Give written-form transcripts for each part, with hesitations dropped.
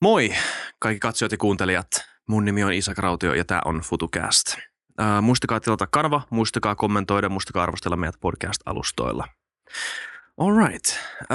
Moi kaikki katsojat ja kuuntelijat. Mun nimi on Isak Rautio ja tää on FutuCast. Muistakaa tilata kanava, muistakaa kommentoida, muistakaa arvostella meidät podcast-alustoilla. Alright.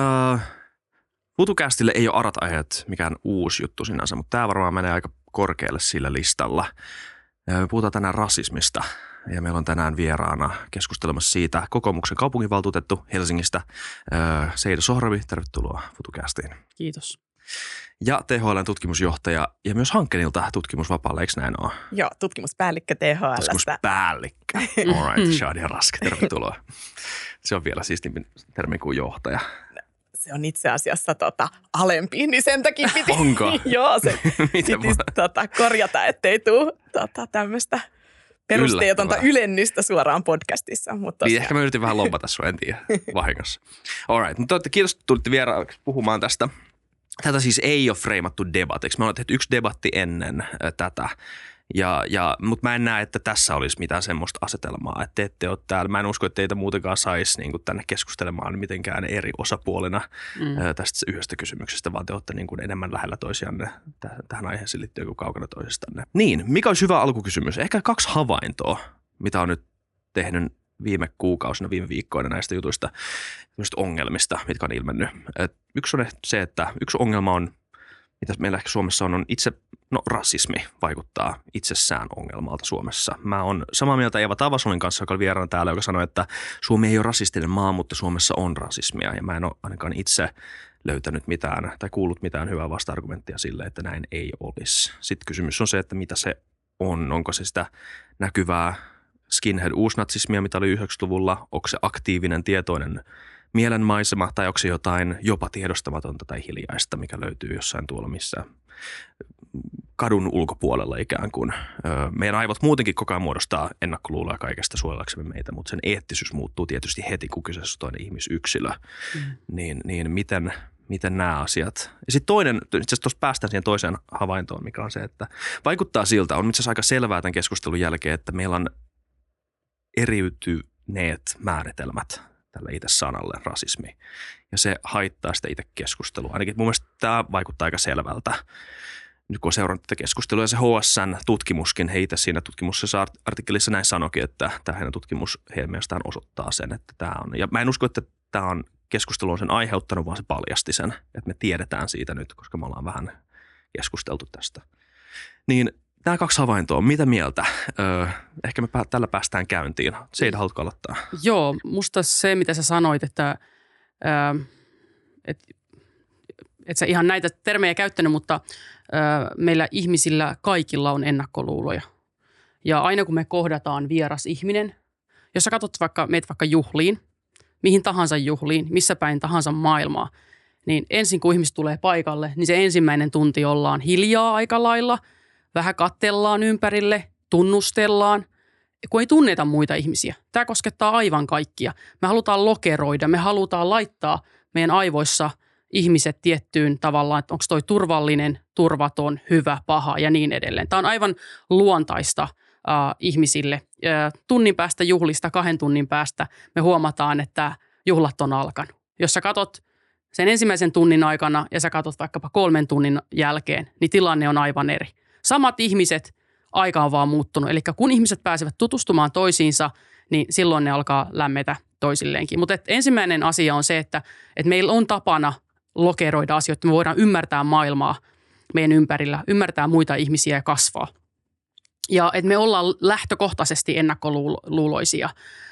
FutuCastille ei ole arat-aiheet mikään uusi juttu sinänsä, mutta tää varmaan menee aika korkealle sillä listalla. Me puhutaan tänään rasismista ja meillä on tänään vieraana keskustelemassa siitä kokoomuksen kaupunginvaltuutettu Helsingistä Seida Sohrabi. Tervetuloa FutuCastiin. Kiitos. Ja THL:n tutkimusjohtaja ja myös Hankkenilta tutkimusvapaalla, eikö näin ole? Joo, tutkimuspäällikkö THL:stä. Tutkimuspäällikkö. All right, Shadia Rask, tervetuloa. Se on vielä siistimpi termi kuin johtaja. Se on itse asiassa alempi, niin sen takia piti. Onko? Joo, se piti korjata, ettei tule tämmöistä perusteetonta ylennystä suoraan podcastissa. Mutta niin ehkä mä yritin vähän lompata sua, en tiedä, vahingossa. All right, mutta kiitos, että tulitte vieraaksi puhumaan tästä. Tätä siis ei ole freimattu debatiksi. Me ollaan tehty yksi debatti ennen tätä, mutta mä en näe, että tässä olisi mitään semmoista asetelmaa, että te ette ole täällä. Mä en usko, että teitä muutenkaan saisi niin kuin tänne keskustelemaan mitenkään eri osapuolina tästä yhdestä kysymyksestä, vaan te olette niin kuin enemmän lähellä toisianne tähän aiheeseen liittyen kuin kaukana toisistanne. Niin, mikä olisi hyvä alkukysymys? Ehkä 2 havaintoa, mitä on nyt tehnyt viime kuukausina, viime viikkoina näistä jutuista, ongelmista, mitkä on ilmennyt. Yksi on se, että yksi ongelma on, mitä meillä ehkä Suomessa on rasismi vaikuttaa itsessään ongelmalta Suomessa. Mä oon samaa mieltä Eeva Tavasolin kanssa, joka oli vieraana täällä, joka sanoi, että Suomi ei ole rasistinen maa, mutta Suomessa on rasismia. Ja mä en ole ainakaan itse löytänyt mitään tai kuullut mitään hyvää vasta-argumenttia sille, että näin ei olisi. Sitten kysymys on se, että mitä se on. Onko se sitä näkyvää skinhead-uusnatsismia, mitä oli 90-luvulla, onko se aktiivinen, tietoinen mielenmaisema tai onko se jotain jopa tiedostamatonta tai hiljaista, mikä löytyy jossain tuolla missä kadun ulkopuolella ikään kuin. Meidän aivot muutenkin koko ajan muodostaa ennakkoluuloja kaikesta suojellaksemme meitä, mutta sen eettisyys muuttuu tietysti heti, kun kyseessä on toinen ihmisyksilö. Niin miten nämä asiat. Ja sitten toinen, itse asiassa tuossa päästään siihen toiseen havaintoon, mikä on se, että vaikuttaa siltä, on itse asiassa aika selvää tämän keskustelun jälkeen, että meillä on eriytyneet määritelmät tälle itse sanalle rasismi. Ja se haittaa sitä itse keskustelua. Ainakin mun mielestä tämä vaikuttaa aika selvältä. Nyt kun on seurannut tätä keskustelua ja se HSN tutkimuskin, he itse siinä tutkimuksessa artikkelissa näin sanoikin, että tämä heidän tutkimus heidän mielestään osoittaa sen, että tämä on. Ja mä en usko, että tämä on keskustelu on sen aiheuttanut, vaan se paljasti sen, että me tiedetään siitä nyt, koska me ollaan vähän keskusteltu tästä. Niin nämä 2 havaintoa, mitä mieltä? Ehkä me tällä päästään käyntiin. Seida, haluatko aloittaa? Joo, musta se, mitä sä sanoit, että et sä ihan näitä termejä käyttänyt, mutta meillä ihmisillä kaikilla on ennakkoluuloja. Ja aina kun me kohdataan vieras ihminen, jos sä katsot meitä vaikka juhliin, mihin tahansa juhliin, missä päin tahansa maailmaa, niin ensin kun ihmiset tulee paikalle, niin se ensimmäinen tunti ollaan hiljaa aika lailla, vähän katsellaan ympärille, tunnustellaan, kun ei tunneta muita ihmisiä. Tämä koskettaa aivan kaikkia. Me halutaan lokeroida, me halutaan laittaa meidän aivoissa ihmiset tiettyyn tavallaan, että onko toi turvallinen, turvaton, hyvä, paha ja niin edelleen. Tämä on aivan luontaista ihmisille. Tunnin päästä juhlista, 2 tunnin päästä me huomataan, että juhlat on alkanut. Jos sä katot sen ensimmäisen tunnin aikana ja sä katot vaikkapa 3 tunnin jälkeen, niin tilanne on aivan eri. Samat ihmiset, aika on vaan muuttunut. Eli kun ihmiset pääsevät tutustumaan toisiinsa, niin silloin ne alkaa lämmetä toisilleenkin. Mutta ensimmäinen asia on se, että meillä on tapana lokeroida asioita. Me voidaan ymmärtää maailmaa meidän ympärillä, ymmärtää muita ihmisiä ja kasvaa. Ja että me ollaan lähtökohtaisesti ennakkoluuloisia.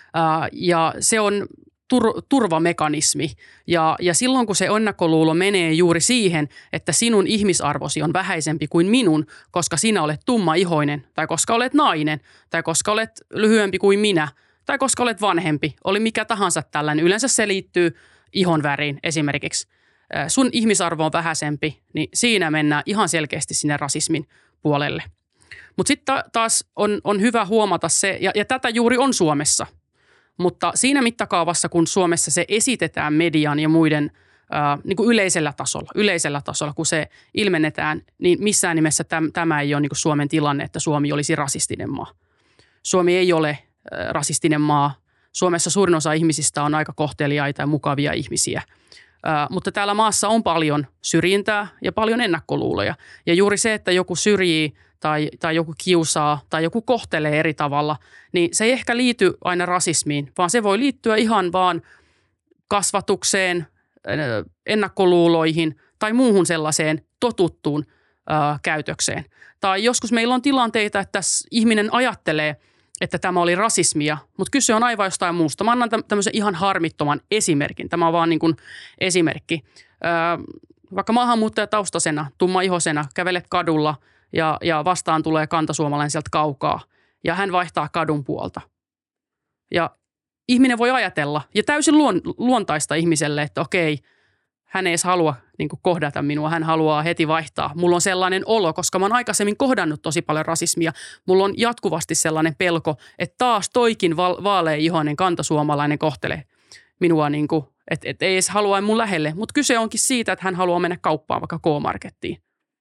Ja se on turvamekanismi. Ja silloin, kun se ennakkoluulo menee juuri siihen, että sinun ihmisarvosi on vähäisempi kuin minun, koska sinä olet tummaihoinen, tai koska olet nainen, tai koska olet lyhyempi kuin minä, tai koska olet vanhempi, oli mikä tahansa tällainen. Yleensä se liittyy ihon väriin esimerkiksi. Sun ihmisarvo on vähäisempi, niin siinä mennään ihan selkeästi sinne rasismin puolelle. Mutta sitten taas on hyvä huomata se, ja tätä juuri on Suomessa. Mutta siinä mittakaavassa, kun Suomessa se esitetään median ja muiden niin kuin yleisellä tasolla, kun se ilmennetään, niin missään nimessä tämä ei ole niin kuin Suomen tilanne, että Suomi olisi rasistinen maa. Suomi ei ole rasistinen maa. Suomessa suurin osa ihmisistä on aika kohteliaita ja mukavia ihmisiä. Mutta täällä maassa on paljon syrjintää ja paljon ennakkoluuloja. Ja juuri se, että joku syrjii tai joku kiusaa tai joku kohtelee eri tavalla, niin se ei ehkä liity aina rasismiin, vaan se voi liittyä ihan vaan kasvatukseen, ennakkoluuloihin tai muuhun sellaiseen totuttuun käytökseen. Tai joskus meillä on tilanteita, että ihminen ajattelee, että tämä oli rasismia, mutta kyse on aivan jostain muusta. Mä annan tämmöisen ihan harmittoman esimerkin. Tämä on vaan niin kuin esimerkki. Vaikka maahanmuuttajataustaisena, tummaihoisena kävelet kadulla ja vastaan tulee kantasuomalainen sieltä kaukaa ja hän vaihtaa kadun puolta. Ja ihminen voi ajatella, ja täysin luontaista ihmiselle, että okei, hän ei edes halua niin kuin kohdata minua, hän haluaa heti vaihtaa. Mulla on sellainen olo, koska mä oon aikaisemmin kohdannut tosi paljon rasismia. Mulla on jatkuvasti sellainen pelko, että taas toikin vaalea-ihoinen kantasuomalainen kohtelee minua, niin kuin, että ei edes halua mun lähelle. Mutta kyse onkin siitä, että hän haluaa mennä kauppaan vaikka K-markettiin.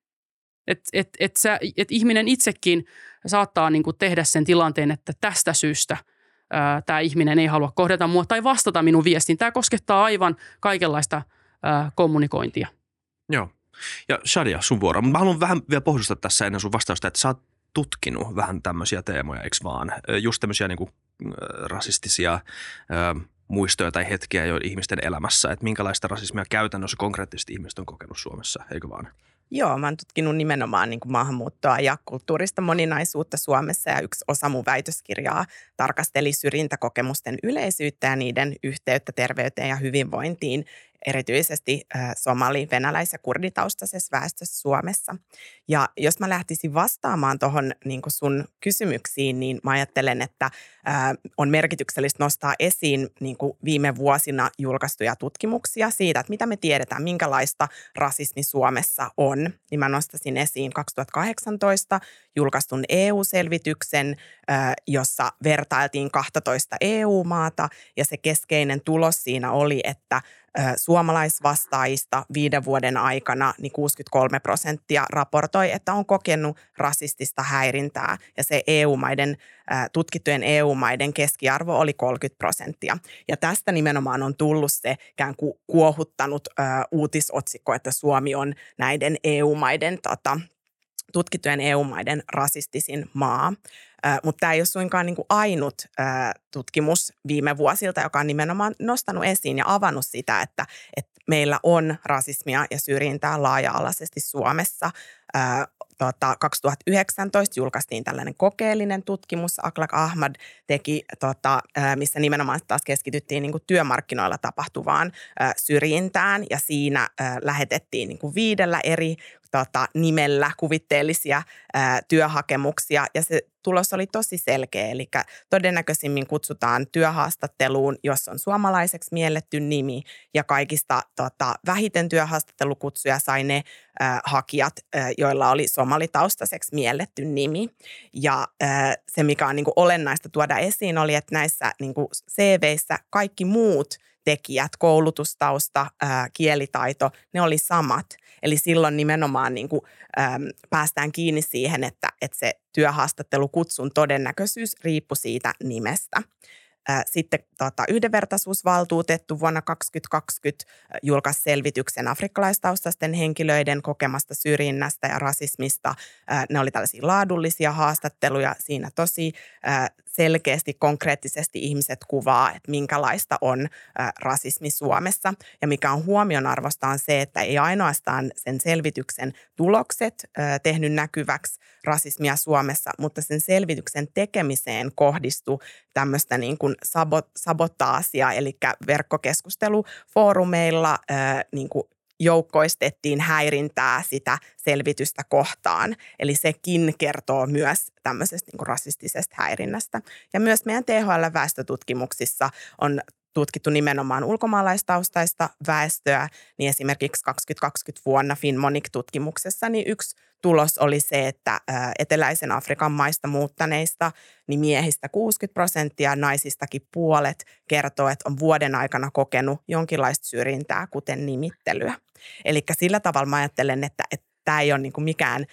Että ihminen itsekin saattaa niin kuin tehdä sen tilanteen, että tästä syystä tämä ihminen ei halua kohdata mua tai vastata minun viestiin. Tämä koskettaa aivan kaikenlaista kommunikointia. Joo. Ja Shadia, sun vuoro. Mä haluan vähän vielä pohdistaa tässä ennen sun vastausta, että sä oot tutkinut vähän tämmöisiä teemoja, eikö vaan? Just tämmöisiä niin kuin rasistisia muistoja tai hetkiä jo ihmisten elämässä, että minkälaista rasismia käytännössä konkreettisesti ihmiset on kokenut Suomessa, eikö vaan? Joo, mä oon tutkinut nimenomaan niin kuin maahanmuuttoa ja kulttuurista moninaisuutta Suomessa ja yksi osa mun väitöskirjaa tarkasteli syrjintäkokemusten yleisyyttä ja niiden yhteyttä terveyteen ja hyvinvointiin, erityisesti somali-, venäläis- ja kurditaustaisessa väestössä Suomessa. Ja jos mä lähtisin vastaamaan tuohon niin kuin sun kysymyksiin, niin mä ajattelen, että on merkityksellistä nostaa esiin niin kuin viime vuosina julkaistuja tutkimuksia siitä, että mitä me tiedetään, minkälaista rasismi Suomessa on. Niin mä nostaisin esiin 2018 julkaistun EU-selvityksen, jossa vertailtiin 12 EU-maata ja se keskeinen tulos siinä oli, että suomalaisvastaajista 5 vuoden aikana niin 63% raportoi, että on kokenut rasistista häirintää ja se tutkittujen EU-maiden keskiarvo oli 30%. Ja tästä nimenomaan on tullut se ikään kuin kuohuttanut uutisotsikko, että Suomi on näiden EU-maiden tutkittujen EU-maiden rasistisin maa. Mutta tämä ei ole suinkaan niin kuin ainut tutkimus viime vuosilta, joka on nimenomaan nostanut esiin ja avannut sitä, että meillä on rasismia ja syrjintää laaja-alaisesti Suomessa. 2019 julkaistiin tällainen kokeellinen tutkimus, Akhlaq Ahmad teki, missä nimenomaan taas keskityttiin niin kuin työmarkkinoilla tapahtuvaan syrjintään ja siinä lähetettiin niin kuin 5 eri nimellä kuvitteellisia työhakemuksia ja se tulos oli tosi selkeä, eli todennäköisimmin kutsutaan työhaastatteluun, jos on suomalaiseksi mielletty nimi ja kaikista vähiten työhaastattelukutsuja sai ne hakijat, joilla oli somalitaustaiseksi mielletty nimi. Ja se, mikä on niin kuin olennaista tuoda esiin, oli, että näissä niin kuin CVissä kaikki muut tekijät, koulutustausta, kielitaito, ne oli samat. Eli silloin nimenomaan niin kuin, päästään kiinni siihen, että se työhaastattelukutsun todennäköisyys riippui siitä nimestä. Sitten yhdenvertaisuusvaltuutettu vuonna 2020 julkaisi selvityksen afrikkalaistaustaisten henkilöiden kokemasta syrjinnästä ja rasismista. Ne oli tällaisia laadullisia haastatteluja. Siinä tosi selkeästi, konkreettisesti ihmiset kuvaa, että minkälaista on rasismi Suomessa. Ja mikä on huomionarvoista on se, että ei ainoastaan sen selvityksen tulokset tehnyt näkyväksi rasismia Suomessa, mutta sen selvityksen tekemiseen kohdistui tämmöistä niin kuin sabotaasia, eli verkkokeskustelufoorumeilla niin kuin joukkoistettiin häirintää sitä selvitystä kohtaan. Eli sekin kertoo myös tämmöisestä niin kuin rasistisesta häirinnästä. Ja myös meidän THL-väestötutkimuksissa on tutkittu nimenomaan ulkomaalaistaustaista väestöä, niin esimerkiksi 2020 vuonna Finmonic-tutkimuksessa niin yksi tulos oli se, että eteläisen Afrikan maista muuttaneista niin miehistä 60%, naisistakin puolet kertoo, että on vuoden aikana kokenut jonkinlaista syrjintää, kuten nimittelyä. Eli sillä tavalla mä ajattelen, että tämä ei ole niin kuin mikään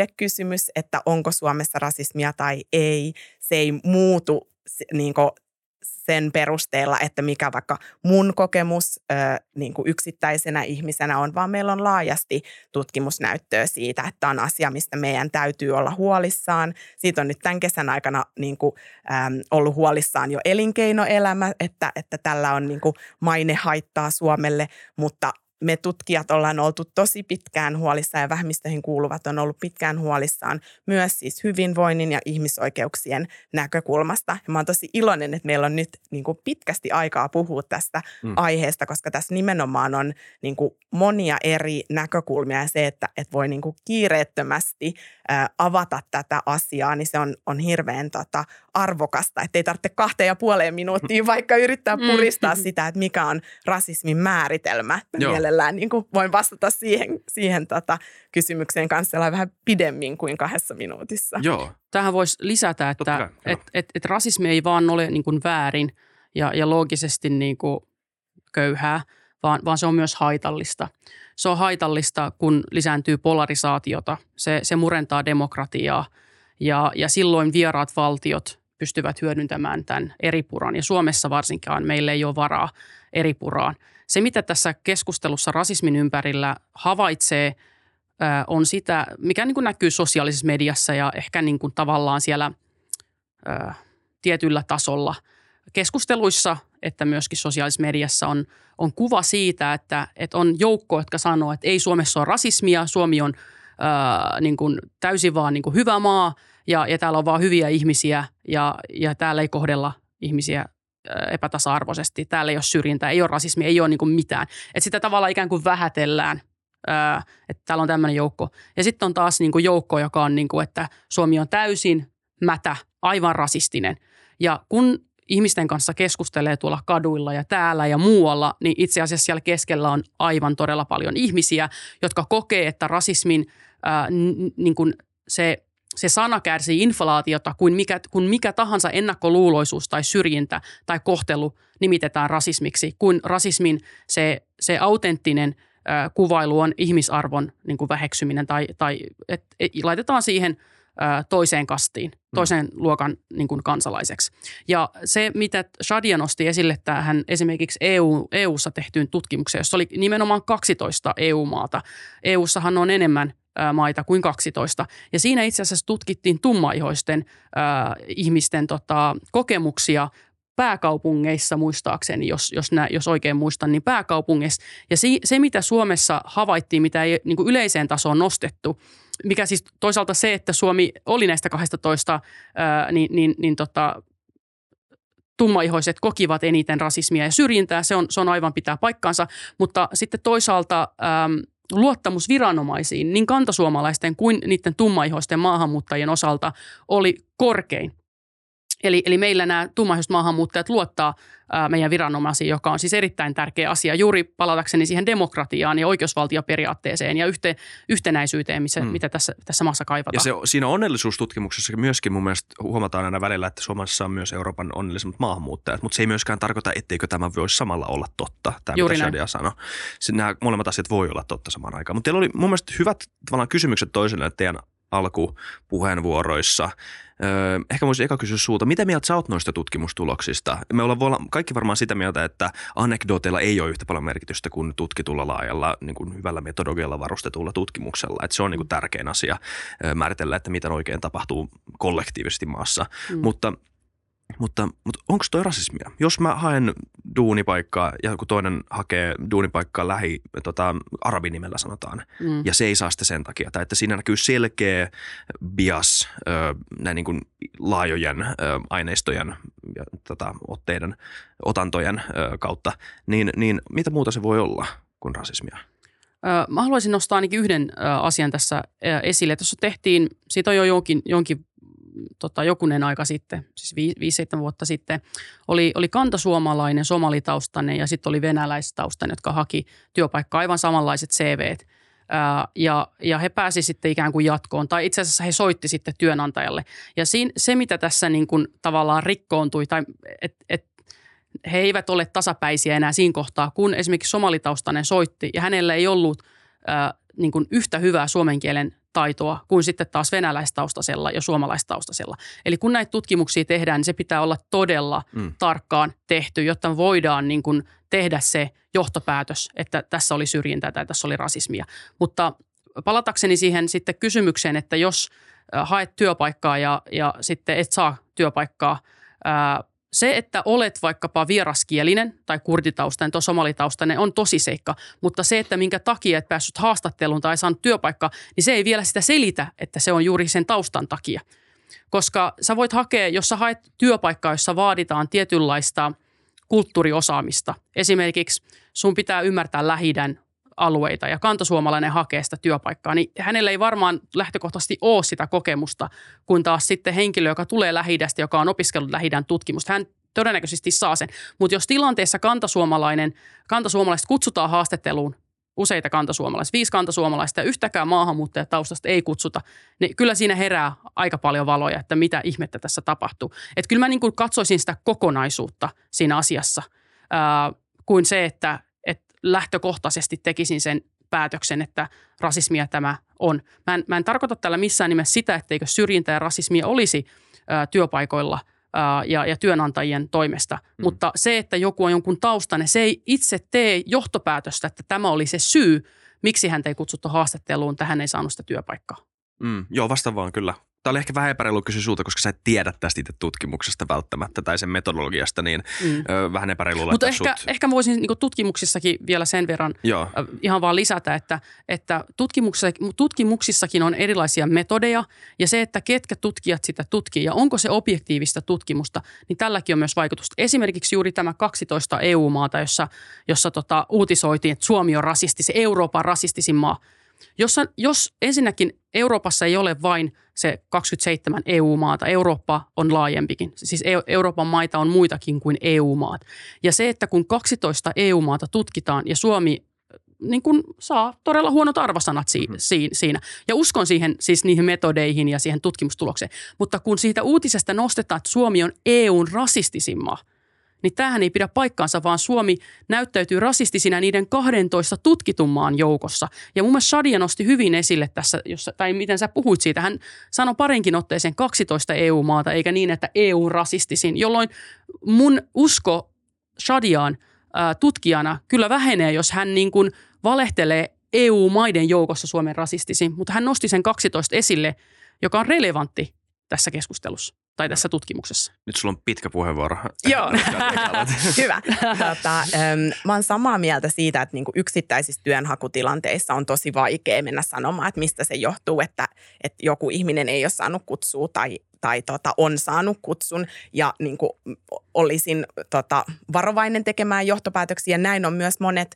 mielipidekysymys, että onko Suomessa rasismia tai ei. Se ei muutu niin kuin sen perusteella, että mikä vaikka mun kokemus niin kuin yksittäisenä ihmisenä on, vaan meillä on laajasti tutkimusnäyttöä siitä, että on asia, mistä meidän täytyy olla huolissaan. Siitä on nyt tämän kesän aikana niin kuin, ollut huolissaan jo elinkeinoelämä, että tällä on niin kuin mainehaittaa Suomelle, mutta me tutkijat ollaan oltu tosi pitkään huolissaan ja vähemmistöihin kuuluvat on ollut pitkään huolissaan myös siis hyvinvoinnin ja ihmisoikeuksien näkökulmasta. Ja mä oon tosi iloinen, että meillä on nyt niin kuin pitkästi aikaa puhua tästä aiheesta, koska tässä nimenomaan on niin kuin monia eri näkökulmia ja se, että voi niin kuin kiireettömästi avata tätä asiaa, niin se on hirveän arvokasta, että ei tarvitse 2,5 minuuttia vaikka yrittää puristaa sitä, että mikä on rasismin määritelmä. Mielellään niin kuin voin vastata siihen kysymykseen kanssa vähän pidemmin kuin 2 minuutissa. Joo. Tähän voisi lisätä, että rasismi ei vaan ole niin kuin väärin ja loogisesti niin kuin köyhää, vaan se on myös haitallista. Se on haitallista, kun lisääntyy polarisaatiota. Se murentaa demokratiaa ja silloin vieraat valtiot pystyvät hyödyntämään tämän eripuran. Ja Suomessa varsinkaan meillä ei ole varaa eripuraan. Se, mitä tässä keskustelussa rasismin ympärillä havaitsee, on sitä, mikä niin kuin näkyy sosiaalisessa mediassa ja ehkä niin kuin tavallaan siellä tietyllä tasolla keskusteluissa, että myöskin sosiaalisessa mediassa on kuva siitä, että on joukko, jotka sanoo, että ei Suomessa ole rasismia, Suomi on niin kuin täysin vaan niin kuin hyvä maa ja täällä on vaan hyviä ihmisiä ja täällä ei kohdella ihmisiä epätasa-arvoisesti. Täällä ei ole syrjintää, ei ole rasismia, ei ole niin kuin mitään. Että sitä tavallaan ikään kuin vähätellään, että täällä on tämmöinen joukko. Ja sitten on taas niin kuin joukko, joka on niin kuin, että Suomi on täysin mätä, aivan rasistinen. Ja kun ihmisten kanssa keskustelee tuolla kaduilla ja täällä ja muualla, niin itse asiassa siellä keskellä on aivan todella paljon ihmisiä, jotka kokee, että rasismin niin kuin se sana kärsii inflaatiota, kun mikä tahansa ennakkoluuloisuus tai syrjintä tai kohtelu nimitetään rasismiksi, kun rasismin se autenttinen kuvailu on ihmisarvon niin kuin väheksyminen tai laitetaan siihen toiseen kastiin, toisen luokan niin kuin kansalaiseksi. Ja se, mitä Shadia nosti esille tähän esimerkiksi EU:ssa tehtyyn tutkimukseen, jossa oli nimenomaan 12 EU-maata. EU:ssahan on enemmän maita kuin 12. Ja siinä itse asiassa tutkittiin tummaihoisten ihmisten kokemuksia pääkaupungeissa muistaakseni, jos oikein muistan, niin pääkaupungeissa. Ja se, mitä Suomessa havaittiin, mitä ei niin kuin yleiseen tasoon nostettu, mikä siis toisaalta se, että Suomi oli näistä 12, tummaihoiset kokivat eniten rasismia ja syrjintää, se on aivan pitää paikkaansa, mutta sitten toisaalta luottamus viranomaisiin niin kantasuomalaisten kuin niiden tummaihoisten maahanmuuttajien osalta oli korkein. Eli meillä nämä tummaihoiset maahanmuuttajat luottaa meidän viranomaisiin, joka on siis erittäin tärkeä asia juuri palatakseni siihen demokratiaan ja oikeusvaltioperiaatteeseen ja yhtenäisyyteen, mitä tässä maassa kaivataan. Ja siinä onnellisuustutkimuksessa myöskin mun mielestä huomataan aina välillä, että Suomessa on myös Euroopan onnellisimmat maahanmuuttajat, mutta se ei myöskään tarkoita, etteikö tämä voisi samalla olla totta, tämä juuri mitä Shadia sanoi. Nämä molemmat asiat voi olla totta samaan aikaan. Mutta teillä oli mun mielestä hyvät tavallaan kysymykset toiselle teidän alkupuheenvuoroissa. Ehkä voisin eka kysyä sulta, mitä mieltä sä oot noista tutkimustuloksista? Me ollaan kaikki varmaan sitä mieltä, että anekdooteilla ei ole yhtä paljon merkitystä kuin tutkitulla laajalla, niin kuin hyvällä metodologialla varustetulla tutkimuksella. Että se on niin kuin tärkein asia määritellä, että mitä oikein tapahtuu kollektiivisesti maassa. Mutta onko toi rasismia? Jos mä haen duunipaikkaa ja joku toinen hakee duunipaikkaa arabinimellä sanotaan, ja se ei saa sitä sen takia, tai että siinä näkyy selkeä bias näin niin kuin laajojen aineistojen ja otantojen kautta, niin mitä muuta se voi olla kuin rasismia? Mä haluaisin nostaa ainakin yhden asian tässä esille. Tuossa tehtiin, siitä on jo jokunen aika sitten, siis 5-7 vuotta sitten, oli kantasuomalainen, somalitaustainen ja sitten oli venäläistaustainen, jotka haki työpaikkaa aivan samanlaiset CVt. Ja he pääsi sitten ikään kuin jatkoon, tai itse asiassa he soitti sitten työnantajalle. Ja se, mitä tässä niin kuin tavallaan rikkoontui, tai he eivät ole tasapäisiä enää siinä kohtaa, kun esimerkiksi somalitaustainen soitti, ja hänellä ei ollut niin kuin yhtä hyvää suomen kielen taitoa kuin sitten taas venäläistaustaisella ja suomalaistaustaisella. Eli kun näitä tutkimuksia tehdään, niin se pitää olla todella tarkkaan tehty, jotta voidaan niin kuin tehdä se johtopäätös, että tässä oli syrjintää tai tässä oli rasismia. Mutta palatakseni siihen sitten kysymykseen, että jos haet työpaikkaa ja sitten et saa työpaikkaa, se, että olet vaikkapa vieraskielinen tai kurditaustainen tai somalitaustainen on tosiseikka, mutta se, että minkä takia et päässyt haastatteluun tai saanut työpaikkaa, niin se ei vielä sitä selitä, että se on juuri sen taustan takia. Koska sä voit hakea, jos sä haet työpaikkaa, jossa vaaditaan tietynlaista kulttuuriosaamista. Esimerkiksi sun pitää ymmärtää Lähi-idän alueita ja kantasuomalainen hakee sitä työpaikkaa, niin hänellä ei varmaan lähtökohtaisesti ole sitä kokemusta, kun taas sitten henkilö, joka tulee Lähi-idästä, joka on opiskellut Lähi-idän tutkimusta, hän todennäköisesti saa sen. Mutta jos tilanteessa kantasuomalaiset kutsutaan haastatteluun, useita kantasuomalaisia, 5 kantasuomalaista ja yhtäkään maahanmuuttajataustasta ei kutsuta, niin kyllä siinä herää aika paljon valoja, että mitä ihmettä tässä tapahtuu. Että kyllä mä niin kuin katsoisin sitä kokonaisuutta siinä asiassa, kuin se, että lähtökohtaisesti tekisin sen päätöksen, että rasismia tämä on. Mä en tarkoita tällä missään nimessä sitä, etteikö syrjintä ja rasismia olisi työpaikoilla ja työnantajien toimesta. Mutta se, että joku on jonkun taustainen, se ei itse tee johtopäätöstä, että tämä oli se syy, miksi häntä ei kutsuttu haastatteluun, tähän ei saanut sitä työpaikkaa. Joo, vastaavaan kyllä. Tämä oli ehkä vähän epäreilu kysyä sulta, koska sä et tiedä tästä itse tutkimuksesta välttämättä tai sen metodologiasta, niin vähän epäreilu laittaa mutta ehkä voisin niin tutkimuksissakin vielä sen verran ihan vaan lisätä, että tutkimuksissakin on erilaisia metodeja ja se, että ketkä tutkijat sitä tutkii ja onko se objektiivista tutkimusta, niin tälläkin on myös vaikutusta. Esimerkiksi juuri tämä 12 EU-maata, jossa uutisoitiin, että Suomi on Euroopan rasistisin maa. Jos ensinnäkin Euroopassa ei ole vain se 27 EU-maata, Eurooppa on laajempikin. Siis Euroopan maita on muitakin kuin EU-maat. Ja se, että kun 12 EU-maata tutkitaan ja Suomi niin kun saa todella huonot arvosanat siinä. Ja uskon siihen, siis niihin metodeihin ja siihen tutkimustulokseen. Mutta kun siitä uutisesta nostetaan, että Suomi on EUn rasistisin maa, niin tämähän ei pidä paikkaansa, vaan Suomi näyttäytyy rasistisina niiden 12 tutkitun maan joukossa. Ja mun mielestä Shadia nosti hyvin esille tässä, tai miten sä puhuit siitä, hän sanoi parinkin otteeseen 12 EU-maata, eikä niin, että EU rasistisin, jolloin mun usko Shadiaan tutkijana kyllä vähenee, jos hän niin kuin valehtelee EU-maiden joukossa Suomen rasistisin, mutta hän nosti sen 12 esille, joka on relevantti tässä keskustelussa tai tässä tutkimuksessa. Nyt sulla on pitkä puheenvuoro. Joo, hyvä. Mä oon samaa mieltä siitä, että niinku yksittäisissä työnhakutilanteissa on tosi vaikea mennä sanomaan, että mistä se johtuu, että joku ihminen ei ole saanut kutsua tai on saanut kutsun ja niin kuin olisin varovainen tekemään johtopäätöksiä. Näin on myös monet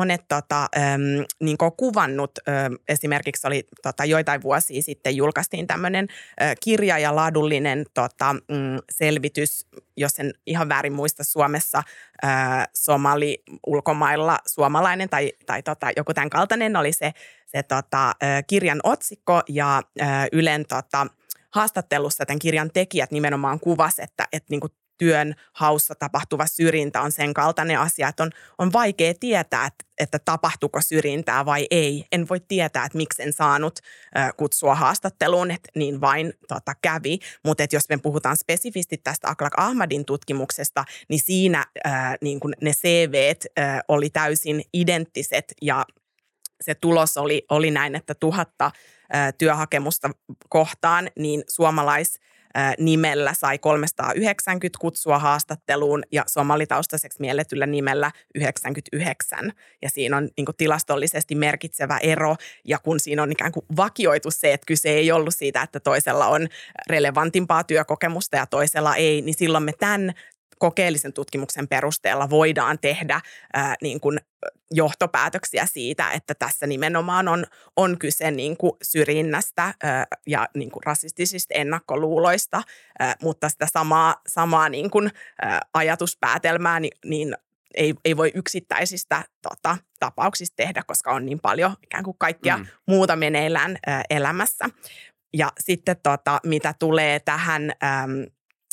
niin kuin kuvannut. Esimerkiksi oli joitain vuosia sitten julkaistiin tämmöinen kirja ja laadullinen selvitys, jos en ihan väärin muista, Suomessa somali ulkomailla suomalainen tai joku tämän kaltainen oli se kirjan otsikko ja Ylen haastattelussa tämän kirjan tekijät nimenomaan kuvasi, että niin kuin työn haussa tapahtuva syrjintä on sen kaltainen asia, että on vaikea tietää, että tapahtuuko syrjintää vai ei. En voi tietää, että miksi en saanut kutsua haastatteluun, että niin vain kävi. Mutta jos me puhutaan spesifisti tästä Akhlaq Ahmadin tutkimuksesta, niin siinä niin kuin ne CVt oli täysin identtiset ja se tulos oli näin, että 1000 työhakemusta kohtaan, niin suomalaisnimellä sai 390 kutsua haastatteluun ja somalitaustaiseksi mielletyllä nimellä 99. Ja siinä on niin kuin tilastollisesti merkitsevä ero. Ja kun siinä on ikään kuin vakioitu se, että kyse ei ollut siitä, että toisella on relevantimpaa työkokemusta ja toisella ei, niin silloin me tämän kokeellisen tutkimuksen perusteella voidaan tehdä niin kuin johtopäätöksiä siitä, että tässä nimenomaan on kyse niin kuin syrjinnästä ja niin kuin rasistisista ennakkoluuloista, mutta sitä samaa niin kuin ajatuspäätelmää niin ei voi yksittäisistä tapauksista tehdä, koska on niin paljon ikään kuin kaikkia muuta meneillään elämässä. Ja sitten mitä tulee tähän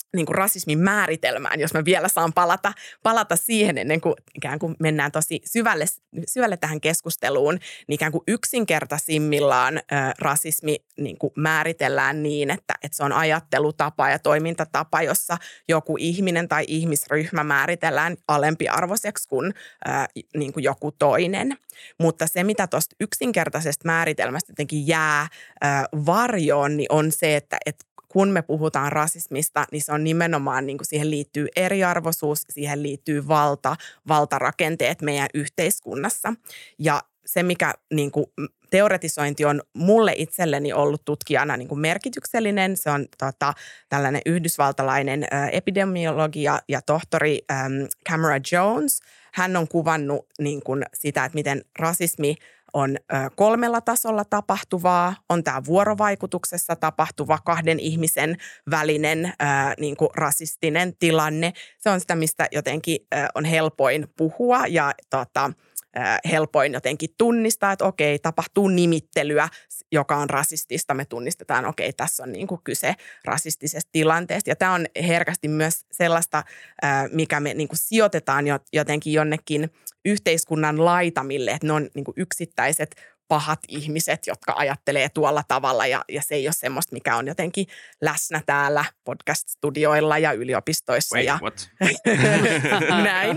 niin kuin rasismin määritelmään, jos mä vielä saan palata siihen ennen kuin ikään kuin mennään tosi syvälle tähän keskusteluun, niin ikään kuin yksinkertaisimmillaan rasismi niin kuin määritellään niin, että se on ajattelutapa ja toimintatapa, jossa joku ihminen tai ihmisryhmä määritellään alempiarvoiseksi kuin, niin kuin joku toinen. Mutta se, mitä tuosta yksinkertaisesta määritelmästä jotenkin jää varjoon, niin on se, että kun me puhutaan rasismista, niin se on nimenomaan, niin kuin siihen liittyy eriarvoisuus, siihen liittyy valtarakenteet meidän yhteiskunnassa. Ja se, mikä niin kuin teoretisointi on mulle itselleni ollut tutkijana niin kuin merkityksellinen, se on tällainen yhdysvaltalainen epidemiologi ja tohtori Camara Jones. Hän on kuvannut niin kuin sitä, että miten rasismi on 3 tasolla tapahtuvaa, on tämä vuorovaikutuksessa tapahtuva 2 ihmisen välinen niin kuin rasistinen tilanne. Se on sitä, mistä jotenkin on helpoin puhua ja helpoin jotenkin tunnistaa, että okei, tapahtuu nimittelyä, joka on rasistista. Me tunnistetaan, okei, tässä on niin kuin kyse rasistisesta tilanteesta. Ja tämä on herkästi myös sellaista, mikä me niin kuin sijoitetaan jotenkin jonnekin yhteiskunnan laitamille, että ne on niin kuin yksittäiset pahat ihmiset, jotka ajattelee tuolla tavalla ja se ei ole semmoista, mikä on jotenkin läsnä täällä podcast-studioilla ja yliopistoissa. Wait, ja what? näin.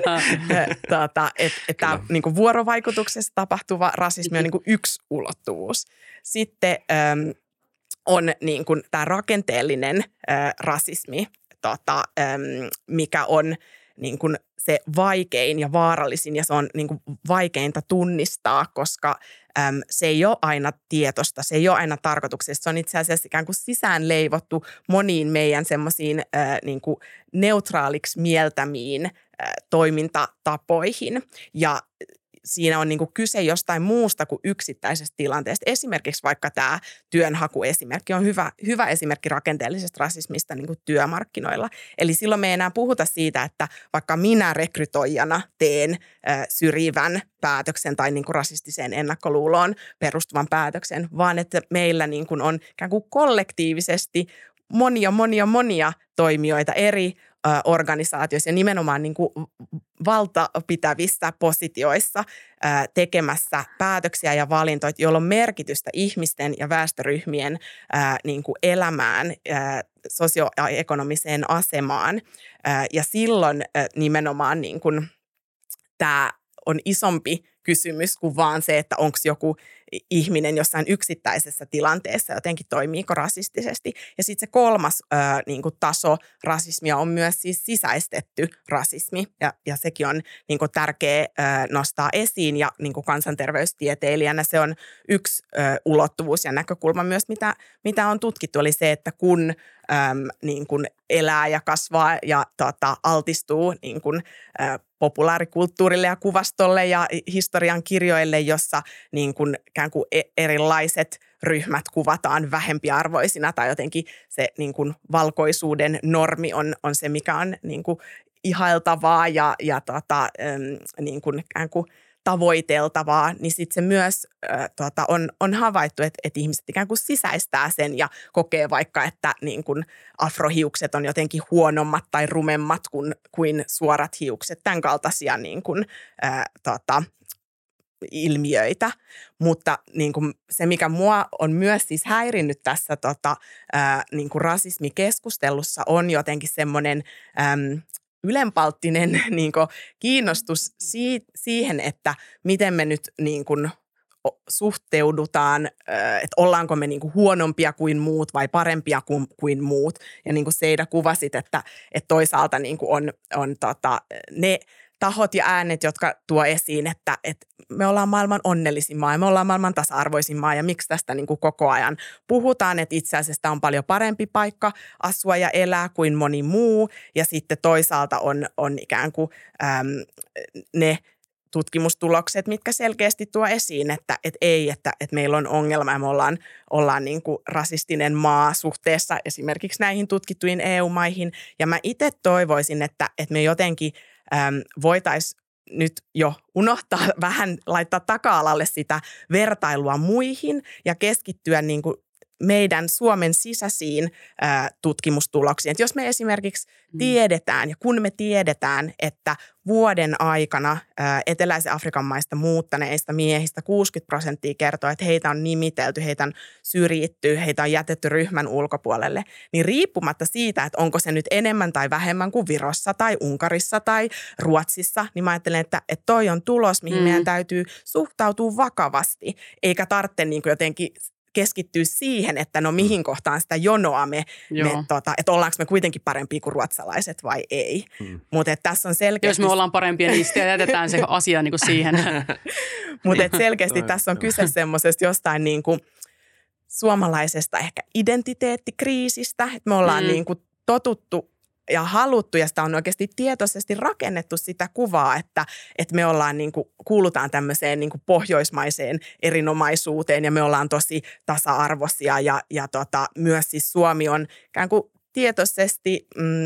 Tämä niin kuin vuorovaikutuksessa tapahtuva rasismi on niin kuin yksi ulottuvuus. Sitten on niin kuin tämä rakenteellinen rasismi, mikä on niin kuin se vaikein ja vaarallisin ja se on niin kuin vaikeinta tunnistaa, koska se ei ole aina tietoista, se ei ole aina tarkoituksesta. Se on itse asiassa ikään kuin sisään leivottu moniin meidän semmoisiin niin kuin neutraaliksi mieltämiin toimintatapoihin ja siinä on niin kuin kyse jostain muusta kuin yksittäisestä tilanteesta. Esimerkiksi vaikka tämä työnhakuesimerkki on hyvä esimerkki rakenteellisesta rasismista niin kuin työmarkkinoilla. Eli silloin me ei enää puhuta siitä, että vaikka minä rekrytoijana teen syrjivän päätöksen tai niin kuin rasistiseen ennakkoluuloon perustuvan päätöksen, vaan että meillä niin kuin on ikään kuin kollektiivisesti monia toimijoita eri organisaatioissa ja nimenomaan niin kuin valtapitävissä positioissa tekemässä päätöksiä ja valintoja, joilla on merkitystä ihmisten ja väestöryhmien niin kuin elämään, sosioekonomiseen asemaan. Ja silloin nimenomaan niin kuin tämä on isompi kysymys kuin vaan se, että onko joku ihminen jossain yksittäisessä tilanteessa jotenkin toimiiko rasistisesti. Ja sitten se 3. niin kuin taso rasismia on myös siis sisäistetty rasismi ja sekin on niin kuin tärkeä nostaa esiin ja niin kuin kansanterveystieteilijänä se on yksi ulottuvuus ja näkökulma myös, mitä on tutkittu, oli se, että kun niin kuin elää ja kasvaa ja altistuu niin kuin populaarikulttuurille ja kuvastolle ja historian kirjoille, jossa niin kuin ikään kuin erilaiset ryhmät kuvataan vähempiarvoisina tai jotenkin se niin kuin valkoisuuden normi on se, mikä on niin kuin ihailtavaa ja niin kuin ikään kuin tavoiteltavaa, niin sitten se myös on havaittu, että ihmiset ikään kuin sisäistää sen ja kokee vaikka, että niin kuin afrohiukset on jotenkin huonommat tai rumemmat kuin suorat hiukset, tämän kaltaisia niin kuin, ilmiöitä. Mutta niin kuin se, mikä mua on myös siis häirinnyt tässä niin kuin rasismikeskustelussa, on jotenkin semmoinen ylenpalttinen niin kuin kiinnostus siihen, että miten me nyt niin kuin suhteudutaan, että ollaanko me niin kuin huonompia kuin muut vai parempia kuin muut. Ja niin kuin Seida kuvasit, että toisaalta niin kuin on ne tahot ja äänet, jotka tuo esiin, että me ollaan maailman onnellisin maa ja me ollaan maailman tasa-arvoisin maa ja miksi tästä niin kuin koko ajan puhutaan, että itse asiassa tämä on paljon parempi paikka asua ja elää kuin moni muu ja sitten toisaalta on ikään kuin ne tutkimustulokset, mitkä selkeästi tuo esiin, että meillä on ongelma ja me ollaan niin kuin rasistinen maa suhteessa esimerkiksi näihin tutkittuihin EU-maihin ja mä itse toivoisin, että me jotenkin voitaisiin nyt jo unohtaa vähän, laittaa taka-alalle sitä vertailua muihin ja keskittyä niin kuin meidän Suomen sisäisiin tutkimustuloksiin. Että jos me esimerkiksi tiedetään ja kun me tiedetään, että vuoden aikana eteläisen Afrikan maista muuttaneista miehistä 60% kertoo, että heitä on nimitelty, heitä on syrjitty, heitä on jätetty ryhmän ulkopuolelle, niin riippumatta siitä, että onko se nyt enemmän tai vähemmän kuin Virossa tai Unkarissa tai Ruotsissa, niin mä ajattelen, että toi on tulos, mihin meidän täytyy suhtautua vakavasti, eikä tarvitse niin kuin jotenkin keskittyä siihen, että no mihin kohtaan sitä jonoa että ollaanko me kuitenkin parempia kuin ruotsalaiset vai ei. Mutta tässä on selkeästi... Jos me ollaan parempia, niin sitten jätetään se asia niin kuin siihen. Mutta selkeästi tässä on kyse semmoisesta jostain niin kuin suomalaisesta ehkä identiteettikriisistä, että me ollaan niin kuin totuttu ja haluttu, ja sitä on oikeasti tietoisesti rakennettu sitä kuvaa, että me ollaan niin kuin, kuulutaan tämmöiseen niin kuin pohjoismaiseen erinomaisuuteen, ja me ollaan tosi tasa-arvoisia, ja myös siis Suomi on ikään kuin tietoisesti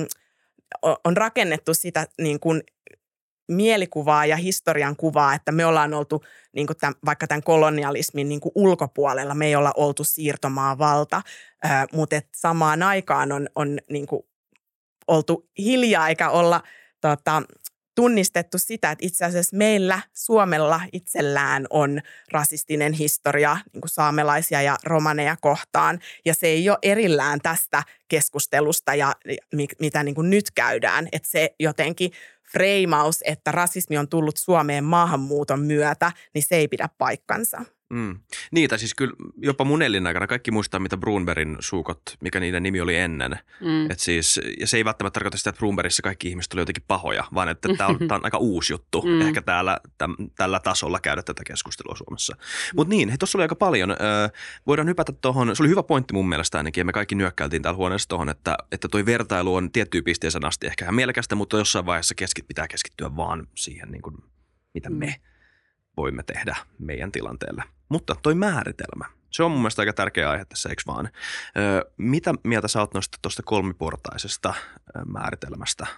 on rakennettu sitä niin kuin mielikuvaa ja historian kuvaa, että me ollaan oltu niin kuin vaikka tämän kolonialismin niin kuin ulkopuolella, me ei olla oltu siirtomaavalta, mutta samaan aikaan on niin kuin oltu hiljaa eikä olla tunnistettu sitä, että itse asiassa meillä Suomella itsellään on rasistinen historia niin kuin saamelaisia ja romaneja kohtaan. Ja se ei ole erillään tästä keskustelusta, ja mitä niin kuin nyt käydään. Että se jotenkin freimaus, että rasismi on tullut Suomeen maahanmuuton myötä, niin se ei pidä paikkansa. Niitä siis kyllä jopa mun elinaikana kaikki muistaa, mitä Brunbergin suukot, mikä niiden nimi oli ennen. Et siis, ja se ei välttämättä tarkoita sitä, että Brunbergissa kaikki ihmiset oli jotenkin pahoja, vaan että tämä on aika uusi juttu ehkä tällä tasolla käydä tätä keskustelua Suomessa. Mutta niin, tuossa oli aika paljon. Voidaan hypätä tuohon, se oli hyvä pointti mun mielestä ainakin, ja me kaikki nyökkäiltiin täällä huoneessa tuohon, että toi vertailu on tiettyyn pisteeseen asti ehkä ihan mielekästä, mutta jossain vaiheessa pitää keskittyä vaan siihen, niin kuin, mitä me voimme tehdä meidän tilanteelle. Mutta toi määritelmä, se on mun mielestä aika tärkeä aihe tässä, eikö vaan? Mitä mieltä sä oot tuosta kolmiportaisesta määritelmästä?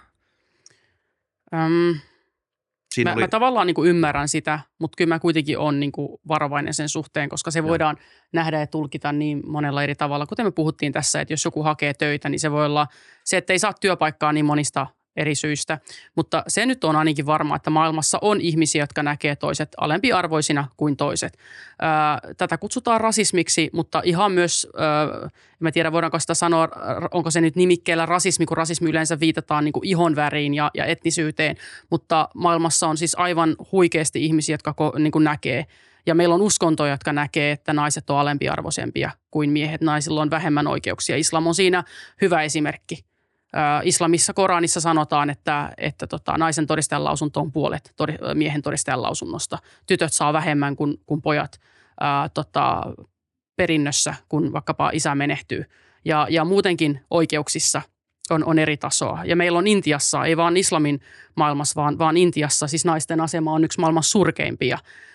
Mä tavallaan niin kuin ymmärrän sitä, mutta kyllä mä kuitenkin on niin kuin varovainen sen suhteen, koska se voidaan nähdä ja tulkita niin monella eri tavalla. Kuten me puhuttiin tässä, että jos joku hakee töitä, niin se voi olla se, että ei saa työpaikkaa niin monista eri syistä, mutta se nyt on ainakin varma, että maailmassa on ihmisiä, jotka näkee toiset alempiarvoisina kuin toiset. Tätä kutsutaan rasismiksi, mutta ihan myös, en tiedä voidaanko sitä sanoa, onko se nyt nimikkeellä rasismi, kun rasismi yleensä viitataan niin kuin ihonväriin ja etnisyyteen, mutta maailmassa on siis aivan huikeasti ihmisiä, jotka niin kuin näkee. Ja meillä on uskontoja, jotka näkee, että naiset on alempiarvoisempia kuin miehet. Naisilla on vähemmän oikeuksia. Islam on siinä hyvä esimerkki. Islamissa Koranissa sanotaan, että naisen todistajan lausunto on puolet miehen todistajan lausunnosta. Tytöt saa vähemmän kuin pojat perinnössä, kun vaikkapa isä menehtyy. Ja muutenkin oikeuksissa on eri tasoa. Ja meillä on Intiassa, ei vaan islamin maailmassa, vaan Intiassa, siis naisten asema on yksi maailman surkeimpia.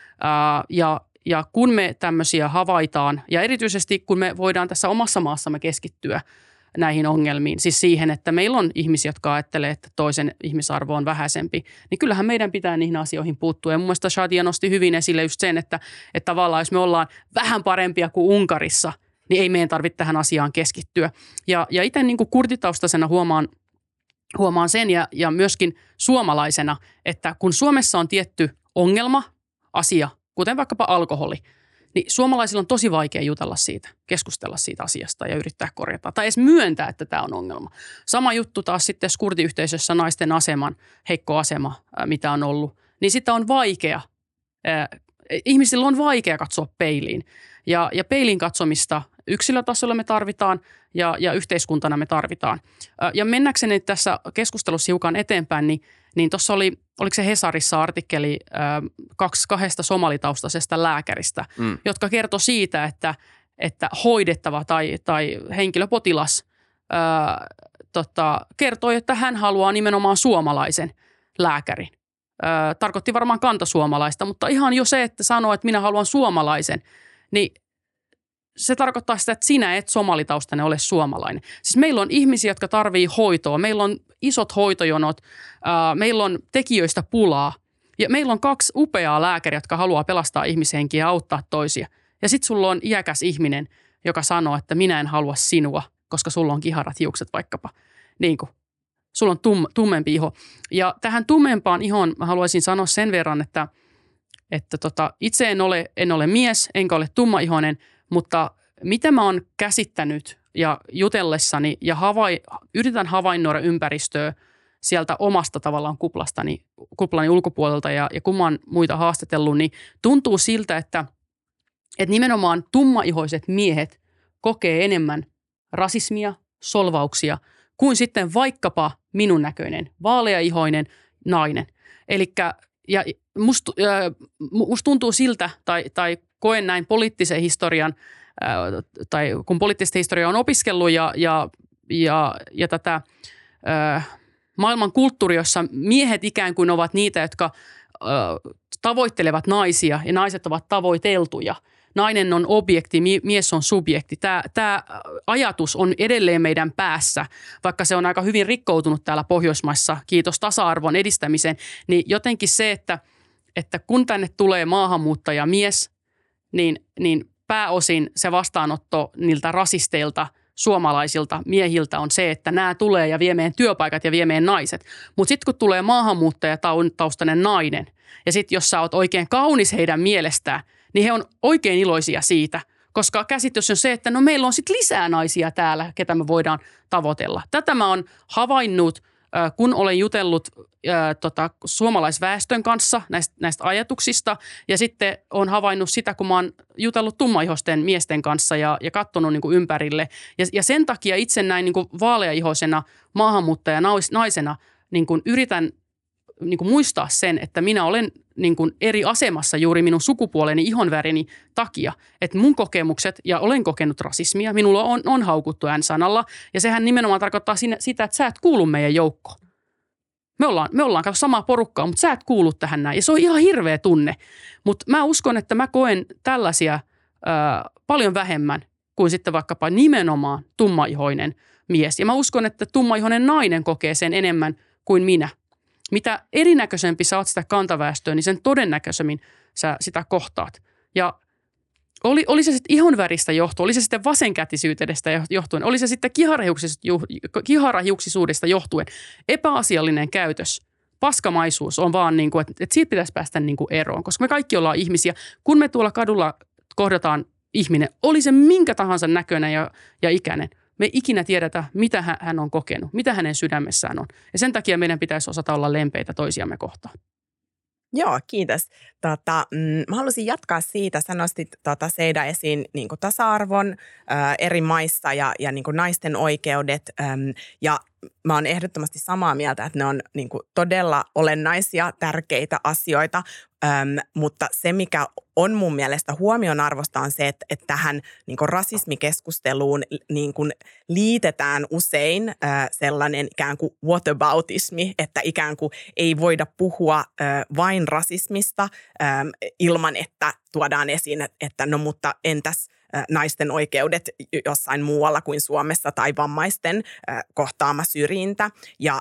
Ja kun me tämmöisiä havaitaan, ja erityisesti kun me voidaan tässä omassa maassamme keskittyä näihin ongelmiin, siis siihen, että meillä on ihmisiä, jotka ajattelee, että toisen ihmisarvo on vähäisempi, niin kyllähän meidän pitää niihin asioihin puuttua. Ja mun mielestä Shadia nosti hyvin esille just sen, että tavallaan jos me ollaan vähän parempia kuin Unkarissa, niin ei meidän tarvitse tähän asiaan keskittyä. Ja itse niin kuin kurditaustaisena huomaan sen ja myöskin suomalaisena, että kun Suomessa on tietty ongelma, asia, kuten vaikkapa alkoholi, niin suomalaisilla on tosi vaikea jutella siitä, keskustella siitä asiasta ja yrittää korjata. Tai edes myöntää, että tämä on ongelma. Sama juttu taas sitten kurdiyhteisössä naisten aseman, heikko asema, mitä on ollut. Niin sitä on vaikea, ihmisillä on vaikea katsoa peiliin. Ja peilin katsomista yksilötasolla me tarvitaan ja yhteiskuntana me tarvitaan. Ja mennäkseni tässä keskustelussa hiukan eteenpäin, niin tuossa oliko se Hesarissa artikkeli kahdesta somalitaustaisesta lääkäristä, jotka kertoi siitä, että hoidettava tai henkilöpotilas kertoi, että hän haluaa nimenomaan suomalaisen lääkärin. Tarkoitti varmaan kantasuomalaista, mutta ihan jo se, että sanoo, että minä haluan suomalaisen, niin se tarkoittaa sitä, että sinä et somalitaustainen ole suomalainen. Siis meillä on ihmisiä, jotka tarvii hoitoa. Meillä on isot hoitojonot. Meillä on tekijöistä pulaa. Ja meillä on 2 upeaa lääkäriä, jotka haluaa pelastaa ihmishenkiä ja auttaa toisia. Ja sitten sulla on iäkäs ihminen, joka sanoo, että minä en halua sinua, koska sulla on kiharat hiukset vaikkapa. Niin kuin, sulla on tummempi iho. Ja tähän tummempaan ihoon mä haluaisin sanoa sen verran, että itse en ole mies, enkä ole tummaihoinen, mutta mitä mä oon käsittänyt ja jutellessani ja yritän havainnoida ympäristöä sieltä omasta tavallaan kuplani ulkopuolelta ja kun mä oon muita haastatellut, niin tuntuu siltä, että nimenomaan tummaihoiset miehet kokee enemmän rasismia, solvauksia kuin sitten vaikkapa minun näköinen vaaleaihoinen nainen. Elikkä ja musta tuntuu siltä, tai koen näin poliittisen historian, tai kun poliittista historiaa on opiskellut ja tätä maailman kulttuuri, jossa miehet ikään kuin ovat niitä, jotka tavoittelevat naisia ja naiset ovat tavoiteltuja. Nainen on objekti, mies on subjekti. Tämä ajatus on edelleen meidän päässä, vaikka se on aika hyvin rikkoutunut täällä Pohjoismaissa, kiitos tasa-arvon edistämisen, niin jotenkin se, että kun tänne tulee maahanmuuttajamies, niin pääosin se vastaanotto niiltä rasisteilta, suomalaisilta miehiltä on se, että nämä tulee ja vie meidän työpaikat ja vie meidän naiset. Mutta sitten kun tulee maahanmuuttajataustainen nainen ja sitten jos sä oot oikein kaunis heidän mielestään, niin he on oikein iloisia siitä, koska käsitys on se, että no meillä on sitten lisää naisia täällä, ketä me voidaan tavoitella. Tätä mä oon havainnut, kun olen jutellut suomalaisväestön kanssa näistä ajatuksista ja sitten olen havainnut sitä, kun mä oon jutellut tummaihoisten miesten kanssa ja katsonut niin kuin ympärille. Ja sen takia itse näin niin kuin vaaleaihoisena maahanmuuttajanaisena niin kuin yritän niin kuin muistaa sen, että minä olen niin kuin eri asemassa juuri minun sukupuoleni ihonvärini takia. Että mun kokemukset, ja olen kokenut rasismia, minulla on haukuttu N-sanalla, ja sehän nimenomaan tarkoittaa sitä, että sä et kuulu meidän joukkoon. Me ollaan samaa porukkaa, mutta sä et kuulu tähän näin. Ja se on ihan hirveä tunne. Mutta mä uskon, että mä koen tällaisia paljon vähemmän kuin sitten vaikkapa nimenomaan tummaihoinen mies. Ja mä uskon, että tummaihoinen nainen kokee sen enemmän kuin minä. Mitä erinäköisempi sä oot sitä kantaväestöä, niin sen todennäköisemmin sä sitä kohtaat. Ja oli se sitten ihonväristä johtuen, oli se sitten vasenkätisyydestä johtuen, oli se sitten kiharahiuksisuudesta johtuen, epäasiallinen käytös, paskamaisuus on vaan niin kuin, että siitä pitäisi päästä niin kuin eroon, koska me kaikki ollaan ihmisiä. Kun me tuolla kadulla kohdataan ihminen, oli se minkä tahansa näköinen ja ikäinen, me ei ikinä tiedetä, mitä hän on kokenut, mitä hänen sydämessään on. Ja sen takia meidän pitäisi osata olla lempeitä toisiamme kohtaan. Joo, kiitos. Mä haluaisin jatkaa siitä. Sä nostit Seida esiin niin kuin tasa-arvon eri maissa ja niin kuin naisten oikeudet. Ja mä oon ehdottomasti samaa mieltä, että ne on niin kuin todella olennaisia, tärkeitä asioita. Mutta se, mikä on mun mielestä huomionarvosta, on se, että tähän niin kuin rasismikeskusteluun niin kuin liitetään usein sellainen ikään kuin whataboutismi, että ikään kuin ei voida puhua vain rasismista ilman, että tuodaan esiin, että no mutta entäs naisten oikeudet jossain muualla kuin Suomessa tai vammaisten kohtaama syrjintä. Ja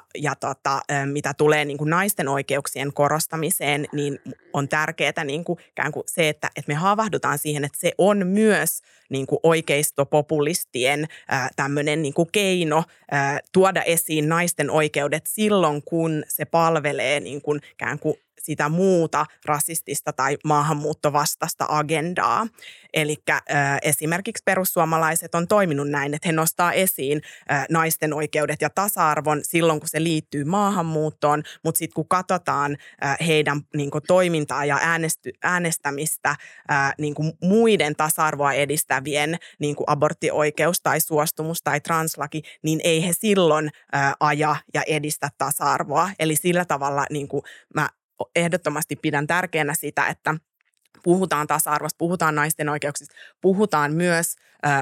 mitä tulee niin kuin naisten oikeuksien korostamiseen, niin on tärkeää niin kuin ikään kuin se, että me havahdutaan siihen, että se on myös niin kuin oikeistopopulistien tämmöinen niin kuin keino tuoda esiin naisten oikeudet silloin, kun se palvelee niin kuin ikään kuin sitä muuta rasistista tai maahanmuuttovastaista agendaa. Eli esimerkiksi perussuomalaiset on toiminut näin, että he nostaa esiin naisten oikeudet ja tasa-arvon silloin, kun se liittyy maahanmuuttoon, mutta sitten kun katsotaan heidän niin kuin toimintaa ja äänestämistä niin kuin muiden tasa-arvoa edistävien, niin kuin aborttioikeus tai suostumus tai translaki, niin ei he silloin aja ja edistä tasa-arvoa. Eli sillä tavalla niin kuin mä ehdottomasti pidän tärkeänä sitä, että puhutaan tasa-arvosta, puhutaan naisten oikeuksista, puhutaan myös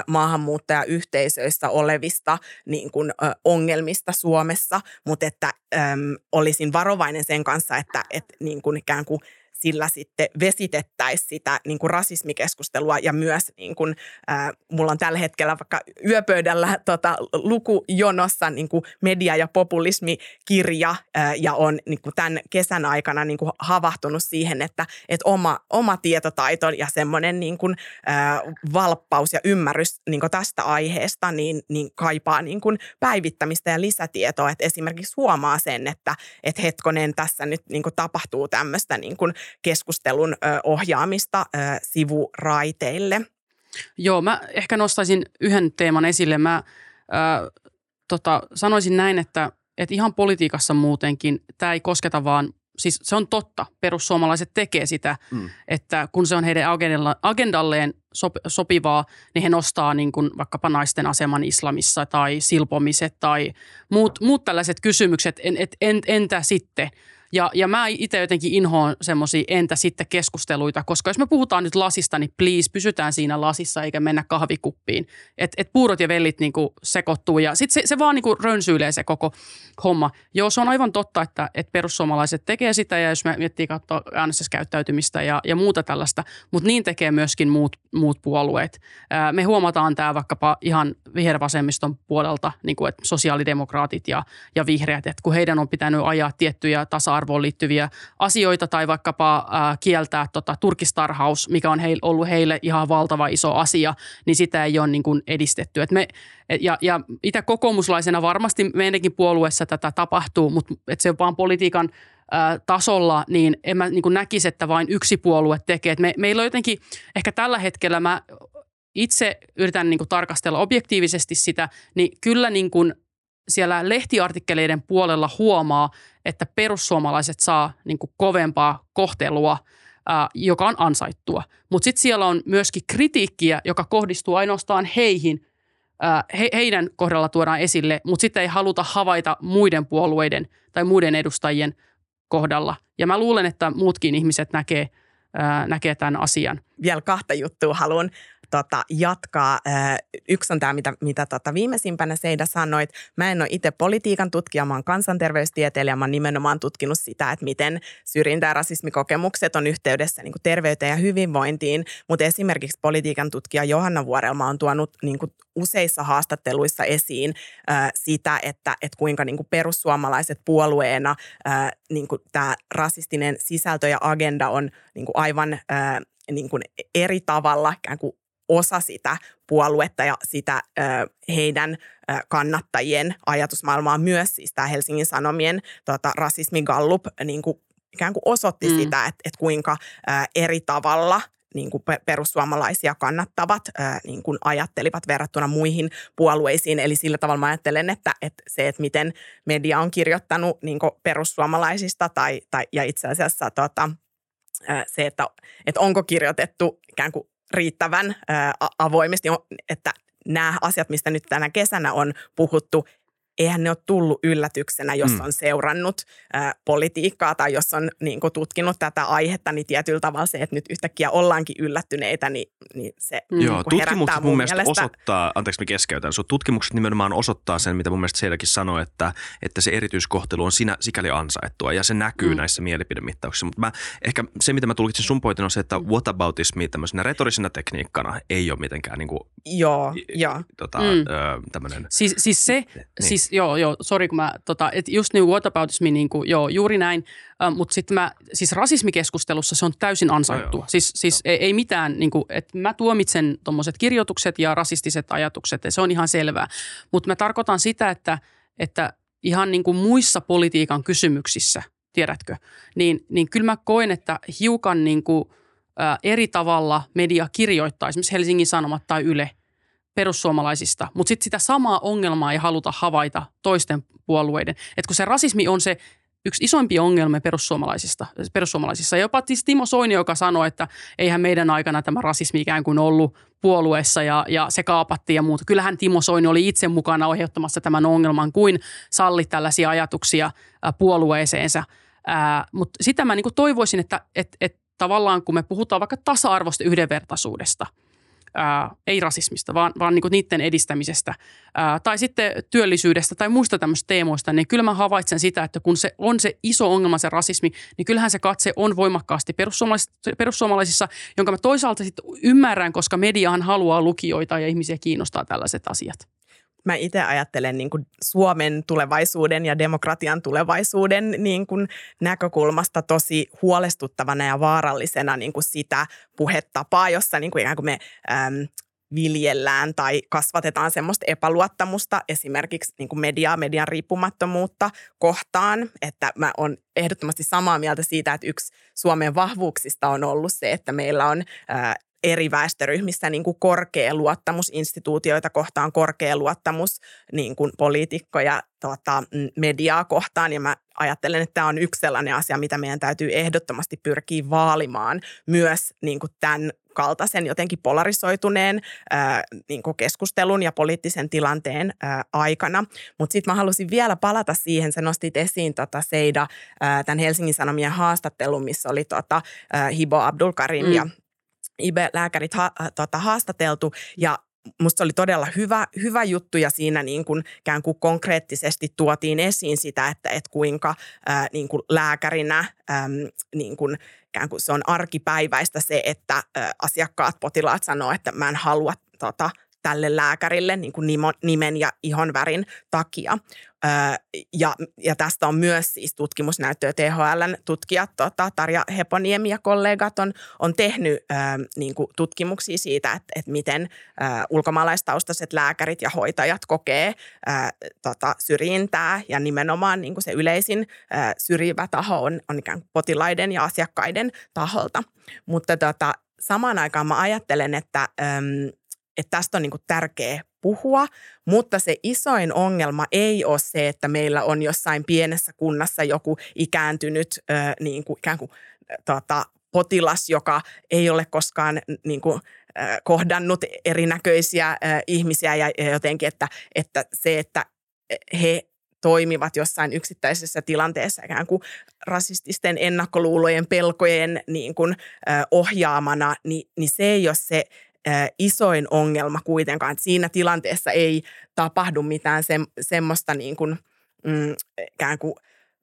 maahanmuuttajayhteisöissä olevista niin kuin, ongelmista Suomessa, mutta että olisin varovainen sen kanssa, että niin kuin ikään kuin sillä sitten vesitettäisiin sitä niin kuin rasismikeskustelua ja myös niin kuin, mulla on tällä hetkellä vaikka yöpöydällä lukujonossa niin kuin media- ja populismikirja ja on niin kuin tämän kesän aikana niin kuin havahtunut siihen, että oma tietotaito ja semmoinen niin kuin, valppaus ja ymmärrys niin kuin tästä aiheesta niin kaipaa niin kuin päivittämistä ja lisätietoa, että esimerkiksi huomaa sen, että hetkonen tässä nyt niin kuin tapahtuu tämmöistä niin kuin keskustelun ohjaamista sivuraiteille. Joo, mä ehkä nostaisin yhden teeman esille. Mä sanoisin näin, että ihan politiikassa muutenkin tämä ei kosketa vaan, siis se on totta, perussuomalaiset tekee sitä, että kun se on heidän agendalleen sopivaa, niin he nostaa niin kuin vaikkapa naisten aseman islamissa tai silpomiset tai muut tällaiset kysymykset, entä sitten? Ja mä itse jotenkin inhoan semmoisia entä sitten keskusteluita, koska jos me puhutaan nyt lasista, niin please, pysytään siinä lasissa eikä mennä kahvikuppiin. Et puurot ja vellit niinku sekoittuu ja sitten se vaan niinku rönsyilee se koko homma. Joo, se on aivan totta, että perussuomalaiset tekee sitä ja jos me miettii katsoa äänestyskäyttäytymistä ja muuta tällaista, mutta niin tekee myöskin muut puolueet. Me huomataan tämä vaikkapa ihan vihervasemmiston puolelta, niin kuin, että sosiaalidemokraatit ja vihreät, että kun heidän on pitänyt ajaa tiettyjä tasa-arvoon liittyviä asioita tai vaikkapa kieltää turkistarhaus, mikä on ollut heille ihan valtava iso asia, niin sitä ei ole niin kuin edistetty. Ja itse kokoomuslaisena varmasti meidänkin puolueessa tätä tapahtuu, mutta että se vaan politiikan tasolla, niin en mä niin kuin näkisi, että vain yksi puolue tekee. Meillä on jotenkin, ehkä tällä hetkellä mä itse yritän niin kuin tarkastella objektiivisesti sitä, niin kyllä niin kuin siellä lehtiartikkeleiden puolella huomaa, että perussuomalaiset saa niin kuin kovempaa kohtelua, joka on ansaittua. Mutta sitten siellä on myöskin kritiikkiä, joka kohdistuu ainoastaan heihin. Heidän kohdalla tuodaan esille, mutta sitten ei haluta havaita muiden puolueiden tai muiden edustajien kohdalla. Ja mä luulen, että muutkin ihmiset näkee tämän asian. Vielä kahta juttua haluan jatkaa. Yksi on tämä, mitä viimeisimpänä Seida sanoit. Mä en ole itse politiikan tutkija, mä oon kansanterveystieteilijä. Mä oon nimenomaan tutkinut sitä, että miten syrjintä- ja rasismikokemukset on yhteydessä niin kuin terveyteen ja hyvinvointiin. Mutta esimerkiksi politiikan tutkija Johanna Vuorelma on tuonut niin kuin useissa haastatteluissa esiin sitä, että kuinka niin kuin perussuomalaiset puolueena niin kuin tämä rasistinen sisältö ja agenda on niin kuin aivan niin kuin eri tavalla ikään kuin osa sitä puoluetta ja sitä heidän kannattajien ajatusmaailmaa myös. Siis tämä Helsingin Sanomien rasismigallup niin kuin ikään kuin osoitti sitä, että kuinka eri tavalla niin kuin perussuomalaisia kannattavat niin kuin ajattelivat verrattuna muihin puolueisiin. Eli sillä tavalla mä ajattelen, että se, että miten media on kirjoittanut niin kuin perussuomalaisista ja itse asiassa se, että onko kirjoitettu ikään kuin riittävän avoimesti, että nämä asiat, mistä nyt tänä kesänä on puhuttu, eihän ne ole tullut yllätyksenä, jos on seurannut politiikkaa tai jos on niin kuin tutkinut tätä aihetta, niin tietyllä tavalla se, että nyt yhtäkkiä ollaankin yllättyneitä, niin se Joo, niin herättää mun mielestä osoittaa, anteeksi mä keskeytän, tutkimukset nimenomaan osoittaa sen, mitä mun mielestä Seidakin sanoi, että se erityiskohtelu on sikäli ansaittua ja se näkyy näissä mielipidemittauksissa. Mutta ehkä se, mitä mä tulkitsin sun pointin, on se, että whataboutismi tämmöisenä retorisena tekniikkana ei ole mitenkään niin kuin, tämmöinen. Joo, sori kun mä, että just niin whataboutismi, niin kuin, joo, juuri näin, mutta sitten siis rasismikeskustelussa se on täysin ansaittua. Siis ei mitään, niin kuin, että mä tuomitsen tommoset kirjoitukset ja rasistiset ajatukset, ja se on ihan selvää. Mutta mä tarkoitan sitä, että ihan niin kuin muissa politiikan kysymyksissä, tiedätkö, niin kyllä mä koen, että hiukan niin kuin, eri tavalla media kirjoittaa, esimerkiksi Helsingin Sanomat tai Yle, perussuomalaisista, mutta sitten sitä samaa ongelmaa ei haluta havaita toisten puolueiden. Että kun se rasismi on se yksi isoimpia ongelmia perussuomalaisissa. Jopa Timo Soini, joka sanoi, että eihän meidän aikana tämä rasismi ikään kuin ollut puolueessa ja se kaapattiin ja muuta. Kyllähän Timo Soini oli itse mukana aiheuttamassa tämän ongelman, kuin salli tällaisia ajatuksia puolueeseensa. Mutta sitä mä niinku toivoisin, että tavallaan kun me puhutaan vaikka tasa-arvosta yhdenvertaisuudesta, ei rasismista, vaan niin kuin niiden edistämisestä tai sitten työllisyydestä tai muista tämmöistä teemoista, niin kyllä mä havaitsen sitä, että kun se on se iso ongelma, se rasismi, niin kyllähän se katse on voimakkaasti perussuomalaisissa, jonka mä toisaalta sitten ymmärrän, koska mediahan haluaa lukijoita ja ihmisiä kiinnostaa tällaiset asiat. Mä itse ajattelen niin kuin Suomen tulevaisuuden ja demokratian tulevaisuuden niin kuin näkökulmasta tosi huolestuttavana ja vaarallisena niin kuin sitä puhetapaa, jossa niin kuin ikään kuin me viljellään tai kasvatetaan semmoista epäluottamusta esimerkiksi niin kuin median riippumattomuutta kohtaan. Että mä oon ehdottomasti samaa mieltä siitä, että yksi Suomen vahvuuksista on ollut se, että meillä on eri väestöryhmissä niin kuin korkea luottamus instituutioita kohtaan, korkea luottamus niin kuin poliitikkoja mediaa kohtaan. Ja mä ajattelen, että tämä on yksi sellainen asia, mitä meidän täytyy ehdottomasti pyrkiä vaalimaan myös niin kuin tämän kaltaisen jotenkin polarisoituneen niin kuin keskustelun ja poliittisen tilanteen aikana. Mutta sitten mä halusin vielä palata siihen, sä nostit esiin Seida, tämän Helsingin Sanomien haastattelun, missä oli Hibo Abdulkarim ja IBE-lääkärit haastateltu ja musta se oli todella hyvä juttu ja siinä niin kuin ikään kuin konkreettisesti tuotiin esiin sitä, että kuinka niin kuin lääkärinä niin kuin ikään kuin se on arkipäiväistä se, että asiakkaat, potilaat sanoo, että mä en halua tälle lääkärille niin kuin nimen ja ihonvärin takia. Ja tästä on myös siis tutkimusnäyttöä. THL:n tutkijat Tarja Heponiemi ja kollegat on tehnyt niin kuin tutkimuksia siitä, että miten ulkomaalaistaustaiset lääkärit ja hoitajat kokee syrjintää ja nimenomaan niin kuin se yleisin syrjivä taho on ikään kuin potilaiden ja asiakkaiden taholta. Mutta samaan aikaan mä ajattelen, että tästä on niin kuin tärkeä puhua, mutta se isoin ongelma ei ole se, että meillä on jossain pienessä kunnassa joku ikääntynyt niin kuin, ikään kuin, potilas, joka ei ole koskaan niin kuin, kohdannut erinäköisiä ihmisiä ja jotenkin, että se, että he toimivat jossain yksittäisessä tilanteessa ikään kuin rasististen ennakkoluulojen, pelkojen niin kuin, ohjaamana, niin se ei ole se isoin ongelma kuitenkaan, että siinä tilanteessa ei tapahdu mitään semmoista niin kuin, ikään kuin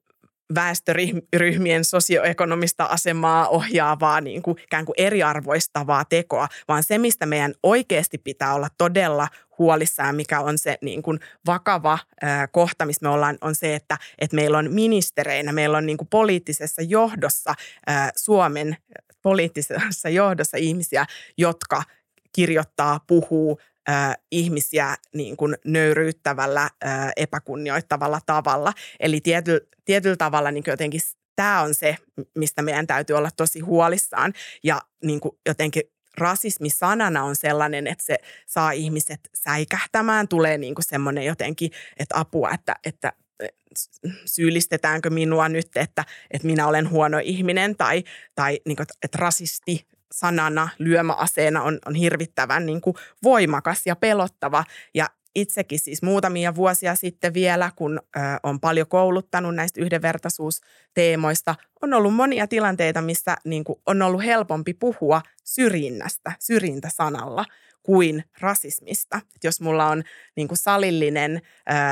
väestöryhmien sosioekonomista asemaa ohjaavaa niin kuin ikään kuin eriarvoistavaa tekoa, vaan se, mistä meidän oikeasti pitää olla todella huolissaan, mikä on se niin kuin vakava kohta, missä me ollaan, on se, että meillä on ministereinä, meillä on niin kuin poliittisessa johdossa, Suomen poliittisessa johdossa ihmisiä, jotka kirjoittaa, puhuu ihmisiä niin kuin nöyryyttävällä, epäkunnioittavalla tavalla. Eli tietyllä tavalla niin kuin jotenkin tämä on se, mistä meidän täytyy olla tosi huolissaan. Ja niin kuin jotenkin rasismi sanana on sellainen, että se saa ihmiset säikähtämään. Tulee niin kuin semmoinen jotenkin, että apua, että syyllistetäänkö minua nyt, että minä olen huono ihminen tai niin kuin, että rasisti sanana, lyömäaseena on hirvittävän niin kuin voimakas ja pelottava. Ja itsekin siis muutamia vuosia sitten vielä, kun on paljon kouluttanut näistä yhdenvertaisuusteemoista, on ollut monia tilanteita, missä niin kuin on ollut helpompi puhua syrjintäsanalla kuin rasismista. Et jos mulla on niin kuin salillinen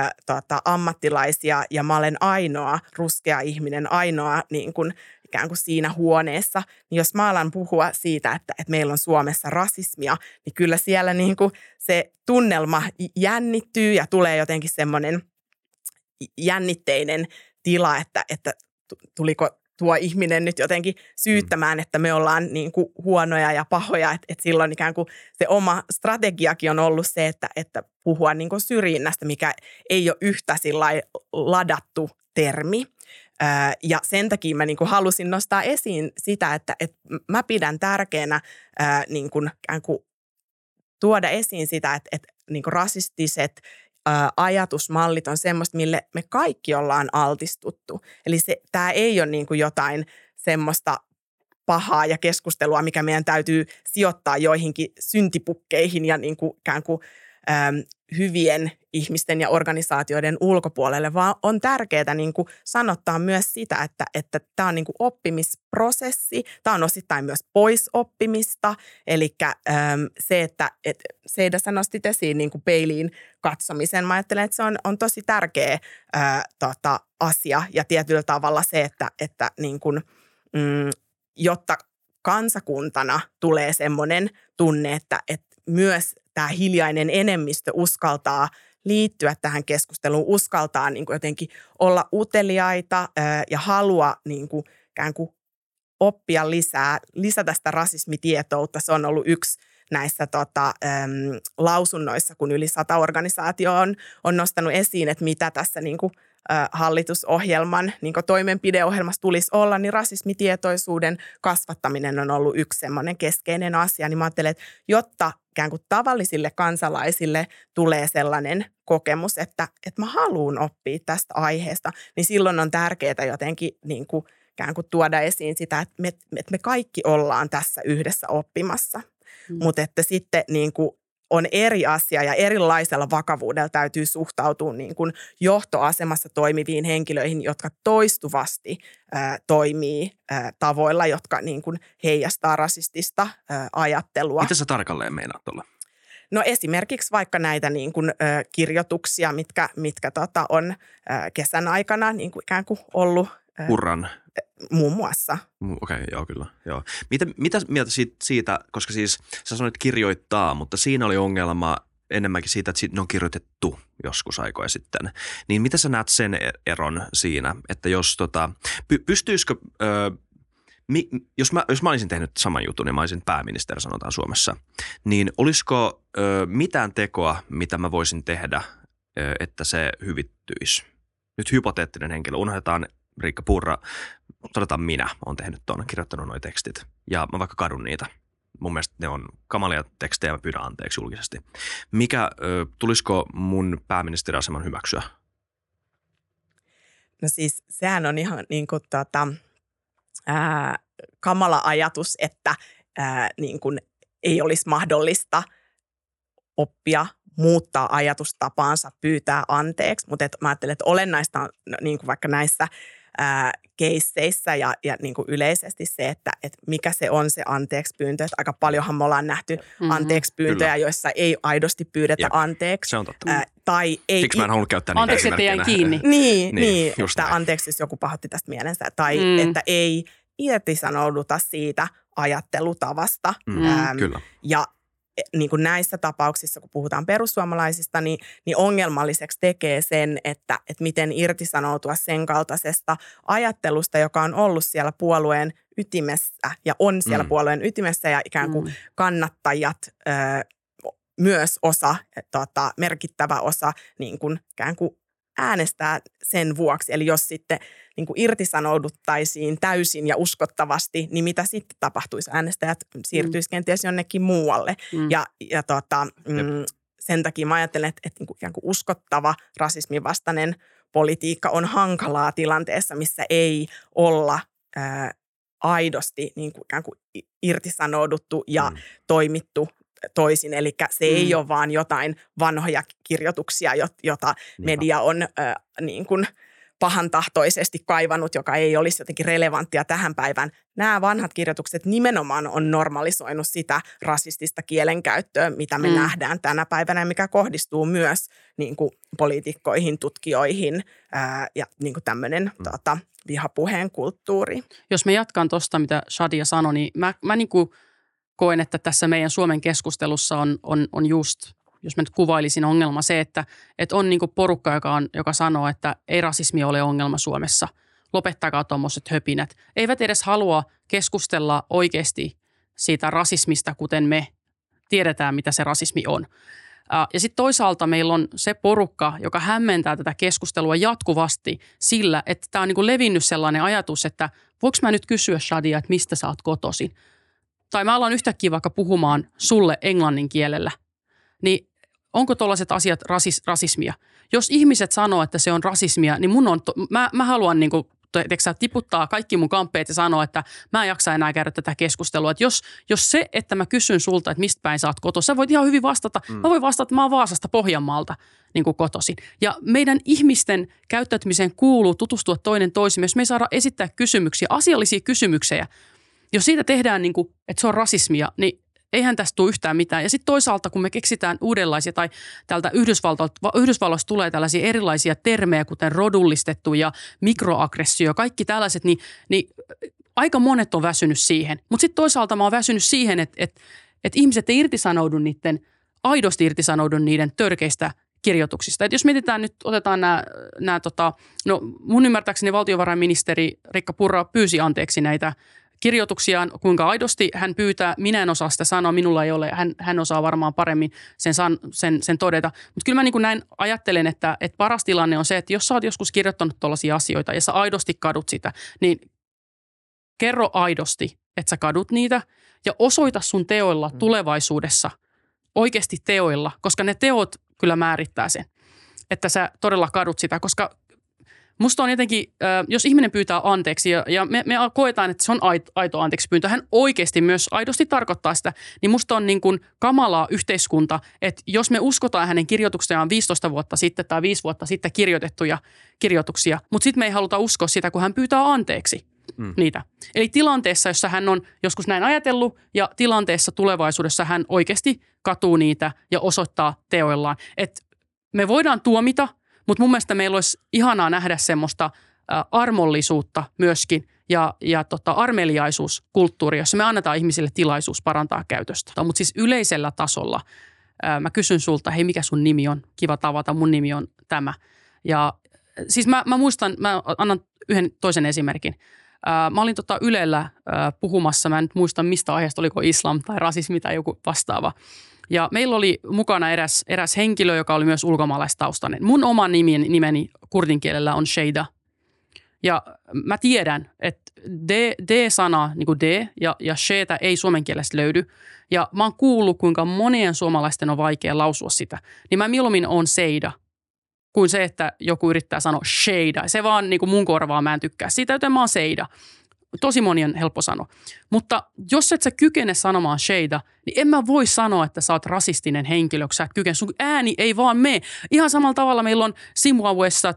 ammattilaisia ja mä olen ainoa ruskea ihminen, ainoa niin kuin ikään kuin siinä huoneessa, niin jos mä alan puhua siitä, että meillä on Suomessa rasismia, niin kyllä siellä niin kuin se tunnelma jännittyy ja tulee jotenkin semmoinen jännitteinen tila, että tuliko tuo ihminen nyt jotenkin syyttämään, että me ollaan niin kuin huonoja ja pahoja, että silloin ikään kuin se oma strategiakin on ollut se, että puhua niin kuin syrjinnästä, mikä ei ole yhtä sillai ladattu termi. Ja sen takia mä niin kuin halusin nostaa esiin sitä, että mä pidän tärkeänä niin kuin ikään kuin tuoda esiin sitä, että niin kuin rasistiset ajatusmallit on semmoista, mille me kaikki ollaan altistuttu. Eli tämä ei ole niin kuin jotain semmoista pahaa ja keskustelua, mikä meidän täytyy sijoittaa joihinkin syntipukkeihin ja niin kuin ikään kuin hyvien ihmisten ja organisaatioiden ulkopuolelle, vaan on tärkeää niin kuin sanottaa myös sitä, että tämä on niin kuin oppimisprosessi, tämä on osittain myös poisoppimista, eli se, että Seida, sä nostit esiin niin kuin peiliin katsomisen, mä ajattelen, että se on tosi tärkeä asia ja tietyllä tavalla se, että niin kuin, jotta kansakuntana tulee semmoinen tunne, että myös tämä hiljainen enemmistö uskaltaa liittyä tähän keskusteluun, uskaltaa niin kuin jotenkin olla uteliaita ja halua niin kuin ikään kuin oppia lisätä sitä rasismitietoutta. Se on ollut yksi näissä lausunnoissa, kun yli 100 organisaatioa on nostanut esiin, että mitä tässä niin kuin hallitusohjelman niin kuin toimenpideohjelmassa tulisi olla, niin rasismitietoisuuden kasvattaminen on ollut yksi semmoinen keskeinen asia. Niin mä ajattelen, että jotta ikään kuin tavallisille kansalaisille tulee sellainen kokemus, että mä haluan oppia tästä aiheesta, niin silloin on tärkeää jotenkin niin kuin ikään kuin tuoda esiin sitä, että me kaikki ollaan tässä yhdessä oppimassa. Mutta että sitten niin kuin on eri asia ja erilaisella vakavuudella täytyy suhtautua niin kuin johtoasemassa toimiviin henkilöihin, jotka toistuvasti toimii tavoilla, jotka niin kuin heijastaa rasistista ajattelua. Mitä sä tarkalleen meinaat olla? No esimerkiksi vaikka näitä niin kuin, kirjoituksia, mitkä on kesän aikana niin kuin ikään kuin ollut. Purran. Muun muassa. Okei, joo kyllä. Joo. Mitä mieltä siitä, koska siis sä sanoit kirjoittaa, mutta siinä oli ongelma enemmänkin siitä, että ne on kirjoitettu joskus aikoja sitten. Niin mitä sä näet sen eron siinä, että jos pystyisikö, jos mä olisin tehnyt saman jutun ja mä olisin pääministeri, sanotaan Suomessa, niin olisiko mitään tekoa, mitä mä voisin tehdä, että se hyvittyisi? Nyt hypoteettinen henkilö, unohdetaan Riikka Purra, todetaan minä olen tehnyt tuon, kirjoittanut nuo tekstit ja mä vaikka kadun niitä. Mun mielestä ne on kamalia tekstejä, mä pyydän anteeksi julkisesti. Tulisiko mun pääministeriaseman hyväksyä? No siis sehän on ihan niin kuin kamala ajatus, että niin kuin ei olisi mahdollista oppia muuttaa ajatustapaansa, pyytää anteeksi, mutta mä ajattelen, että olennaista on niin kuin vaikka näissä keisseissä ja niin kuin yleisesti se, että mikä se on se anteeksi pyyntö. Että aika paljonhan me ollaan nähty anteeksi pyyntöjä, joissa ei aidosti pyydetä anteeksi. Se on totta. Tai ei, siksi mä en halunnut käyttää niitä anteeksi, että jäin kiinni. Niin että anteeksi, jos joku pahoitti tästä mielensä. Tai että ei irtisanouduta siitä ajattelutavasta. Kyllä. Ja niin kuin näissä tapauksissa, kun puhutaan perussuomalaisista, niin ongelmalliseksi tekee sen, että miten irtisanoutua sen kaltaisesta ajattelusta, joka on ollut siellä puolueen ytimessä ja on siellä puolueen ytimessä ja ikään kuin kannattajat myös merkittävä osa niin kuin ikään kuin äänestää sen vuoksi. Eli jos sitten niin kuin irtisanouduttaisiin täysin ja uskottavasti, niin mitä sitten tapahtuisi? Äänestäjät siirtyisi kenties jonnekin muualle. Ja sen takia mä ajattelen, että niin kuin ikään kuin uskottava rasismin vastainen politiikka on hankalaa tilanteessa, missä ei olla aidosti niin kuin ikään kuin irtisanouduttu ja toimittu toisin. Eli se ei ole vaan jotain vanhoja kirjoituksia, jota media on niin kuin pahantahtoisesti kaivannut, joka ei olisi jotenkin relevanttia tähän päivään. Nämä vanhat kirjoitukset nimenomaan on normalisoinut sitä rasistista kielenkäyttöä, mitä me nähdään tänä päivänä, mikä kohdistuu myös niin kuin poliitikkoihin, tutkijoihin ja niin kuin tämmöinen vihapuheen kulttuuri. Jos me jatkan tuosta, mitä Shadia sanoi, niin mä niin kuin koen, että tässä meidän Suomen keskustelussa on just, jos mä nyt kuvailisin ongelma se, että on niin kuin porukka, joka sanoo, että ei rasismi ole ongelma Suomessa. Lopettakaa tuommoiset höpinät. Eivät edes halua keskustella oikeasti siitä rasismista, kuten me tiedetään, mitä se rasismi on. Ja sitten toisaalta meillä on se porukka, joka hämmentää tätä keskustelua jatkuvasti sillä, että tämä on niin kuin levinnyt sellainen ajatus, että voiko mä nyt kysyä, Shadia, että mistä sä oot kotoisin? Tai mä alan yhtäkkiä vaikka puhumaan sulle englannin kielellä, niin onko tuollaiset asiat rasismia? Jos ihmiset sanoo, että se on rasismia, niin mä haluan niin kuin tiputtaa kaikki mun kamppeet ja sanoo, että mä en jaksa enää käydä tätä keskustelua. Että jos se, että mä kysyn sulta, että mistä päin sä oot kotoisin, sä voit ihan hyvin vastata. Mä voin vastata, että mä oon Vaasasta Pohjanmaalta niin kuin kotoisin. Ja meidän ihmisten käyttäytymiseen kuuluu tutustua toinen toisimme. Jos me ei saada esittää kysymyksiä, asiallisia kysymyksiä, jos siitä tehdään, niin kuin, että se on rasismia, niin eihän tästä tule yhtään mitään. Ja sitten toisaalta, kun me keksitään uudenlaisia, tai täältä Yhdysvalloista tulee tällaisia erilaisia termejä, kuten rodullistettu ja mikroaggressio, kaikki tällaiset, niin aika monet on väsynyt siihen. Mutta sitten toisaalta mä oon väsynyt siihen, että ihmiset ei aidosti irtisanoudu niiden törkeistä kirjoituksista. Et jos mietitään nyt, otetaan mun ymmärtääkseni valtiovarainministeri Riikka Purra pyysi anteeksi näitä kirjoituksiaan, kuinka aidosti hän pyytää. Minä en osaa sitä sanoa, minulla ei ole. Hän osaa varmaan paremmin sen todeta. Mutta kyllä mä niin kuin näin ajattelen, että paras tilanne on se, että jos sä oot joskus kirjoittanut tuollaisia asioita ja sä aidosti kadut sitä, niin kerro aidosti, että sä kadut niitä ja osoita sun teoilla tulevaisuudessa, oikeasti teoilla, koska ne teot kyllä määrittää sen, että sä todella kadut sitä, koska musta on jotenkin, jos ihminen pyytää anteeksi ja me koetaan, että se on aito anteeksi pyyntö, hän oikeasti myös aidosti tarkoittaa sitä, niin musta on niin kuin kamalaa yhteiskunta, että jos me uskotaan hänen kirjoituksiaan 15 vuotta sitten tai 5 vuotta sitten kirjoitettuja kirjoituksia, mutta sitten me ei haluta uskoa sitä, kun hän pyytää anteeksi niitä. Eli tilanteessa, jossa hän on joskus näin ajatellut ja tilanteessa tulevaisuudessa hän oikeasti katuu niitä ja osoittaa teoillaan. Että me voidaan tuomita, mutta mun mielestä meillä olisi ihanaa nähdä semmoista armollisuutta myöskin ja armeliaisuuskulttuuria, jossa me annetaan ihmisille tilaisuus parantaa käytöstä. Mutta siis yleisellä tasolla mä kysyn sulta, hei mikä sun nimi on? Kiva tavata, mun nimi on tämä. Ja siis mä muistan, mä annan yhden toisen esimerkin. Mä olin Ylellä puhumassa, mä en nyt muista mistä aiheesta, oliko islam tai rasismi tai joku vastaava. Ja meillä oli mukana eräs henkilö, joka oli myös ulkomaalaistaustainen. Mun oma nimeni kurdin kielellä on Sheida. Ja mä tiedän, että D-sana, niin kuin D ja Sheitä ei suomen kielestä löydy. Ja mä oon kuullut, kuinka monien suomalaisten on vaikea lausua sitä. Niin mä mieluummin on Seida kuin se, että joku yrittää sanoa Sheida. Se vaan niin kuin mun korvaa mä en tykkää siitä, joten mä oon Seida. Tosi moni on helppo sanoa. Mutta jos et sä kykene sanomaan Sheida, niin en mä voi sanoa, että sä oot rasistinen henkilö, kun sä et kykene. Sun ääni ei vaan mene. Ihan samalla tavalla meillä on Zimbabwessa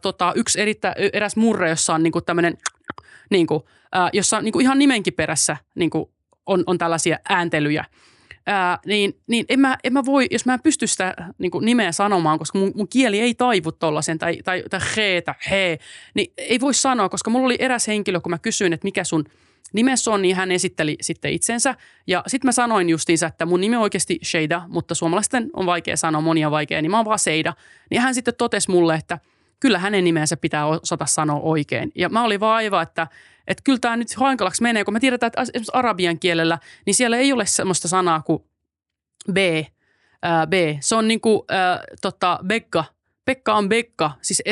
eräs murre, jossa on niinku tämmöinen, niinku, jossa niinku ihan nimenkin perässä niinku on tällaisia ääntelyjä. Niin en mä voi, jos mä en pysty sitä niin kuin nimeä sanomaan, koska mun kieli ei taivu tollaisen, tai he, niin ei voi sanoa, koska mulla oli eräs henkilö, kun mä kysyin, että mikä sun nimessä on, niin hän esitteli sitten itsensä. Ja sitten mä sanoin justiinsa, että mun nimi on oikeasti Sheida, mutta suomalaisten on vaikea sanoa, monia on vaikea, niin mä oon vaan Seida. Niin hän sitten totesi mulle, että kyllä hänen nimensä pitää osata sanoa oikein. Ja mä olin vaan aivan, että kyllä tämä nyt hankalaksi menee, kun me tiedetään, että esimerkiksi arabian kielellä, niin siellä ei ole semmoista sanaa kuin B. Se on niin kuin Bekka. Pekka on Bekka. Siis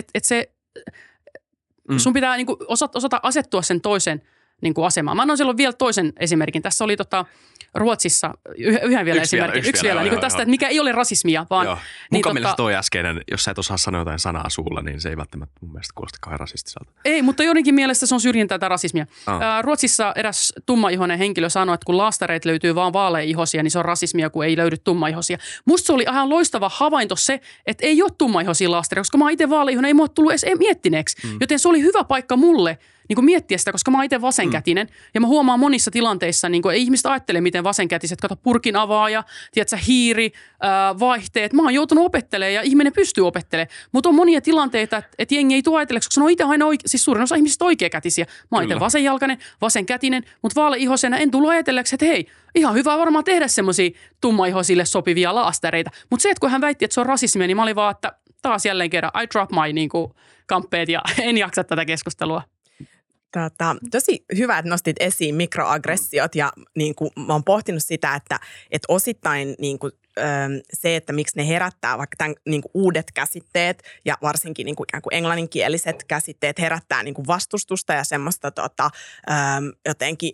sun pitää niin kuin osata asettua sen toisen niin kuin asemaan. Mä annan silloin vielä toisen esimerkin. Tässä oli Ruotsissa yhden vielä esimerkin. Yksi vielä niin kuin tästä, että mikä ei ole rasismia, vaan Joo. Mun mielestä toi äskeinen, jos sä et osaa sanoa jotain sanaa suulla, niin se ei välttämättä mun mielestä kuulosta kauhean rasistiselta. Ei, mutta joidenkin mielestä se on syrjintää tai rasismia. Ruotsissa eräs tummaihoinen henkilö sanoi, että kun laastareita löytyy vaan vaaleaihoisia, niin se on rasismia, kun ei löydy tummaihoisia. Musta se oli ihan loistava havainto se, että ei ole tummaihoisia laastareita, koska mä oon itse vaaleaihoinen, ei mua tullut edes miettineeksi. Joten se oli hyvä paikka mulle niin kuin miettiä sitä, koska mä oon itse vasenkätinen. Ja mä huomaan monissa tilanteissa, niin kuin ei ihmiset ajattele, miten vasenkätiset, kato purkin avaaja, tiedätkö, hiiri, vaihteet. Mä oon joutunut opettelemaan ja ihminen pystyy opettelemaan. Mutta on monia tilanteita, että jengi ei tule ajatelleeksi, koska ne on itse aina siis suurin osa ihmisistä oikeakätisiä. Mä oon itse vasenjalkainen, vasenkätinen, mutta vaaleihosena en tullut ajatelleeksi, että hei, ihan hyvä varmaan tehdä semmoisia tummaihosille sopivia laastareita. Mutta se, että kun hän väitti, että se on rasismia, niin mä olin vaan, että taas jälleen kerran I drop my niin kuin, kamppeet ja en jaksa tätä keskustelua. Tosi hyvä, että nostit esiin mikroaggressiot ja niin kuin, mä oon pohtinut sitä, että osittain niin kuin, se, että miksi ne herättää vaikka tämän niin kuin uudet käsitteet ja varsinkin niin kuin ikään kuin englanninkieliset käsitteet herättää niin kuin vastustusta ja semmoista jotenkin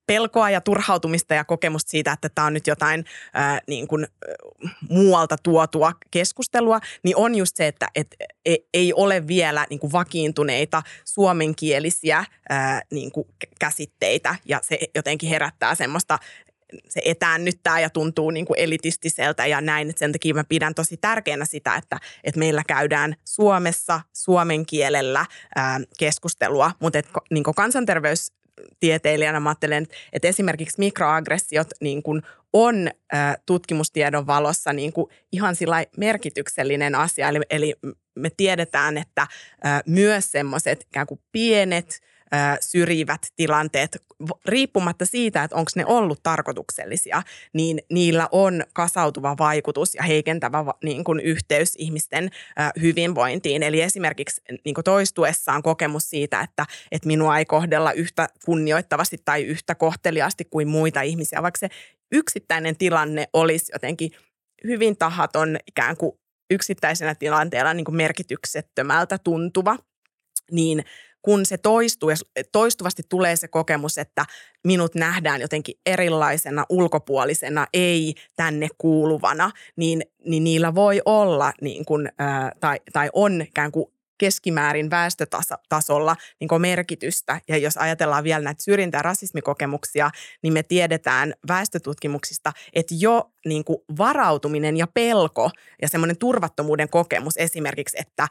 pelkoa ja turhautumista ja kokemusta siitä, että tämä on nyt jotain niin kuin, muualta tuotua keskustelua, niin on just se, että ei ole vielä niin kuin vakiintuneita suomenkielisiä niin kuin käsitteitä ja se jotenkin herättää semmoista, se etäännyttää ja tuntuu niin kuin elitistiseltä ja näin. Et sen takia mä pidän tosi tärkeänä sitä, että meillä käydään Suomessa suomen kielellä keskustelua, mutta niin kuin kansanterveystieteilijänä mä ajattelen, että esimerkiksi mikroaggressiot niin kuin on tutkimustiedon valossa niin kuin ihan sillai merkityksellinen asia. Eli me tiedetään, että myös semmoiset ikään kuin pienet syrjivät tilanteet, riippumatta siitä, että onko ne ollut tarkoituksellisia, niin niillä on kasautuva vaikutus ja heikentävä niin kuin yhteys ihmisten hyvinvointiin. Eli esimerkiksi niin kuin toistuessaan kokemus siitä, että minua ei kohdella yhtä kunnioittavasti tai yhtä kohteliaasti kuin muita ihmisiä, vaikka se yksittäinen tilanne olisi jotenkin hyvin tahaton, ikään kuin yksittäisenä tilanteella niin kuin merkityksettömältä tuntuva, niin kun se toistuu ja toistuvasti tulee se kokemus, että minut nähdään jotenkin erilaisena, ulkopuolisena, ei tänne kuuluvana, niin niillä voi olla niin kuin, tai on ikään kuin keskimäärin väestötasolla niin kuin merkitystä. Ja jos ajatellaan vielä näitä syrjintä- ja rasismikokemuksia, niin me tiedetään väestötutkimuksista, että jo niin kuin varautuminen ja pelko ja semmoinen turvattomuuden kokemus esimerkiksi, että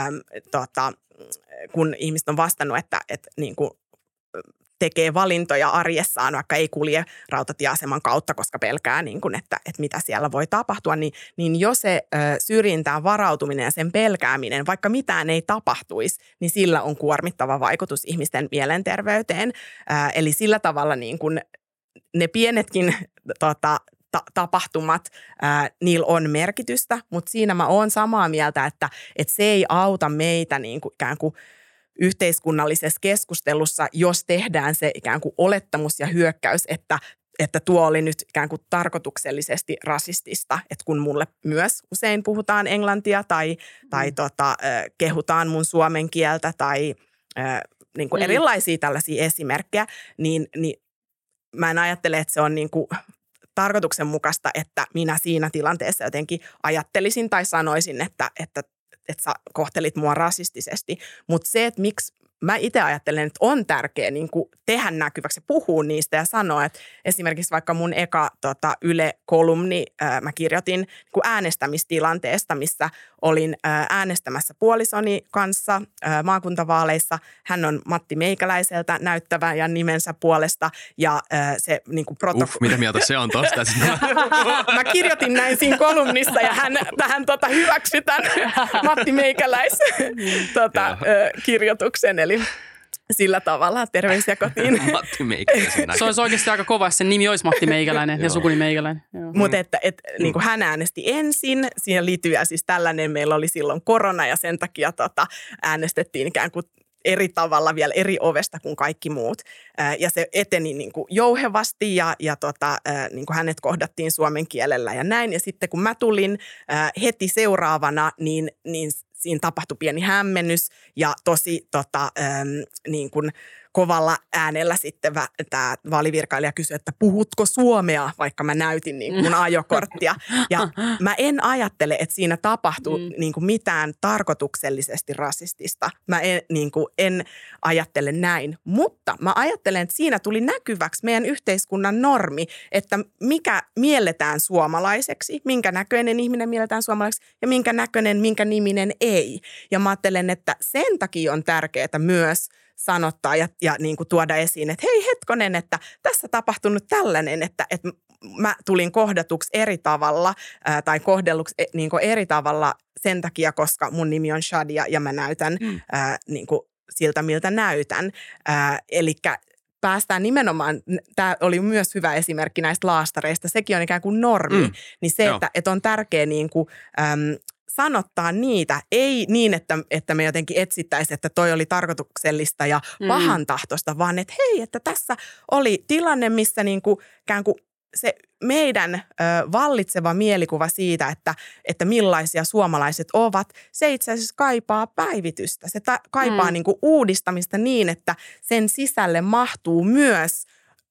kun ihmiset on vastannut, että niin kuin tekee valintoja arjessaan, vaikka ei kulje rautatieaseman kautta, koska pelkää, niin kuin, että mitä siellä voi tapahtua, niin jo se syrjintään varautuminen ja sen pelkääminen, vaikka mitään ei tapahtuisi, niin sillä on kuormittava vaikutus ihmisten mielenterveyteen. Eli sillä tavalla niin kuin ne pienetkin tapahtumat, niillä on merkitystä, mutta siinä mä oon samaa mieltä, että se ei auta meitä niin kuin ikään kuin yhteiskunnallisessa keskustelussa, jos tehdään se ikään kuin olettamus ja hyökkäys, että tuo oli nyt ikään kuin tarkoituksellisesti rasistista, että kun mulle myös usein puhutaan englantia tai kehutaan mun suomen kieltä tai niin kuin erilaisia tällaisia esimerkkejä, niin mä en ajattele, että se on niin kuin tarkoituksenmukaista, että minä siinä tilanteessa jotenkin ajattelisin tai sanoisin, että sä kohtelit mua rasistisesti. Mutta se, että miksi mä itse ajattelen, että on tärkeää niin kuin tehdä näkyväksi ja puhua niistä ja sanoa, että esimerkiksi vaikka mun eka Yle-kolumni mä kirjoitin niin kuin äänestämistilanteesta, missä olin äänestämässä puolisoni kanssa maakuntavaaleissa. Hän on Matti Meikäläiseltä näyttävä ja nimensä puolesta ja se niin kuin mitä mieltä se on tosta? Mä kirjoitin näin siinä kolumnissa ja hän hyväksyi tämän Matti Meikäläis kirjoituksen. Eli sillä tavalla terveisiä kotiin. Matti Meikäläisen Se olisi oikeasti aika kova, jos sen nimi olisi Matti Meikäläinen ja sukuni Meikäläinen. Mutta niin kuin hän äänesti ensin, siihen liittyy siis tällainen, meillä oli silloin korona ja sen takia äänestettiin ikään kuin eri tavalla vielä eri ovesta kuin kaikki muut. Ja se eteni niin kuin jouhevasti ja niin kuin hänet kohdattiin suomen kielellä ja näin. Ja sitten kun mä tulin heti seuraavana, niin siinä tapahtui pieni hämmennys ja tosi niin kuin kovalla äänellä sitten tämä vaalivirkailija kysyi, että puhutko suomea, vaikka mä näytin niin kuin mun ajokorttia. Ja mä en ajattele, että siinä tapahtuu niin kuin mitään tarkoituksellisesti rasistista. Mä en ajattele näin, mutta mä ajattelen, että siinä tuli näkyväksi meidän yhteiskunnan normi, että mikä mielletään suomalaiseksi, minkä näköinen ihminen mielletään suomalaiseksi ja minkä näköinen, minkä niminen ei. Ja mä ajattelen, että sen takia on tärkeää myös sanottaa ja niin kuin tuoda esiin, että hei hetkonen, että tässä tapahtunut tällainen, että mä tulin kohdatuksi eri tavalla tai kohdelluksi niin kuin eri tavalla sen takia, koska mun nimi on Shadia ja mä näytän niin kuin siltä, miltä näytän. Elikkä päästään nimenomaan, tämä oli myös hyvä esimerkki näistä laastareista, sekin on ikään kuin normi, niin se, että on tärkeää niin kuin, sanottaa niitä, ei niin, että me jotenkin etsittäisiin, että toi oli tarkoituksellista ja pahantahtoista, vaan että hei, että tässä oli tilanne, missä niinku, ikään kuin se meidän vallitseva mielikuva siitä, että millaisia suomalaiset ovat, se itse asiassa kaipaa päivitystä. Se kaipaa niinku uudistamista niin, että sen sisälle mahtuu myös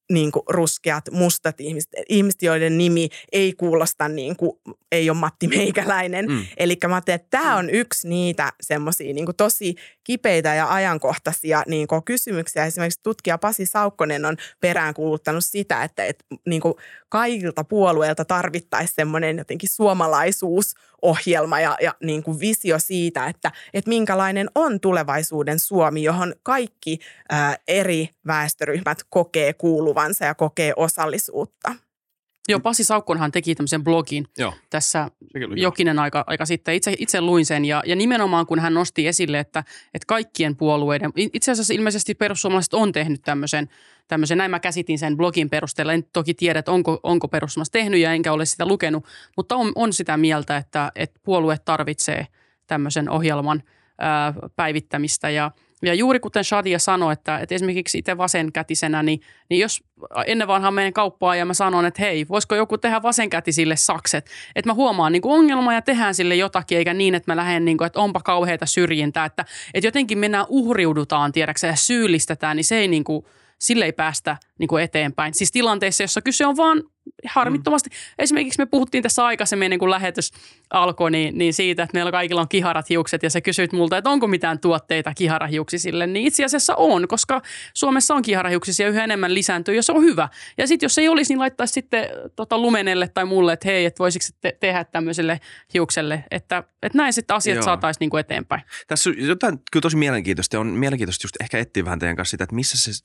niin kuin ruskeat, mustat ihmiset, joiden nimi ei kuulosta niin kuin, ei ole Matti Meikäläinen. Eli mä ajattelin, että tämä on yksi niitä semmoisia niin kuin tosi kipeitä ja ajankohtaisia niin kuin kysymyksiä. Esimerkiksi tutkija Pasi Saukkonen on peräänkuuluttanut sitä, että niin kuin kaikilta puolueilta tarvittaisiin semmoinen jotenkin suomalaisuusohjelma ja niin kuin visio siitä, että minkälainen on tulevaisuuden Suomi, johon kaikki eri väestöryhmät kokee kuuluvansa ja kokee osallisuutta. Joo, Pasi Saukkonhan teki tämmöisen blogin tässä jokinen aika sitten. Itse luin sen ja nimenomaan kun hän nosti esille, että kaikkien puolueiden, itse asiassa ilmeisesti perussuomalaiset on tehnyt tämmöisen, näin mä käsitin sen blogin perusteella. En toki tiedä, että onko perussuomalaiset tehnyt ja enkä ole sitä lukenut, mutta on sitä mieltä, että puolue tarvitsee tämmöisen ohjelman päivittämistä ja juuri kuten Shadia sanoi, että esimerkiksi itse vasenkätisenä, niin jos ennen vanhaan menen kauppaan ja mä sanon, että hei, voisiko joku tehdä vasenkätisille sakset, että mä huomaan niin kuin ongelma ja tehdään sille jotakin, eikä niin, että mä lähden, niin kuin, että onpa kauheata syrjintää, että jotenkin mennään uhriudutaan, tiedäksä, ja syyllistetään, niin se ei niin kuin, sille ei päästä niin kuin eteenpäin. Siis tilanteessa, jossa kyse on vaan harmittomasti. Esimerkiksi me puhuttiin tässä aikaisemmin, ennen kuin lähetys alkoi, niin siitä, että meillä kaikilla on kiharat hiukset ja sä kysyit multa, että onko mitään tuotteita kiharahiuksisille. Niin itse asiassa on, koska Suomessa on kiharahiuksisia yhä enemmän lisääntyy ja se on hyvä. Ja sitten jos ei olisi, niin laittaisi sitten Lumenelle tai mulle, että hei, että voisiko tehdä tämmöiselle hiukselle, että näin sitten asiat saataisiin niin kuin eteenpäin. Tässä on jotain kyllä tosi mielenkiintoista. On mielenkiintoista just ehkä etsiä vähän teidän kanssa sitä, että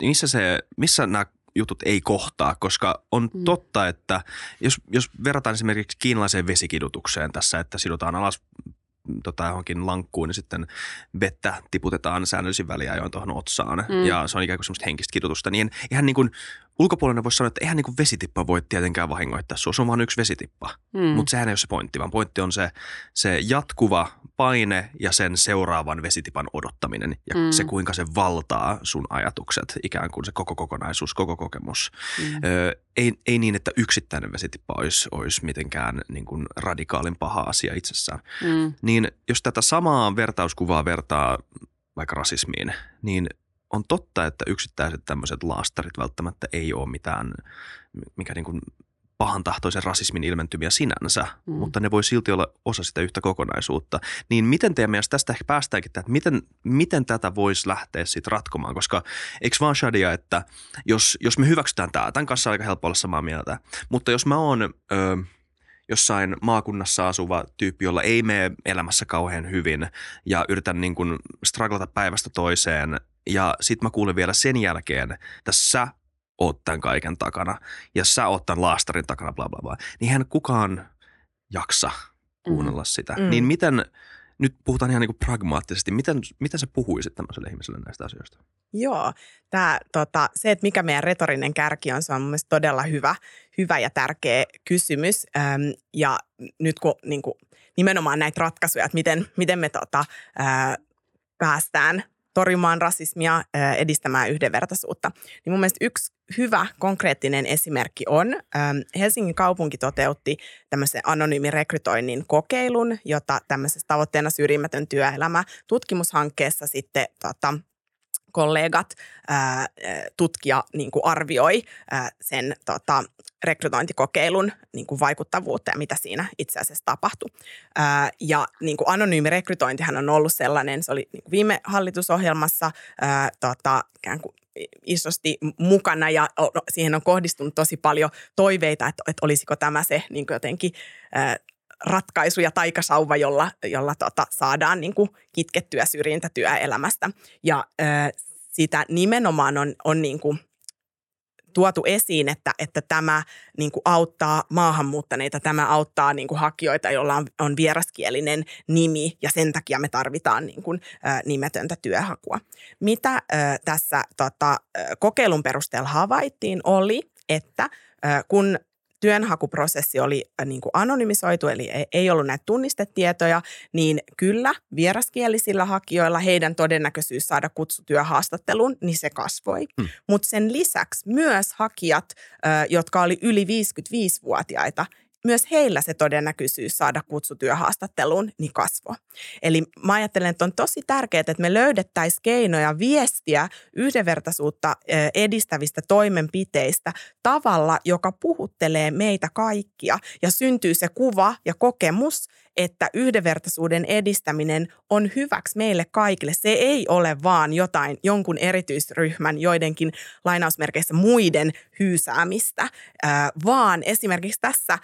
missä nämä jutut ei kohtaa, koska on totta, että jos verrataan esimerkiksi kiinalaiseen vesikidutukseen tässä, että sidotaan alas johonkin lankkuun ja sitten vettä tiputetaan säännöllisin väliajoin tuohon otsaan ja se on ikään kuin semmoista henkistä kidutusta, niin ihan niin kuin ulkopuolella voisi sanoa, että eihän niin kuin vesitippa voi tietenkään vahingoittaa sua. Se on vain yksi vesitippa, mutta sehän ei ole se pointti, vaan pointti on se jatkuva paine ja sen seuraavan vesitipan odottaminen ja se, kuinka se valtaa sun ajatukset, ikään kuin se koko kokonaisuus, koko kokemus. Ei niin, että yksittäinen vesitippa olisi mitenkään niin kuin radikaalin paha asia itsessään. Niin jos tätä samaa vertauskuvaa vertaa vaikka rasismiin, niin on totta, että yksittäiset tämmöiset laastarit välttämättä ei ole mitään, mikä niin kuin pahantahtoisen rasismin ilmentymiä sinänsä, mutta ne voi silti olla osa sitä yhtä kokonaisuutta. Niin miten teidän mielestä tästä ehkä päästäänkin, että miten tätä voisi lähteä sitten ratkomaan? Koska eikö vaan Shadia, että jos me hyväksytään tämän kanssa on aika helppo olla samaa mieltä, mutta jos mä oon jossain maakunnassa asuva tyyppi, jolla ei mene elämässä kauhean hyvin ja yritän niin kuin strugglata päivästä toiseen ja sit mä kuulen vielä sen jälkeen, että sä oot tämän kaiken takana ja sä oot tämän laastarin takana, bla bla bla. Niin eihän kukaan jaksa kuunnella sitä. Niin miten, nyt puhutaan ihan niin kuin pragmaattisesti, miten sä puhuisit tämmöiselle ihmiselle näistä asioista? Joo, se, että mikä meidän retorinen kärki on, se on mun mielestä todella hyvä ja tärkeä kysymys. Ja nyt kun niin kuin, nimenomaan näitä ratkaisuja, että miten me päästään torjumaan rasismia, edistämään yhdenvertaisuutta. Niin mun mielestä yksi hyvä konkreettinen esimerkki on, Helsingin kaupunki toteutti tämmöisen anonyymin rekrytoinnin kokeilun, jota tämmöisessä tavoitteena syrjimätön työelämä tutkimushankkeessa sitten kollegat, tutkija niin kuin arvioi sen rekrytointikokeilun niin kuin vaikuttavuutta ja mitä siinä itse asiassa tapahtui. Ja niin kuin anonyymi rekrytointihan on ollut sellainen, se oli niin kuin viime hallitusohjelmassa ikään kuin isosti mukana ja siihen on kohdistunut tosi paljon toiveita, että olisiko tämä se niin kuin jotenkin ratkaisu ja taikasauva, jolla saadaan niin kuin kitkettyä syrjintä työelämästä. Ja sitä nimenomaan on niin kuin tuotu esiin, että tämä niin kuin auttaa maahanmuuttaneita, tämä auttaa niin kuin hakijoita, joilla on vieraskielinen nimi ja sen takia me tarvitaan niin kuin nimetöntä työhakua. Mitä tässä kokeilun perusteella havaittiin oli, että kun työnhakuprosessi oli niin kuin anonymisoitu, eli ei ollut näitä tunnistetietoja, niin kyllä vieraskielisillä hakijoilla heidän todennäköisyys saada kutsu työhaastatteluun, niin se kasvoi. Mutta sen lisäksi myös hakijat, jotka oli yli 55-vuotiaita, myös heillä se todennäköisyys saada kutsu työhaastatteluun niin kasvoi. Eli mä ajattelen, että on tosi tärkeää, että me löydettäisiin keinoja viestiä yhdenvertaisuutta edistävistä toimenpiteistä tavalla, joka puhuttelee meitä kaikkia ja syntyy se kuva ja kokemus, että yhdenvertaisuuden edistäminen on hyväksi meille kaikille. Se ei ole vaan jonkun erityisryhmän, joidenkin lainausmerkeissä muiden hyysäämistä, vaan esimerkiksi tässä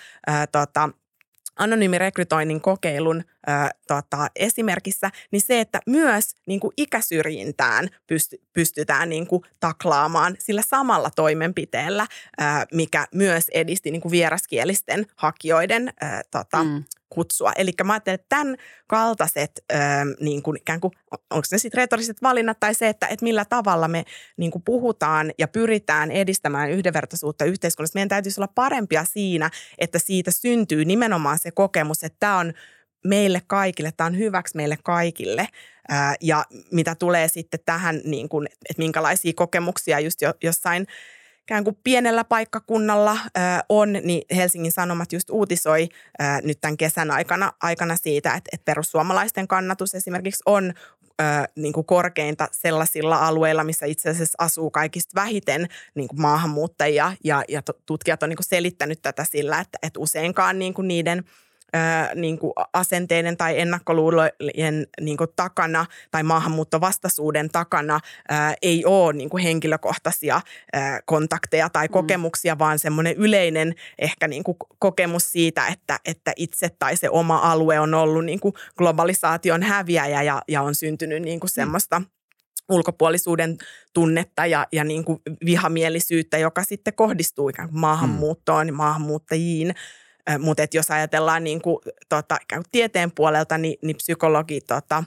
anonyymirekrytoinnin kokeilun esimerkissä, niin se, että myös niin kuin ikäsyrjintään pystytään niin kuin taklaamaan sillä samalla toimenpiteellä, mikä myös edisti niin kuin vieraskielisten hakijoiden kutsua. Eli mä ajattelen, että tämän kaltaiset niin kuin ikään kuin, onko ne sitten retoriset valinnat tai se, että millä tavalla me niin kuin puhutaan ja pyritään edistämään yhdenvertaisuutta yhteiskunnassa. Meidän täytyisi olla parempia siinä, että siitä syntyy nimenomaan se kokemus, että tämä on meille kaikille, tämä on hyväksi meille kaikille. Ja mitä tulee sitten tähän, niin kuin, että minkälaisia kokemuksia just jossain ikään kuin pienellä paikkakunnalla on, niin Helsingin Sanomat just uutisoi nyt tämän kesän aikana siitä, että perussuomalaisten kannatus esimerkiksi on niin kuin korkeinta sellaisilla alueilla, missä itse asiassa asuu kaikista vähiten niin kuin maahanmuuttajia ja tutkijat on niin kuin selittänyt tätä sillä, että useinkaan niin kuin niiden niin kuin asenteiden tai ennakkoluulojen niin kuin takana tai maahanmuuttovastaisuuden takana ei ole niin kuin henkilökohtaisia kontakteja tai kokemuksia, vaan semmoinen yleinen ehkä niin kuin kokemus siitä, että itse tai se oma alue on ollut niin kuin globalisaation häviäjä ja on syntynyt niin kuin semmoista ulkopuolisuuden tunnetta ja niin kuin vihamielisyyttä, joka sitten kohdistuu ikään kuin maahanmuuttoon ja maahanmuuttajiin. Mutta jos ajatellaan niin kuin, tieteen puolelta, niin psykologi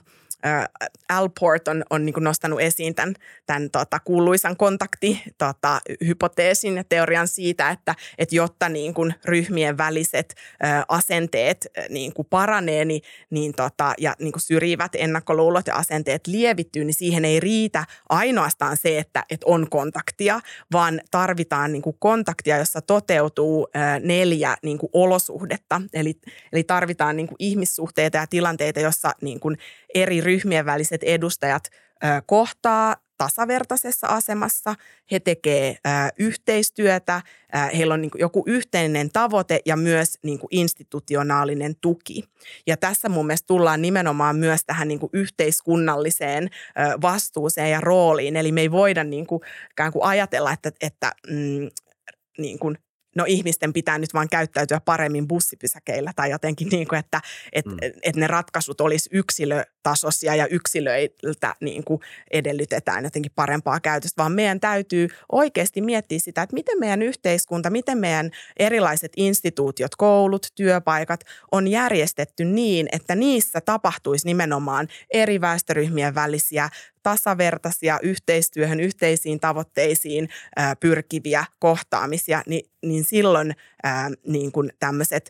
Allport on niin kuin nostanut esiin tämän kuuluisan kontaktihypoteesin ja teorian siitä, että jotta niin kuin ryhmien väliset asenteet niin kuin paranee ja niin kuin syrjivät ennakkoluulot ja asenteet lievittyy, niin siihen ei riitä ainoastaan se, että on kontaktia, vaan tarvitaan niin kuin kontaktia, jossa toteutuu 4 niin kuin olosuhdetta. Eli tarvitaan niin kuin ihmissuhteita ja tilanteita, jossa niin kuin eri ryhmien väliset edustajat kohtaa tasavertaisessa asemassa, he tekee yhteistyötä, heillä on niin kuin joku yhteinen tavoite ja myös niin kuin institutionaalinen tuki. Ja tässä mun mielestä tullaan nimenomaan myös tähän niin kuin yhteiskunnalliseen vastuuseen ja rooliin. Eli me ei voida niin kuin ikään kuin ajatella, että niin kuin ihmisten pitää nyt vaan käyttäytyä paremmin bussipysäkeillä tai jotenkin niin kuin, että ne ratkaisut olisi yksilötasoisia ja yksilöiltä niin kuin edellytetään jotenkin parempaa käytöstä, vaan meidän täytyy oikeasti miettiä sitä, että miten meidän yhteiskunta, miten meidän erilaiset instituutiot, koulut, työpaikat on järjestetty niin, että niissä tapahtuisi nimenomaan eri väestöryhmien välisiä tasavertaisia yhteistyöhön, yhteisiin tavoitteisiin pyrkiviä kohtaamisia, niin silloin niin kuin tämmöiset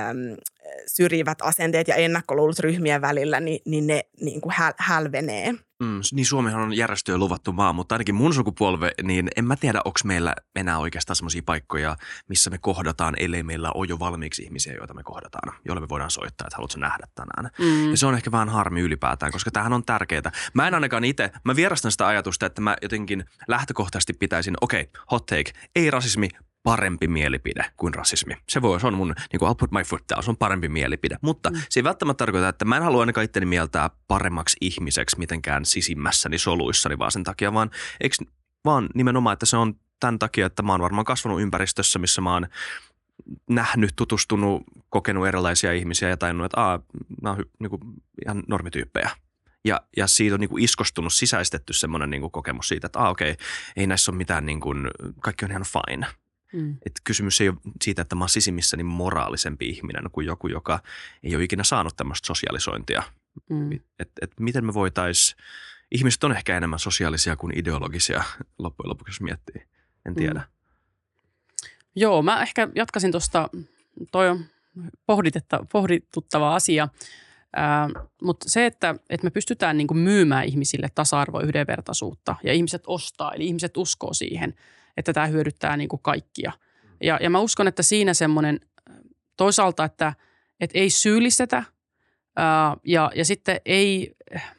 syrjivät asenteet ja ennakkoluulut ryhmien välillä, niin ne niin kuin hälvenee. Niin Suomihan on järjestöjen luvattu maa, mutta ainakin mun sukupolve, niin en mä tiedä, onko meillä enää oikeastaan semmoisia paikkoja, missä me kohdataan, ellei meillä ole jo valmiiksi ihmisiä, joita me kohdataan, joille me voidaan soittaa, että haluatko nähdä tänään. Ja se on ehkä vähän harmi ylipäätään, koska tämähän on tärkeää. Mä en ainakaan itse, mä vierastan sitä ajatusta, että mä jotenkin lähtökohtaisesti pitäisin, hot take, ei rasismi, parempi mielipide kuin rasismi. Se on mun, niin kuin I'll put my foot down, se on parempi mielipide. Mutta se ei välttämättä tarkoita, että mä en halua ainakaan itteni mieltää paremmaksi ihmiseksi mitenkään sisimmässäni, soluissani vaan sen takia, vaan nimenomaan, että se on tämän takia, että mä oon varmaan kasvanut ympäristössä, missä mä oon nähnyt, tutustunut, kokenut erilaisia ihmisiä ja tajunnut, että nämä on niin kuin ihan normityyppejä. Ja siitä on niin kuin iskostunut, sisäistetty semmoinen niin kuin kokemus siitä, että ei näissä ole mitään, niin kuin, kaikki on ihan fine. Että kysymys ei ole siitä, että mä oon sisimmissäni moraalisempi ihminen kuin joku, joka ei ole ikinä saanut tämmöistä sosialisointia. Että miten me voitaisiin, ihmiset on ehkä enemmän sosiaalisia kuin ideologisia loppujen lopuksi, jos miettii. En tiedä. Joo, mä ehkä jatkaisin tuosta, toi on pohdituttava asia. Mutta se, että me pystytään niin kuin myymään ihmisille tasa-arvoa, yhdenvertaisuutta ja ihmiset ostaa, eli ihmiset uskoo siihen, että tämä hyödyttää niin kuin kaikkia. Ja mä uskon, että siinä semmoinen toisaalta, että ei syyllistetä ja sitten ei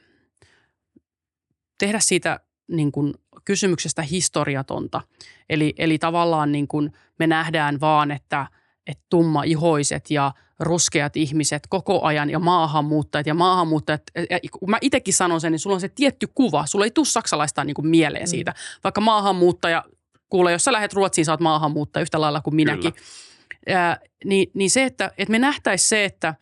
tehdä siitä niin kuin kysymyksestä historiatonta. Eli tavallaan niin kuin me nähdään vaan, että tummaihoiset ja ruskeat ihmiset koko ajan ja maahanmuuttajat, ja kun mä itsekin sanon sen, niin sulla on se tietty kuva. Sulla ei tule saksalaista niin kuin mieleen siitä. Vaikka maahanmuuttaja, kuule, jos sä lähdet Ruotsiin, sä oot maahanmuuttaja yhtä lailla kuin minäkin. Niin se, että me nähtäisiin se, että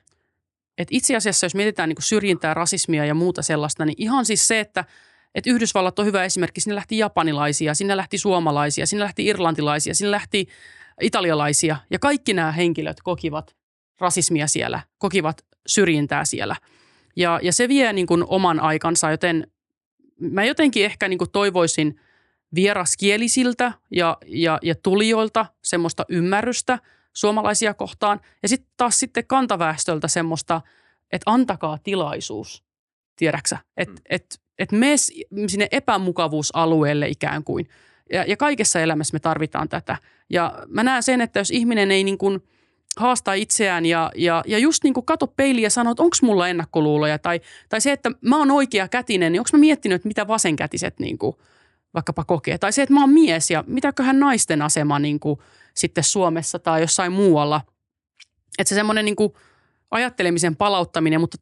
itse asiassa jos mietitään niin kuin syrjintää, rasismia ja muuta sellaista, niin ihan siis se, että Yhdysvallat on hyvä esimerkki. Sinne lähti japanilaisia, sinne lähti suomalaisia, sinne lähti irlantilaisia, sinne lähti italialaisia. Ja kaikki nämä henkilöt kokivat rasismia siellä, kokivat syrjintää siellä. Ja se vie niin kuin oman aikansa, joten mä jotenkin ehkä niin kuin toivoisin vieraskielisiltä ja tulijoilta semmoista ymmärrystä suomalaisia kohtaan. Ja sitten taas kantaväestöltä semmoista, että antakaa tilaisuus, tiedäksä, että mene sinne epämukavuusalueelle ikään kuin. Ja kaikessa elämässä me tarvitaan tätä. Ja mä näen sen, että jos ihminen ei niin kuin haasta itseään ja just niin kuin kato peiliin ja sano, että onko mulla ennakkoluuloja tai se, että mä oon oikea kätinen, niin onko mä miettinyt, että mitä vasenkätiset niin kuin vaikkapa kokee. Tai se, että mä oon mies ja mitäköhän naisten asema niin kuin sitten Suomessa tai jossain muualla. Että se semmoinen niin kuin ajattelemisen palauttaminen, mutta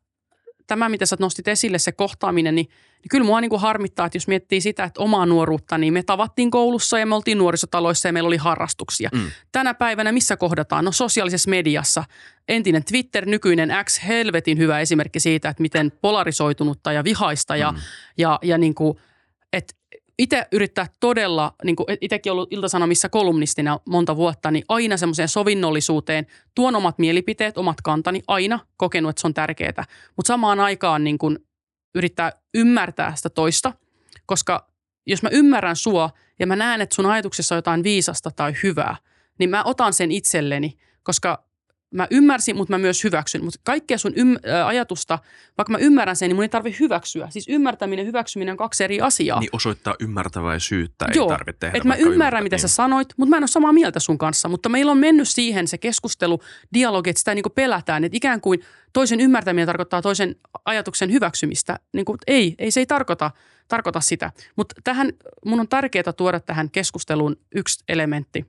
tämä, mitä sä nostit esille, se kohtaaminen, niin kyllä mua niin kuin harmittaa, että jos miettii sitä, että omaa nuoruutta, niin me tavattiin koulussa ja me oltiin nuorisotaloissa ja meillä oli harrastuksia. Tänä päivänä missä kohdataan? No sosiaalisessa mediassa. Entinen Twitter, nykyinen X, helvetin hyvä esimerkki siitä, että miten polarisoitunutta ja vihaista ja niin kuin, että itse yrittää todella, niin kuin itsekin ollut Ilta-Sanomissa kolumnistina monta vuotta, niin aina semmoiseen sovinnollisuuteen tuon omat mielipiteet, omat kantani, aina kokenut, että se on tärkeää. Mutta samaan aikaan niin kuin yrittää ymmärtää sitä toista, koska jos mä ymmärrän sua ja mä näen, että sun ajatuksessa on jotain viisasta tai hyvää, niin mä otan sen itselleni, koska mä ymmärsin, mutta mä myös hyväksyn. Mutta kaikkea sun ajatusta, vaikka mä ymmärrän sen, niin mun ei tarvitse hyväksyä. Siis ymmärtäminen ja hyväksyminen on kaksi eri asiaa. Niin osoittaa ymmärtäväisyyttä ei tarvitse tehdä. Että mä ymmärrän, mitä sä sanoit, mutta mä en ole samaa mieltä sun kanssa. Mutta meillä on mennyt siihen se keskustelu, dialogi, että sitä niin kuin pelätään. Että ikään kuin toisen ymmärtäminen tarkoittaa toisen ajatuksen hyväksymistä. Niin kuin, ei se ei tarkoita sitä. Mutta tähän mun on tärkeää tuoda tähän keskusteluun yksi elementti.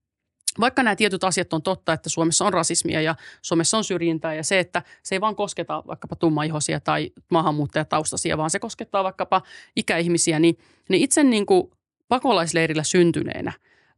Vaikka nämä tietyt asiat on totta, että Suomessa on rasismia ja Suomessa on syrjintää ja se, että se ei vaan kosketa vaikkapa tummaihoisia tai maahanmuuttajataustaisia, vaan se koskettaa vaikkapa ikäihmisiä, niin itse niin kuin pakolaisleirillä syntyneenä,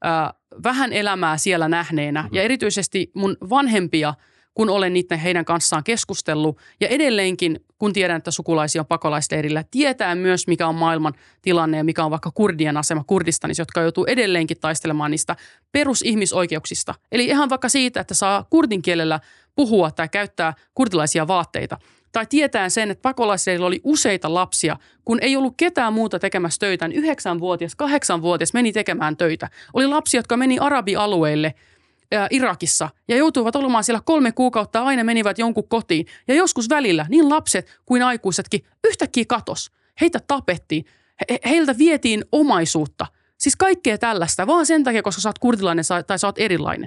vähän elämää siellä nähneenä ja erityisesti mun vanhempia, kun olen heidän kanssaan keskustellut ja edelleenkin, kun tiedän, että sukulaisia on pakolaisleirillä, tietää myös, mikä on maailman tilanne ja mikä on vaikka kurdien asema Kurdistanissa, jotka joutuu edelleenkin taistelemaan niistä perusihmisoikeuksista. Eli ihan vaikka siitä, että saa kurdin kielellä puhua tai käyttää kurdilaisia vaatteita. Tai tietään sen, että pakolaisleirillä oli useita lapsia, kun ei ollut ketään muuta tekemässä töitä, niin 9-vuotias, 8-vuotias meni tekemään töitä. Oli lapsia, jotka meni arabialueille Irakissa ja joutuivat olemaan siellä 3 kuukautta ja aina menivät jonkun kotiin. Ja joskus välillä niin lapset kuin aikuisetkin yhtäkkiä katos. Heitä tapettiin. Heiltä vietiin omaisuutta. Siis kaikkea tällaista vaan sen takia, koska sä oot kurdilainen tai sä oot erilainen.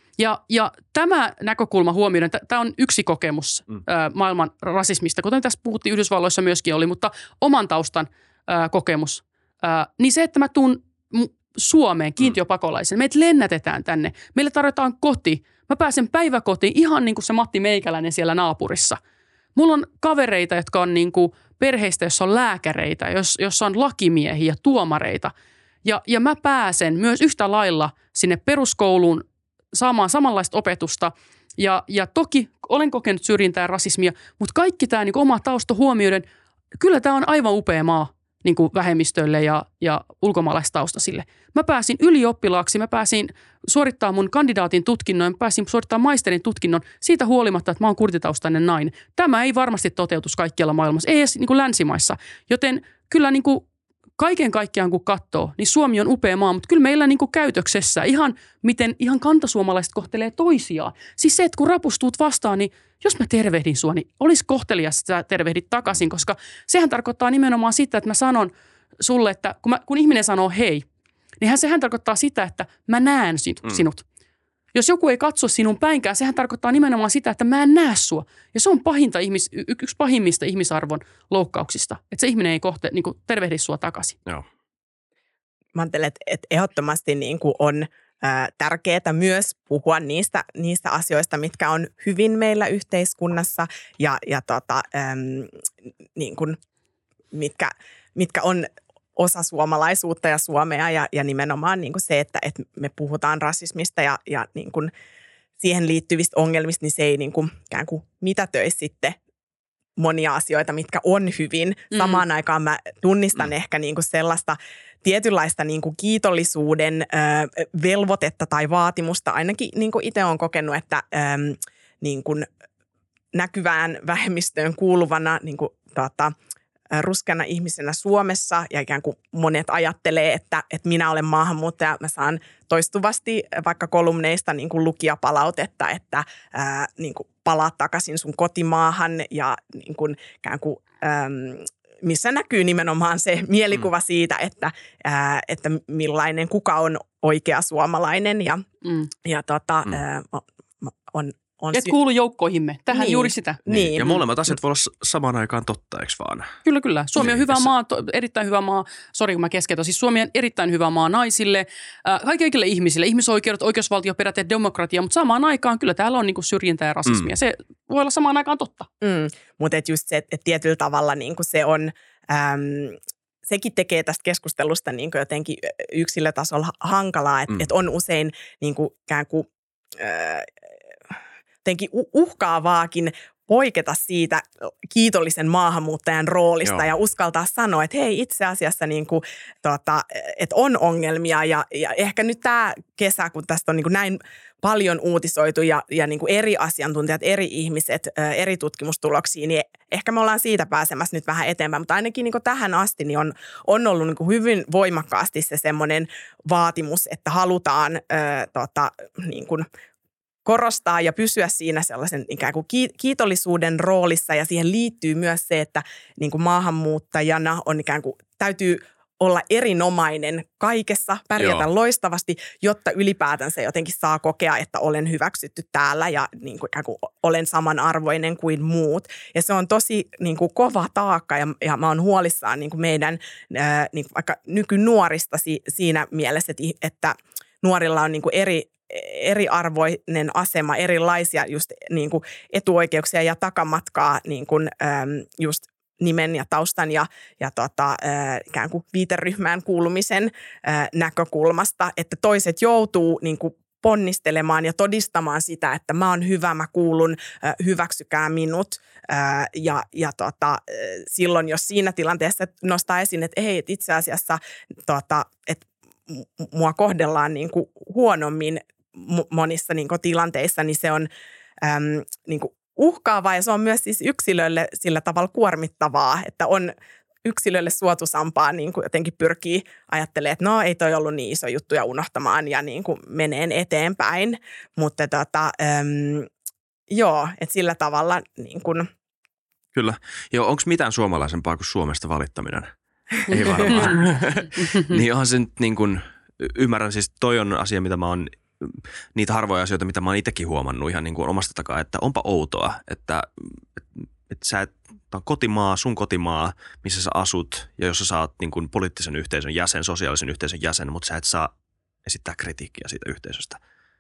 Ja tämä näkökulma huomioiden, tämä on yksi kokemus maailman rasismista, kuten tässä puhuttiin Yhdysvalloissa myöskin oli, mutta oman taustan kokemus. Niin se, että mä tuun Suomeen kiintiöpakolaisen. Meitä lennätetään tänne. Meille tarjotaan koti. Mä pääsen päiväkotiin ihan niin kuin se Matti Meikäläinen siellä naapurissa. Mulla on kavereita, jotka on niin kuin perheistä, jossa on lääkäreitä, jossa on lakimiehiä ja tuomareita. Ja mä pääsen myös yhtä lailla sinne peruskouluun saamaan samanlaista opetusta. Ja toki olen kokenut syrjintää ja rasismia, mutta kaikki tämä niin kuin oma tausta huomioiden, kyllä tämä on aivan upea maa. Niin kuin vähemmistöille ja ulkomaalaistaustaisille. Mä pääsin ylioppilaaksi, mä pääsin suorittamaan mun kandidaatin tutkinnon, mä pääsin suorittamaan maisterin tutkinnon siitä huolimatta, että mä oon kurditaustainen nainen. Tämä ei varmasti toteutus kaikkialla maailmassa, ei edes niin kuin länsimaissa. Joten kyllä niin kuin kaiken kaikkiaan kun katsoo, niin Suomi on upea maa, mutta kyllä meillä niin kuin käytöksessä miten ihan kantasuomalaiset kohtelee toisiaan. Siis se, että kun rapustuut vastaan, niin jos mä tervehdin sua, niin olisi kohtelias, että sä tervehdit takaisin, koska sehän tarkoittaa nimenomaan sitä, että mä sanon sulle, että kun ihminen sanoo hei, niin sehän tarkoittaa sitä, että mä näen sinut. Jos joku ei katso sinun päinkään, sehän tarkoittaa nimenomaan sitä, että mä en näe sua. Ja se on yksi pahimmista ihmisarvon loukkauksista, että se ihminen ei niin kuin tervehdi sua takaisin. Joo. Mä ajattelen, että ehdottomasti niin kuin on tärkeää myös puhua niistä asioista, mitkä on hyvin meillä yhteiskunnassa ja niin kuin, mitkä on osa suomalaisuutta ja Suomea ja nimenomaan niin kuin se, että me puhutaan rasismista ja niin kuin siihen liittyvistä ongelmista, niin se ei niin kuin ikään kuin mitätöi sitten monia asioita, mitkä on hyvin. Samaan aikaan mä tunnistan ehkä niin kuin sellaista tietynlaista niin kuin kiitollisuuden velvoitetta tai vaatimusta. Ainakin niin kuin itse olen kokenut, että niin kuin näkyvään vähemmistöön kuuluvana niin kuin, ruskeana ihmisenä Suomessa ja ikään kuin monet ajattelee, että minä olen maahanmuuttaja. Mä saan toistuvasti vaikka kolumneista niin kuin lukijapalautetta, että niin kuin palaa takaisin sun kotimaahan ja niin kuin, ikään kuin, missä näkyy nimenomaan se mielikuva siitä, että millainen kuka on oikea suomalainen ja et kuulu joukkoihimme. Tähän juuri sitä. Niin. Ja molemmat asiat voi olla samaan aikaan totta, eikö vaan? Kyllä. Suomi on hyvä maa, erittäin hyvä maa. Sori, kun mä keskeytän. Siis Suomi on erittäin hyvä maa naisille, kaikille ihmisille. Ihmisoikeudet, oikeusvaltioperiaate, demokratia, mutta samaan aikaan kyllä täällä on niinku syrjintää ja rasismia. Se voi olla samaan aikaan totta. Mutta just se, että tietyllä tavalla niinku se on... sekin tekee tästä keskustelusta niin kuin jotenkin yksilötasolla hankalaa, että on usein niin kuin ikään kuin jotenkin uhkaavaakin poiketa siitä kiitollisen maahanmuuttajan roolista ja uskaltaa sanoa, että hei, itse asiassa niin kuin, että on ongelmia ja ehkä nyt tämä kesä, kun tästä on niin kuin näin paljon uutisoitu ja niin kuin eri asiantuntijat, eri ihmiset, eri tutkimustuloksiin, niin ehkä me ollaan siitä pääsemässä nyt vähän eteenpäin, mutta ainakin niin kuin tähän asti niin on ollut niin kuin hyvin voimakkaasti se semmoinen vaatimus, että halutaan niin kuin korostaa ja pysyä siinä sellaisen ikään kuin kiitollisuuden roolissa ja siihen liittyy myös se, että niin kuin maahanmuuttajana on ikään kuin täytyy olla erinomainen kaikessa, pärjätä loistavasti, jotta ylipäätänsä jotenkin saa kokea, että olen hyväksytty täällä ja niin kuin ikään kuin olen samanarvoinen kuin muut. Ja se on tosi niin kuin kova taakka ja mä oon huolissaan niin kuin meidän niin kuin vaikka nykynuorista siinä mielessä, että nuorilla on niin kuin eriarvoinen asema, erilaisia just niin kuin etuoikeuksia ja takamatkaa niin kuin, just nimen ja taustan ja ikään kuin viiteryhmään kuulumisen näkökulmasta, että toiset joutuu niin kuin ponnistelemaan ja todistamaan sitä, että mä oon hyvä, mä kuulun, hyväksykää minut. Silloin, jos siinä tilanteessa nostaa esiin, että hei, itse asiassa että mua kohdellaan niin kuin huonommin monissa niin kuin tilanteissa, niin se on niin kuin uhkaavaa ja se on myös siis yksilölle sillä tavalla kuormittavaa, että on yksilölle suotuisampaa niin kuin jotenkin pyrkii ajattelemaan, että no ei toi ollut niin iso juttu ja unohtamaan ja niin kuin meneen eteenpäin, mutta joo, että sillä tavalla niin kuin. Kyllä. Joo, onko mitään suomalaisempaa kuin Suomesta valittaminen? Ei varmaan. Niin onhan se nyt niin kuin, ymmärrän siis toi on asia, mitä mä oon, niitä harvoja asioita, mitä mä oon itsekin huomannut ihan niin kuin omasta takaa, että onpa outoa, että sä et, tää on kotimaa, sun kotimaa, missä sä asut ja jossa sä oot niin kuin poliittisen yhteisön jäsen, sosiaalisen yhteisön jäsen, mutta sä et saa esittää kritiikkiä siitä yhteisöstä.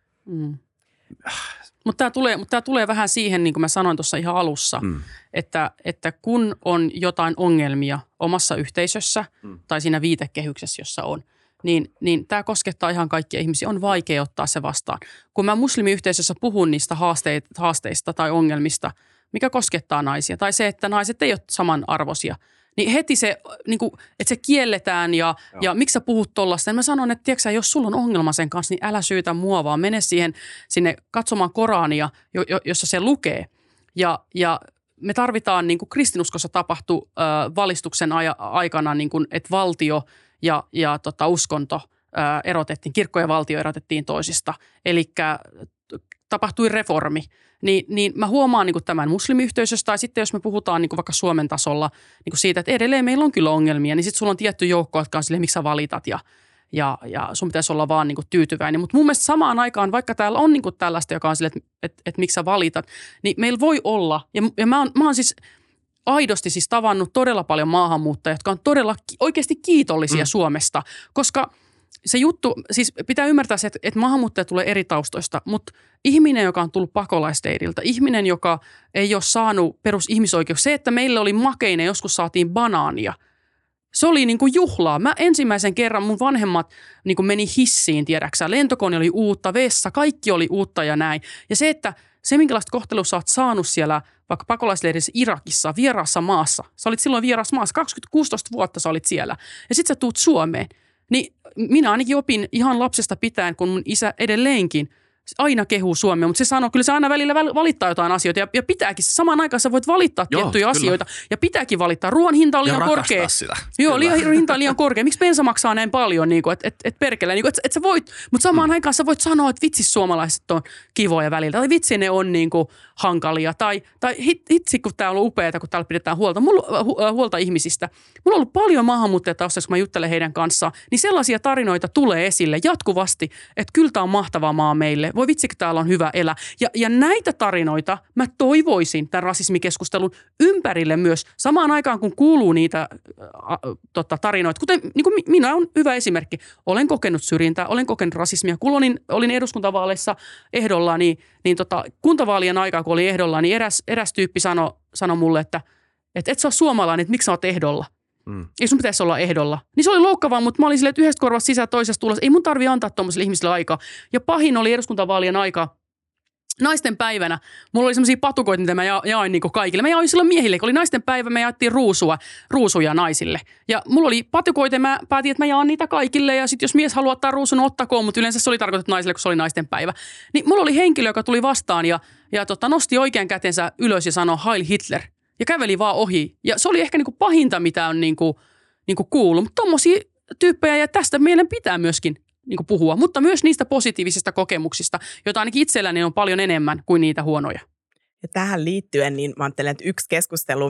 Mutta tämä tulee vähän siihen, niin kuin mä sanoin tuossa ihan alussa, että kun on jotain ongelmia omassa yhteisössä tai siinä viitekehyksessä, jossa on, niin tämä koskettaa ihan kaikkia ihmisiä. On vaikea ottaa se vastaan. Kun mä muslimiyhteisössä puhun niistä haasteista tai ongelmista, mikä koskettaa naisia, tai se, että naiset ei ole samanarvoisia, niin heti se, niin kuin, että se kielletään ja miksi sä puhut tollaista. Ja mä sanon, että tiedätkö, jos sulla on ongelma sen kanssa, niin älä syytä mua, vaan mene sinne katsomaan Korania, jossa se lukee. Ja me tarvitaan, niin kuin kristinuskossa tapahtui valistuksen aikana, niin kuin, että valtio ja uskonto erotettiin, kirkko ja valtio erotettiin toisista. Eli tapahtui reformi. Niin mä huomaan niin kuin tämän muslimiyhteisöstä, tai sitten jos me puhutaan niin kuin vaikka Suomen tasolla niin kuin siitä, että edelleen meillä on kyllä ongelmia, niin sitten sulla on tietty joukko, jotka on silleen, miksi sä valitat ja sun pitäisi olla vaan niin kuin tyytyväinen. Mutta mun mielestä samaan aikaan, vaikka täällä on niin kuin tällaista, joka on sille, että miksi sä valitat, niin meillä voi olla, ja mä oon siis aidosti siis tavannut todella paljon maahanmuuttajia, jotka on todella oikeasti kiitollisia Suomesta, koska se juttu, siis pitää ymmärtää se, että maahanmuuttaja tulee eri taustoista, mutta ihminen, joka on tullut pakolaisleiriltä, ihminen, joka ei ole saanut perusihmisoikeuksia, se, että meillä oli makeinen, joskus saatiin banaania, se oli niin kuin juhlaa. Mä ensimmäisen kerran mun vanhemmat niin kuin meni hissiin, tiedäksä, lentokone oli uutta, vessa, kaikki oli uutta ja näin. Ja se minkälaista kohtelua sä oot saanut siellä vaikka pakolaisleirissä Irakissa, vieraassa maassa, sä olit silloin vieraassa maassa, 16 vuotta sä olit siellä, ja sit sä tuut Suomeen. Niin minä ainakin opin ihan lapsesta pitäen, kun mun isä edelleenkin aina kehuu Suomea, mutta se sanoo, kyllä se aina välillä valittaa jotain asioita ja pitääkin. Samaan aikaan sä voit valittaa tiettyjä asioita ja pitääkin valittaa. Ruoan hinta on liian korkea. Sitä. Joo, hinta on liian korkea. Miksi bensa maksaa näin paljon, niin että perkele, niin että sä voit, mutta samaan aikaan sä voit sanoa, että vitsi suomalaiset on kivoja välillä tai vitsi ne on niin kuin hankalia tai hitsi kun tää on ollut upeata, kun täällä pidetään huolta ihmisistä. Mulla on ollut paljon maahanmuuttajataustassa, kun mä juttelen heidän kanssaan, niin sellaisia tarinoita tulee esille jatkuvasti, että kyllä tää on mahtava maa meille. Voi vitsi, kun täällä on hyvä elää. Ja näitä tarinoita mä toivoisin tämän rasismikeskustelun ympärille myös samaan aikaan, kun kuuluu niitä tarinoita. Kuten niin kuin minä on hyvä esimerkki. Olen kokenut syrjintää, olen kokenut rasismia. Kun olin eduskuntavaaleissa ehdolla, niin kuntavaalien aikaa, kun olin ehdolla, niin eräs tyyppi sanoi mulle, että et sä ole suomalainen, että miksi sä oot ehdolla. Ei sun pitäisi olla ehdolla. Niin se oli loukkaavaa, mutta mä olin silleen, että yhdestä korvasta sisään toisesta tulossa. Ei mun tarvitse antaa tuommoisille ihmisille aikaa. Ja pahin oli eduskuntavaalien aika. Naisten päivänä mulla oli semmoisia patukoita, mitä mä jaoin niin kuin kaikille. Mä jaoin silloin miehille, kun oli naisten päivä, me jaettiin ruusuja naisille. Ja mulla oli patukoita ja mä päätin, että mä jaan niitä kaikille. Ja sitten jos mies haluaa ottaa ruusun, ottakoon, mutta yleensä se oli tarkoitettu naisille, kun se oli naisten päivä. Niin mulla oli henkilö, joka tuli vastaan ja nosti oikean kätensä ylös ja sanoi Heil Hitler. Ja käveli vaan ohi. Ja se oli ehkä niinku pahinta, mitä on niinku kuullut. Mutta tommosia tyyppejä ja tästä meidän pitää myöskin niinku puhua. Mutta myös niistä positiivisista kokemuksista, joita ainakin itselläni on paljon enemmän kuin niitä huonoja. Ja tähän liittyen, niin mä ajattelen, että yksi keskustelu,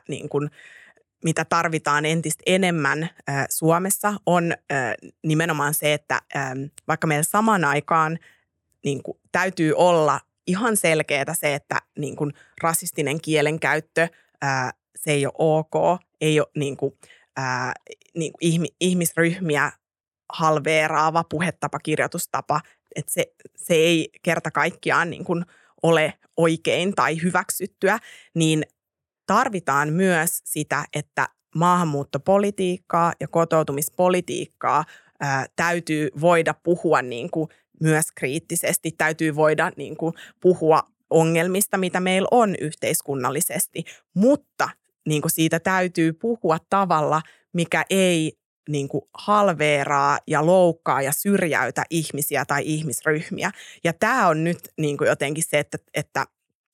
mitä tarvitaan entistä enemmän Suomessa, on nimenomaan se, että vaikka meillä samaan aikaan täytyy olla ihan selkeää se, että rasistinen kielenkäyttö, se ei ole ok, ei ole ihmisryhmiä halveeraava puhetapa, kirjoitustapa, että se ei kerta kaikkiaan ole oikein tai hyväksyttyä, niin tarvitaan myös sitä, että maahanmuuttopolitiikkaa ja kotoutumispolitiikkaa täytyy voida puhua myös kriittisesti, täytyy voida puhua ongelmista, mitä meillä on yhteiskunnallisesti, mutta siitä täytyy puhua tavalla, mikä ei halveeraa ja loukkaa ja syrjäytä ihmisiä tai ihmisryhmiä. Ja tämä on nyt jotenkin se, että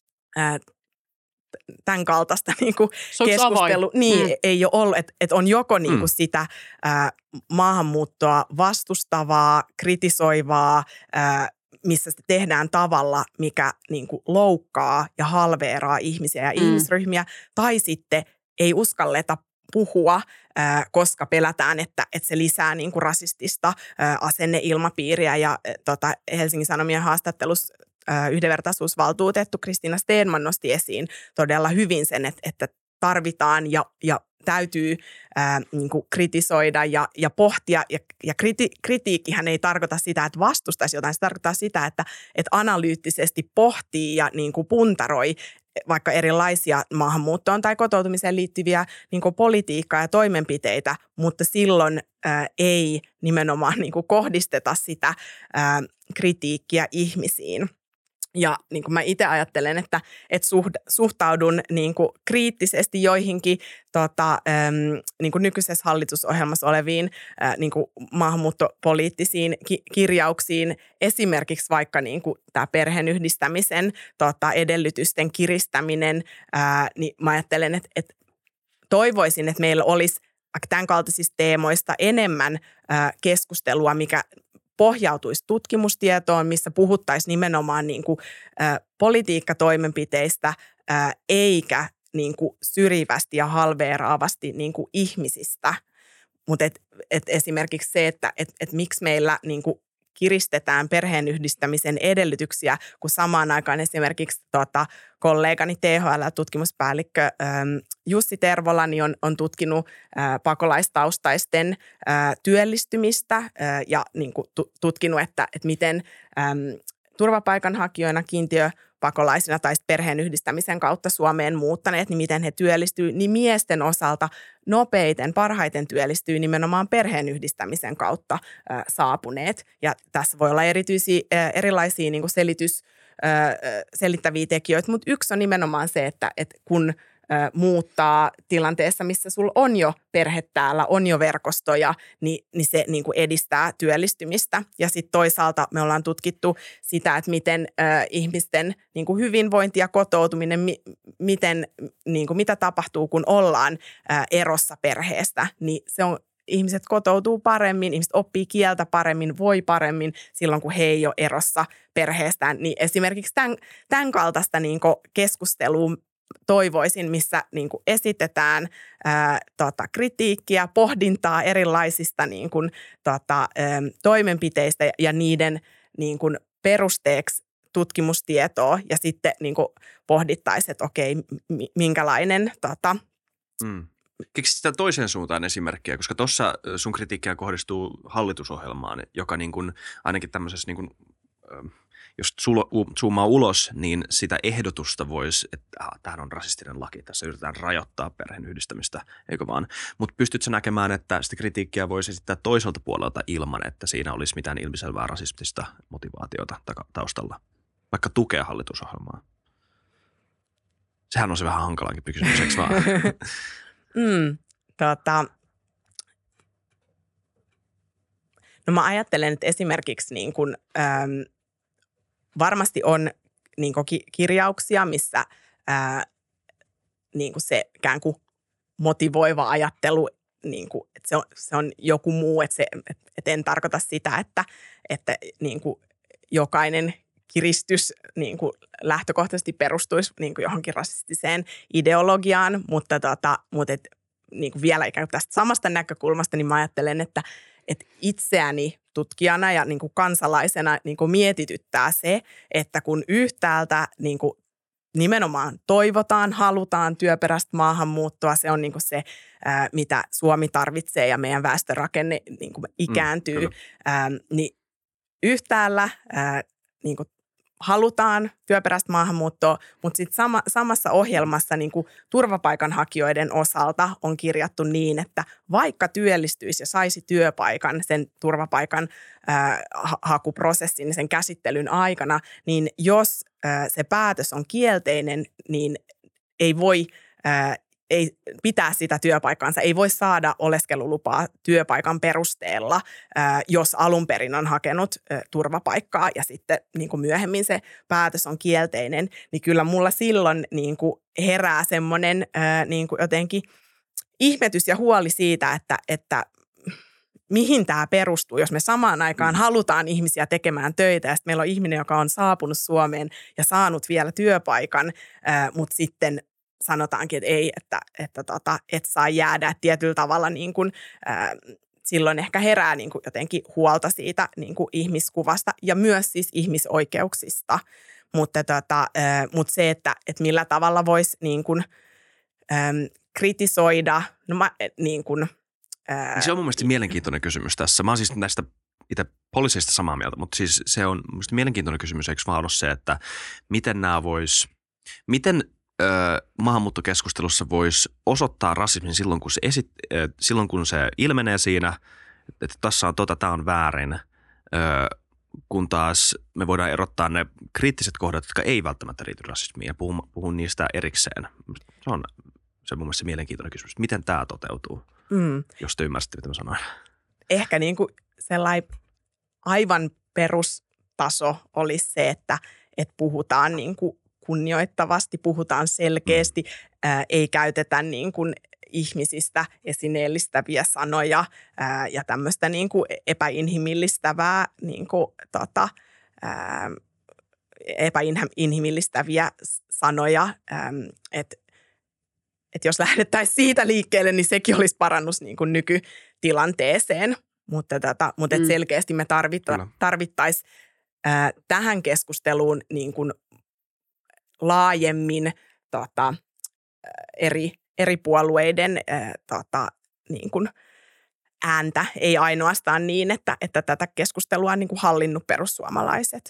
tämän kaltaista keskustelua ei ole ollut, että on joko sitä maahanmuuttoa vastustavaa, kritisoivaa, missä se tehdään tavalla, mikä loukkaa ja halveeraa ihmisiä ja ihmisryhmiä, tai sitten ei uskalleta puhua, koska pelätään, että se lisää rasistista asenneilmapiiriä. Ja Helsingin Sanomien haastattelussa yhdenvertaisuusvaltuutettu Kristiina Stenman nosti esiin todella hyvin sen, että tarvitaan ja täytyy kritisoida ja pohtia. Ja kritiikkihän ei tarkoita sitä, että vastustaisi jotain. Se tarkoittaa sitä, että analyyttisesti pohtii ja puntaroi vaikka erilaisia maahanmuuttoon tai kotoutumiseen liittyviä politiikkaa ja toimenpiteitä, mutta silloin ei nimenomaan kohdisteta sitä kritiikkiä ihmisiin. Ja niin kuin mä itse ajattelen, että suhtaudun kriittisesti joihinkin nykyisessä hallitusohjelmassa oleviin maahanmuuttopoliittisiin kirjauksiin, esimerkiksi vaikka tämä perheenyhdistämisen edellytysten kiristäminen, niin mä ajattelen, että toivoisin, että meillä olisi tämän kaltaisista teemoista enemmän keskustelua, mikä pohjautuisi tutkimustietoon, missä puhuttaisiin nimenomaan politiikkatoimenpiteistä eikä syrjivästi ja halveeraavasti ihmisistä. Mutta esimerkiksi se, että miksi meillä niin kuin kiristetään perheenyhdistämisen edellytyksiä, kun samaan aikaan esimerkiksi kollegani THL-tutkimuspäällikkö Jussi Tervola niin on tutkinut pakolaistaustaisten työllistymistä ja niin kuin tutkinut, että miten turvapaikanhakijoina, kiintiöpakolaisina tai perheenyhdistämisen kautta Suomeen muuttaneet, niin miten he työllistyy, niin miesten osalta parhaiten työllistyy nimenomaan perheenyhdistämisen kautta saapuneet. Ja tässä voi olla erilaisia niin kuin selittäviä tekijöitä, mutta yksi on nimenomaan se, että kun muuttaa tilanteessa, missä sulla on jo perhe täällä, on jo verkostoja, niin se niin kuin edistää työllistymistä. Ja sitten toisaalta me ollaan tutkittu sitä, että miten ihmisten niin kuin hyvinvointi ja kotoutuminen, mitä tapahtuu, kun ollaan erossa perheestä, niin se on ihmiset kotoutuu paremmin, ihmiset oppii kieltä paremmin, voi paremmin silloin, kun he ei ole erossa perheestään. Niin esimerkiksi tämän kaltaista niin kuin keskustelua toivoisin, missä niin kuin esitetään kritiikkiä, pohdintaa erilaisista niin kuin, toimenpiteistä ja niiden niin kuin perusteeksi tutkimustietoa ja sitten niin kuin pohdittaisiin, että okei, minkälainen Keksit sitä toiseen suuntaan esimerkkiä, koska tuossa sun kritiikkiä kohdistuu hallitusohjelmaan, joka niin kuin, ainakin tämmöisessä, niin kuin, jos zoomaa ulos, niin sitä ehdotusta voisi, että tämähän on rasistinen laki, tässä yritetään rajoittaa perheenyhdistämistä, eikö vaan? Mutta pystytkö näkemään, että sitä kritiikkiä voisi esittää toiselta puolelta ilman, että siinä olisi mitään ilmiselvää rasistista motivaatiota taustalla, vaikka tukea hallitusohjelmaa? Sehän on se vähän hankalankin kysymys, eikö vaan? No mä ajattelen, että esimerkiksi niin kun, varmasti on niin kun kirjauksia, missä niin kun se ikään kuin motivoiva ajattelu, niin kun, että se on joku muu, että en tarkoita sitä, että niin kun jokainen kiristys niin kuin lähtökohtaisesti perustuisi niin kuin johonkin rasistiseen ideologiaan, mutta niin kuin vielä ikään kuin tästä samasta näkökulmasta, niin mä ajattelen, että itseäni tutkijana ja niin kuin kansalaisena niin kuin mietityttää se, että kun yhtäältä niin kuin nimenomaan toivotaan, halutaan työperäistä maahanmuuttoa, se on niin kuin se, mitä Suomi tarvitsee ja meidän väestörakenne niin kuin ikääntyy, niin yhtäällä niin kuin halutaan työperäistä maahanmuuttoa, mutta sitten samassa ohjelmassa niin kuin turvapaikanhakijoiden osalta on kirjattu niin, että vaikka työllistyisi ja saisi työpaikan sen turvapaikan hakuprosessin, sen käsittelyn aikana, niin jos se päätös on kielteinen, niin ei pitää sitä työpaikkaansa, ei voi saada oleskelulupaa työpaikan perusteella, jos alun perin on hakenut turvapaikkaa ja sitten niin kuin myöhemmin se päätös on kielteinen, niin kyllä mulla silloin niin kuin herää semmoinen niin kuin jotenkin ihmetys ja huoli siitä, että mihin tämä perustuu, jos me samaan aikaan halutaan ihmisiä tekemään töitä ja sitten meillä on ihminen, joka on saapunut Suomeen ja saanut vielä työpaikan, mutta sitten sanotaankin, että ei, että et saa jäädä tietyllä tavalla niin kuin, silloin ehkä herää niin kuin jotenkin huolta siitä niin kuin ihmiskuvasta ja myös siis ihmisoikeuksista. Mutta se, että millä tavalla voisi niin kuin, kritisoida, niin kuin, se on mun mielestä mielenkiintoinen kysymys tässä. Mä oon siis näistä itse poliiseista samaa mieltä, mutta siis se on mun mielestä mielenkiintoinen kysymys, eikö vaan ole se, että miten maahanmuuttokeskustelussa voisi osoittaa rasismin silloin, kun se ilmenee siinä, että tässä on tämä on väärin, kun taas me voidaan erottaa ne kriittiset kohdat, jotka ei välttämättä liity rasismiin ja puhun niistä erikseen. Se on mun mielestä mielenkiintoinen kysymys. Miten tämä toteutuu, jos te ymmärsitte, mitä mä sanoin? Ehkä niin kuin sellainen aivan perustaso olisi se, että puhutaan niin kuin kunnioittavasti, puhutaan selkeästi, ei käytetä niin kuin ihmisistä esineellistäviä sanoja ja tämmöistä niin kuin epäinhimillistävää, niin kuin, epäinhimillistäviä sanoja, että että jos lähdettäisiin siitä liikkeelle, niin sekin olisi parannus niin kuin nykytilanteeseen. Mutta selkeästi me tarvittaisiin tähän keskusteluun niin kuin laajemmin eri puolueiden niin kuin ääntä, ei ainoastaan niin, että tätä keskustelua on niin kuin hallinnut perussuomalaiset.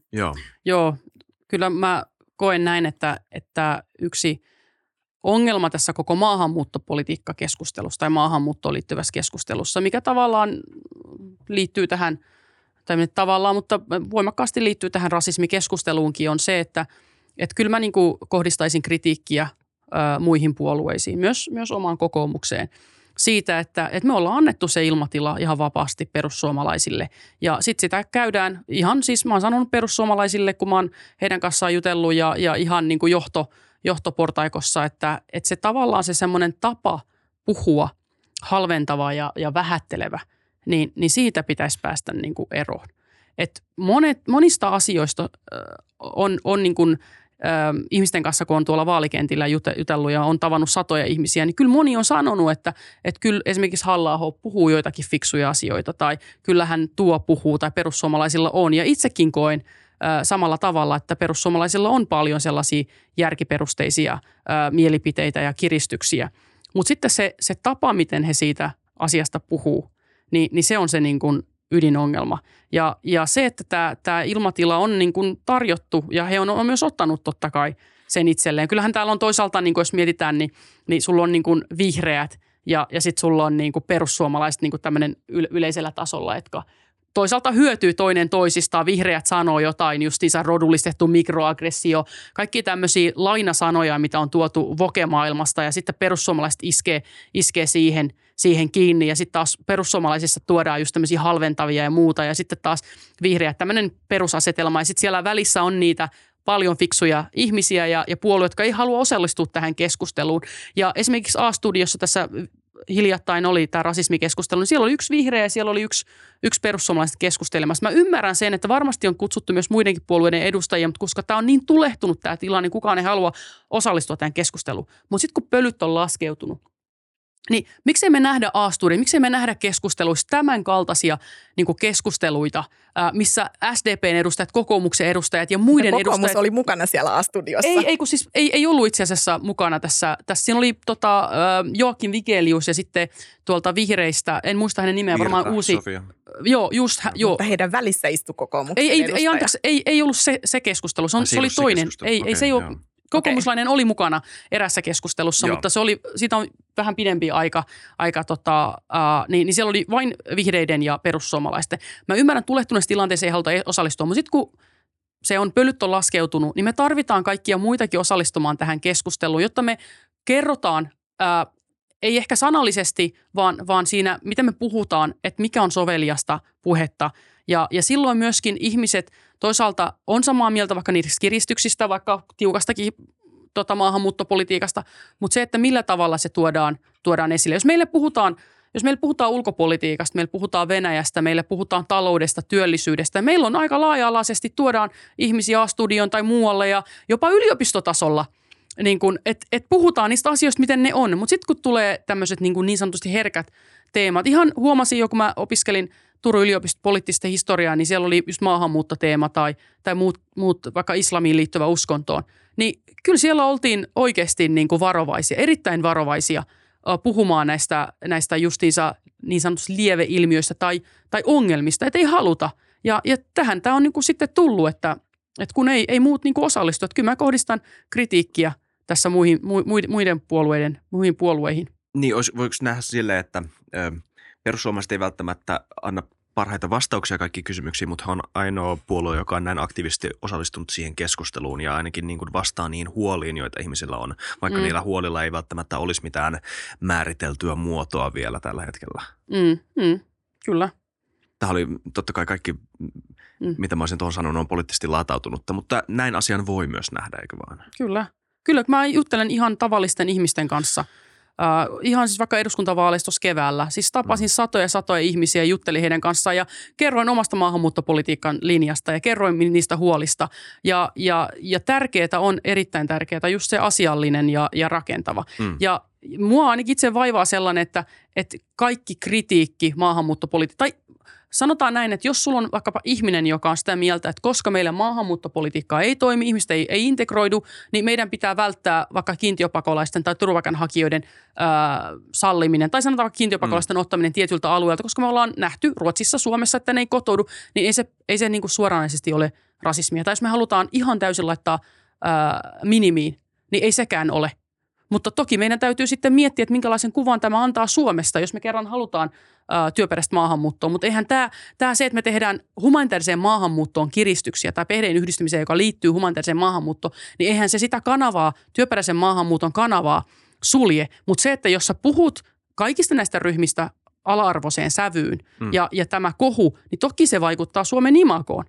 Joo, kyllä mä koen näin, että yksi ongelma tässä koko maahanmuuttopolitiikkakeskustelussa tai maahanmuuttoon liittyvässä keskustelussa, mikä tavallaan liittyy tähän, tai tavallaan, mutta voimakkaasti liittyy tähän rasismikeskusteluunkin, on se, että kyllä mä niin kuin kohdistaisin kritiikkiä muihin puolueisiin, myös omaan kokoomukseen siitä, että me ollaan annettu se ilmatila ihan vapaasti perussuomalaisille. Ja sitten sitä käydään ihan, siis mä oon sanonut perussuomalaisille, kun mä oon heidän kanssaan jutellut ja ihan niin kuin johtoportaikossa, että se tavallaan se semmoinen tapa puhua halventava ja vähättelevä, niin siitä pitäisi päästä niin kuin eroon. Et monista asioista on niin kuin ihmisten kanssa, kun on tuolla vaalikentillä jutellut ja on tavannut satoja ihmisiä, niin kyllä moni on sanonut, että kyllä esimerkiksi Halla-aho puhuu joitakin fiksuja asioita tai kyllähän tuo puhuu tai perussuomalaisilla on. Ja itsekin koen samalla tavalla, että perussuomalaisilla on paljon sellaisia järkiperusteisia mielipiteitä ja kiristyksiä. Mutta sitten se tapa, miten he siitä asiasta puhuu, niin se on se niin kuin ydinongelma. Ja se, että tämä ilmatila on niin kuin tarjottu ja he on myös ottanut totta kai sen itselleen. Kyllähän täällä on toisaalta, niin kuin jos mietitään, niin sulla on niin kuin vihreät ja sitten sulla on niin kuin perussuomalaiset niin kuin tämmöinen yleisellä tasolla, jotka toisaalta hyötyy toinen toisistaan. Vihreät sanoo jotain, justiinsa rodullistettu mikroaggressio, kaikki tämmöisiä lainasanoja, mitä on tuotu Voke-maailmasta ja sitten perussuomalaiset iskee siihen kiinni ja sitten taas perussuomalaisissa tuodaan just tämmöisiä halventavia ja muuta ja sitten taas vihreät tämmöinen perusasetelma ja sitten siellä välissä on niitä paljon fiksuja ihmisiä ja puolueet, jotka ei halua osallistua tähän keskusteluun. Ja esimerkiksi A-studiossa tässä hiljattain oli tämä rasismikeskustelu, niin siellä oli yksi vihreä ja siellä oli yksi perussuomalaiset keskustelemassa. Mä ymmärrän sen, että varmasti on kutsuttu myös muidenkin puolueiden edustajia, mutta koska tämä on niin tulehtunut tämä tilanne, niin kukaan ei halua osallistua tähän keskusteluun. Mutta sitten kun pölyt on laskeutunut, niin miksei me nähdä A-studia, miksei me nähdä keskusteluissa tämän kaltaisia niin kuin keskusteluita, missä SDPn edustajat, kokoomuksen edustajat ja muiden edustajat. Kokoomus oli mukana siellä A-studiossa. Ei ollut itse asiassa mukana tässä. Siinä oli Joakim Vigelius ja sitten tuolta vihreistä, en muista hänen nimeä, varmaan uusi. Sofia. Joo. Mutta heidän välissä istui kokoomuksen edustaja. Anteeksi, ei ollut se keskustelu, se oli toinen. Se ei ole. Kokoomuslainen oli mukana erässä keskustelussa, mutta siitä on vähän pidempi aika niin siellä oli vain vihreiden ja perussuomalaisten. Mä ymmärrän, että tulehtuneessa tilanteessa ei haluta osallistua, mutta sitten kun se on pölyt on laskeutunut, niin me tarvitaan kaikkia muitakin osallistumaan tähän keskusteluun, jotta me kerrotaan, ei ehkä sanallisesti, vaan siinä, miten me puhutaan, että mikä on soveliasta puhetta. Ja silloin myöskin ihmiset toisaalta on samaa mieltä vaikka niistä kiristyksistä, vaikka tiukastakin maahanmuuttopolitiikasta, mutta se, että millä tavalla se tuodaan esille. Jos meille puhutaan ulkopolitiikasta, meillä puhutaan Venäjästä, meillä puhutaan taloudesta, työllisyydestä, meillä on aika laaja-alaisesti tuodaan ihmisiä A-studioon tai muualle ja jopa yliopistotasolla, niin että puhutaan niistä asioista, miten ne on. Mutta sitten kun tulee tämmöiset niin sanotusti herkät teemat, ihan huomasin jo, kun mä opiskelin Turun yliopiston poliittista historiaa, niin siellä oli just maahanmuuttoteema tai muut vaikka islamiin liittyvä uskontoon. Niin kyllä siellä oltiin oikeasti niin kuin varovaisia, erittäin varovaisia puhumaan näistä justiinsa niin sanotusti lieveilmiöistä tai ongelmista, että ei haluta. Ja tähän tämä on niin kuin sitten tullut, että kun ei muut niin kuin osallistu. Että kyllä mä kohdistan kritiikkiä tässä muihin puolueihin. Niin, voiko nähdä silleen, että perussuomalaiset ei välttämättä anna parhaita vastauksia kaikkiin kysymyksiin, mutta hän on ainoa puolue, joka on näin aktiivisesti osallistunut siihen keskusteluun ja ainakin niin kuin vastaa niihin huoliin, joita ihmisillä on, vaikka niillä huolilla ei välttämättä olisi mitään määriteltyä muotoa vielä tällä hetkellä. Kyllä. Tämä oli totta kai kaikki, mitä mä olisin tuohon sanonut, on poliittisesti latautunutta, mutta näin asian voi myös nähdä, eikö vaan? Kyllä, mä juttelen ihan tavallisten ihmisten kanssa Ihan siis vaikka eduskuntavaaleissa tuossa keväällä. Siis tapasin satoja ihmisiä ja juttelin heidän kanssaan ja kerroin omasta maahanmuuttopolitiikan linjasta ja kerroin niistä huolista. Ja tärkeää on, erittäin tärkeää, just se asiallinen ja rakentava. Ja mua ainakin itse vaivaa sellainen, että kaikki kritiikki maahanmuuttopolitiikka, tai sanotaan näin, että jos sulla on vaikkapa ihminen, joka on sitä mieltä, että koska meillä maahanmuuttopolitiikka ei toimi, ihmiset ei integroidu, niin meidän pitää välttää vaikka kiintiöpakolaisten tai turvapaikanhakijoiden salliminen, tai sanotaan vaikka kiintiöpakolaisten ottaminen tietyltä alueelta, koska me ollaan nähty Ruotsissa, Suomessa, että ne ei kotoudu, niin ei se niin kuin suoranaisesti ole rasismia. Tai jos me halutaan ihan täysin laittaa minimiin, niin ei sekään ole. Mutta toki meidän täytyy sitten miettiä, että minkälaisen kuvan tämä antaa Suomesta, jos me kerran halutaan työperäistä maahanmuuttoa. Mutta eihän tämä se, että me tehdään humanitaariseen maahanmuuttoon kiristyksiä tai perheen yhdistymiseen, joka liittyy humanitaariseen maahanmuuttoon, niin eihän se sitä kanavaa, työperäisen maahanmuuton kanavaa sulje. Mutta se, että jos sä puhut kaikista näistä ryhmistä ala-arvoiseen sävyyn ja tämä kohu, niin toki se vaikuttaa Suomen imagoon.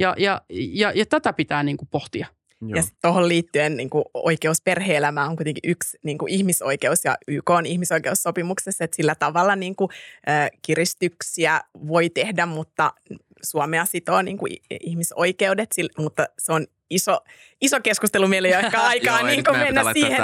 Ja tätä pitää niin kuin pohtia. Ja tuohon liittyen niin kuin oikeus perhe-elämään on kuitenkin yksi niin kuin ihmisoikeus ja YK on ihmisoikeussopimuksessa, että sillä tavalla niin kuin, kiristyksiä voi tehdä, mutta Suomea sitoo niin kuin ihmisoikeudet, mutta se on iso keskustelu. Meillä ei ole ehkä aikaa niin kuin mennä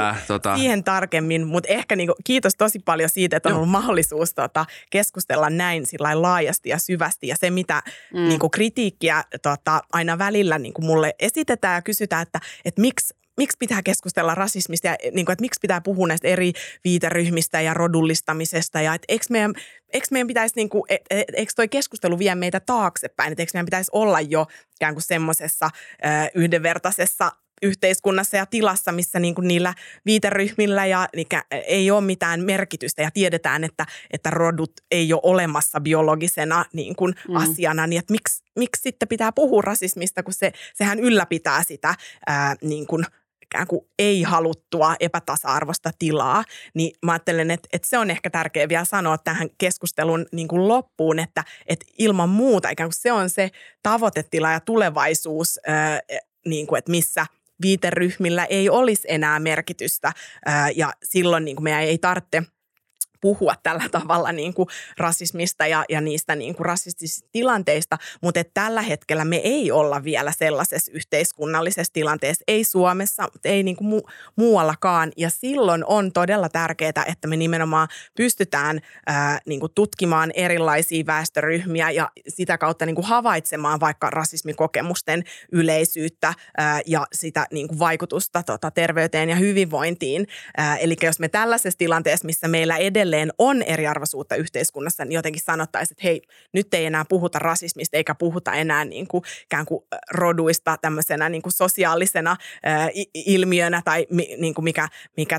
siihen tarkemmin, mutta ehkä niin kuin, kiitos tosi paljon siitä, että on ollut mahdollisuus keskustella näin laajasti ja syvästi. Ja se, mitä niin kuin kritiikkiä aina välillä niin kuin mulle esitetään ja kysytään, että miksi pitää keskustella rasismista ja niin kuin, että miksi pitää puhua näistä eri viiteryhmistä ja rodullistamisesta ja että eikö meidän pitäisi, niin kuin, eikö toi keskustelu vie meitä taaksepäin, että eikö meidän pitäisi olla jo ikään kuin semmoisessa yhdenvertaisessa yhteiskunnassa ja tilassa, missä niin kuin niillä viiteryhmillä ei ole mitään merkitystä ja tiedetään, että rodut ei ole olemassa biologisena niin kuin asiana, niin että miksi sitten pitää puhua rasismista, kun sehän ylläpitää sitä niin kuin ikään kuin ei-haluttua epätasa-arvoista tilaa, niin mä ajattelen, että se on ehkä tärkeää vielä sanoa tähän keskustelun niin kuin loppuun, että ilman muuta ikään kuin se on se tavoitetila ja tulevaisuus, niin kuin, että missä viiteryhmillä ei olisi enää merkitystä ja silloin niin kuin meidän ei tarvitse puhua tällä tavalla niin kuin rasismista ja niistä niin kuin rasistisista tilanteista, mutta että tällä hetkellä me ei olla vielä sellaisessa yhteiskunnallisessa tilanteessa, ei Suomessa, mutta ei niin kuin muuallakaan. Ja silloin on todella tärkeää, että me nimenomaan pystytään niin kuin tutkimaan erilaisia väestöryhmiä ja sitä kautta niin kuin havaitsemaan vaikka rasismikokemusten yleisyyttä ja sitä niin kuin vaikutusta terveyteen ja hyvinvointiin. Eli jos me tällaisessa tilanteessa, missä meillä edelleen on eriarvoisuutta yhteiskunnassa, niin jotenkin sanottaisiin, että hei, nyt ei enää puhuta rasismista eikä puhuta enää niin kuin, ikään kuin roduista tämmöisenä niin kuin sosiaalisena ilmiönä tai niin kuin mikä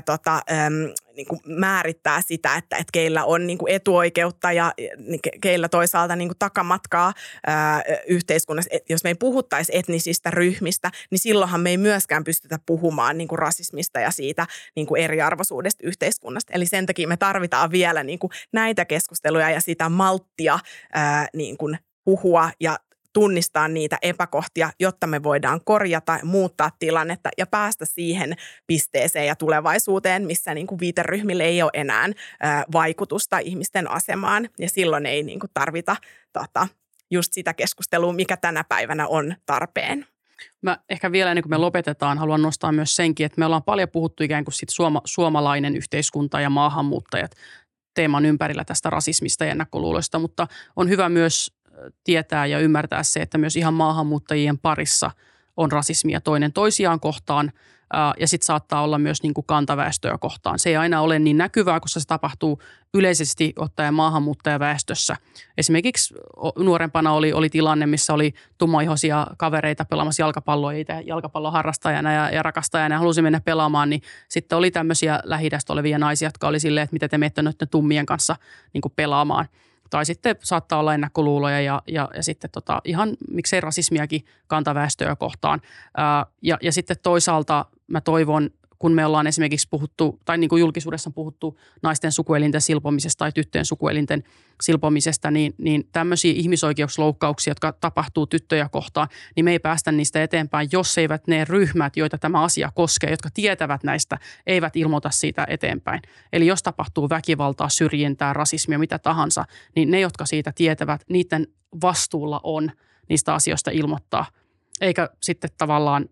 niin kuin määrittää sitä, että keillä on niin kuin etuoikeutta ja keillä toisaalta niin kuin takamatkaa yhteiskunnassa. Jos me ei puhuttaisi etnisistä ryhmistä, niin silloinhan me ei myöskään pystytä puhumaan niin kuin rasismista ja siitä niin kuin eriarvoisuudesta yhteiskunnasta. Eli sen takia me tarvitaan vielä niin kuin näitä keskusteluja ja sitä malttia niin kuin puhua ja tunnistaa niitä epäkohtia, jotta me voidaan korjata, muuttaa tilannetta ja päästä siihen pisteeseen ja tulevaisuuteen, missä niin kuin viiteryhmille ei ole enää vaikutusta ihmisten asemaan. Ja silloin ei niin kuin tarvita just sitä keskustelua, mikä tänä päivänä on tarpeen. Mä ehkä vielä ennen kuin me lopetetaan, haluan nostaa myös senkin, että me ollaan paljon puhuttu ikään kuin sit suomalainen yhteiskunta ja maahanmuuttajat teeman ympärillä tästä rasismista ja ennakkoluuloista, mutta on hyvä myös tietää ja ymmärtää se, että myös ihan maahanmuuttajien parissa on rasismia toinen toisiaan kohtaan ja sitten saattaa olla myös niin kuin kantaväestöä kohtaan. Se ei aina ole niin näkyvää, koska se tapahtuu yleisesti ottaen maahanmuuttajaväestössä. Esimerkiksi nuorempana oli tilanne, missä oli tummaihoisia kavereita pelaamassa jalkapalloa, itse jalkapallon harrastajana ja rakastajana ja halusi mennä pelaamaan, niin sitten oli tämmöisiä Lähi-idästä olevia naisia, jotka oli silleen, että miten te menette noiden tummien kanssa niin kuin pelaamaan. Tai sitten saattaa olla ennakkoluuloja ja sitten ihan miksei rasismiakin kantaväestöä kohtaan. Ja sitten toisaalta mä toivon kun me ollaan esimerkiksi puhuttu, tai niin kuin julkisuudessa on puhuttu naisten sukuelinten silpomisesta tai tyttöjen sukuelinten silpomisesta, niin tämmöisiä ihmisoikeusloukkauksia, jotka tapahtuu tyttöjä kohtaan, niin me ei päästä niistä eteenpäin, jos eivät ne ryhmät, joita tämä asia koskee, jotka tietävät näistä, eivät ilmoita siitä eteenpäin. Eli jos tapahtuu väkivaltaa, syrjintää, rasismia, mitä tahansa, niin ne, jotka siitä tietävät, niiden vastuulla on niistä asioista ilmoittaa, eikä sitten tavallaan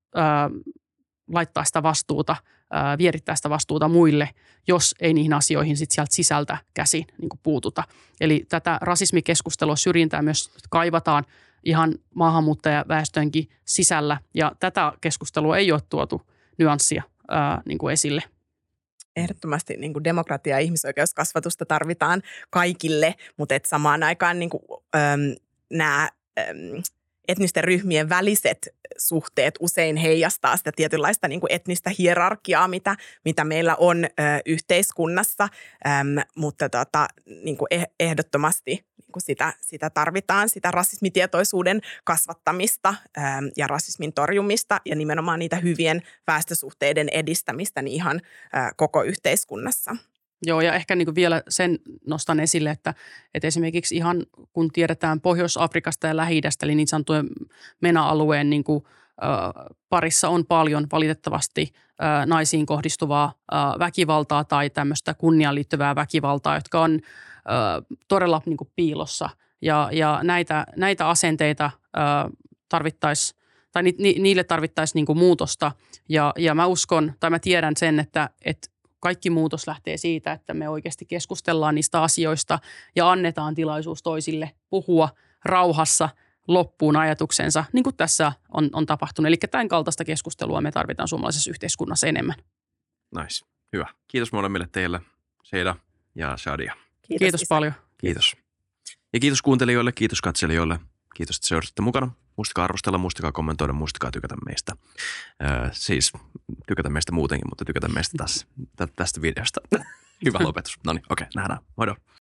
laittaa sitä vastuuta, vierittää sitä vastuuta muille, jos ei niihin asioihin sit sieltä sisältä käsin niin kuin puututa. Eli tätä rasismikeskustelua, syrjintää myös kaivataan ihan maahanmuuttajaväestönkin sisällä, ja tätä keskustelua ei ole tuotu nyanssia niin kuin esille. Ehdottomasti niin kuin demokratia- ja ihmisoikeuskasvatusta tarvitaan kaikille, mutta et samaan aikaan niin kuin, nämä etnisten ryhmien väliset suhteet usein heijastaa sitä tietynlaista niin kuin etnistä hierarkiaa, mitä meillä on yhteiskunnassa, mutta niin kuin ehdottomasti niin kuin sitä tarvitaan, sitä rasismitietoisuuden kasvattamista ja rasismin torjumista ja nimenomaan niitä hyvien väestösuhteiden edistämistä niin ihan koko yhteiskunnassa. Joo, ja ehkä niin kuin vielä sen nostan esille, että esimerkiksi ihan kun tiedetään Pohjois-Afrikasta ja Lähi-idästä, eli niin sanottujen MENA-alueen niin kuin, parissa on paljon valitettavasti naisiin kohdistuvaa väkivaltaa tai tämmöistä kunniaan liittyvää väkivaltaa, jotka on todella niin kuin piilossa. Ja näitä asenteita tarvittaisiin, tai niille tarvittaisiin niin kuin muutosta. Ja mä uskon, tai mä tiedän sen, että kaikki muutos lähtee siitä, että me oikeasti keskustellaan niistä asioista ja annetaan tilaisuus toisille puhua rauhassa loppuun ajatuksensa, niin kuin tässä on tapahtunut. Eli tämän kaltaista keskustelua me tarvitaan suomalaisessa yhteiskunnassa enemmän. Nice. Hyvä. Kiitos molemmille teille, Sheida ja Shadia. Kiitos paljon. Kiitos. Ja kiitos kuuntelijoille, kiitos katselijoille. Kiitos, että seurasitte mukana. Muistakaa arvostella, muistakaa kommentoida, muistakaa tykätä meistä. Siis tykätä meistä muutenkin, mutta tykätä meistä tästä videosta. Hyvä lopetus. No niin, okei, nähdään. Moido.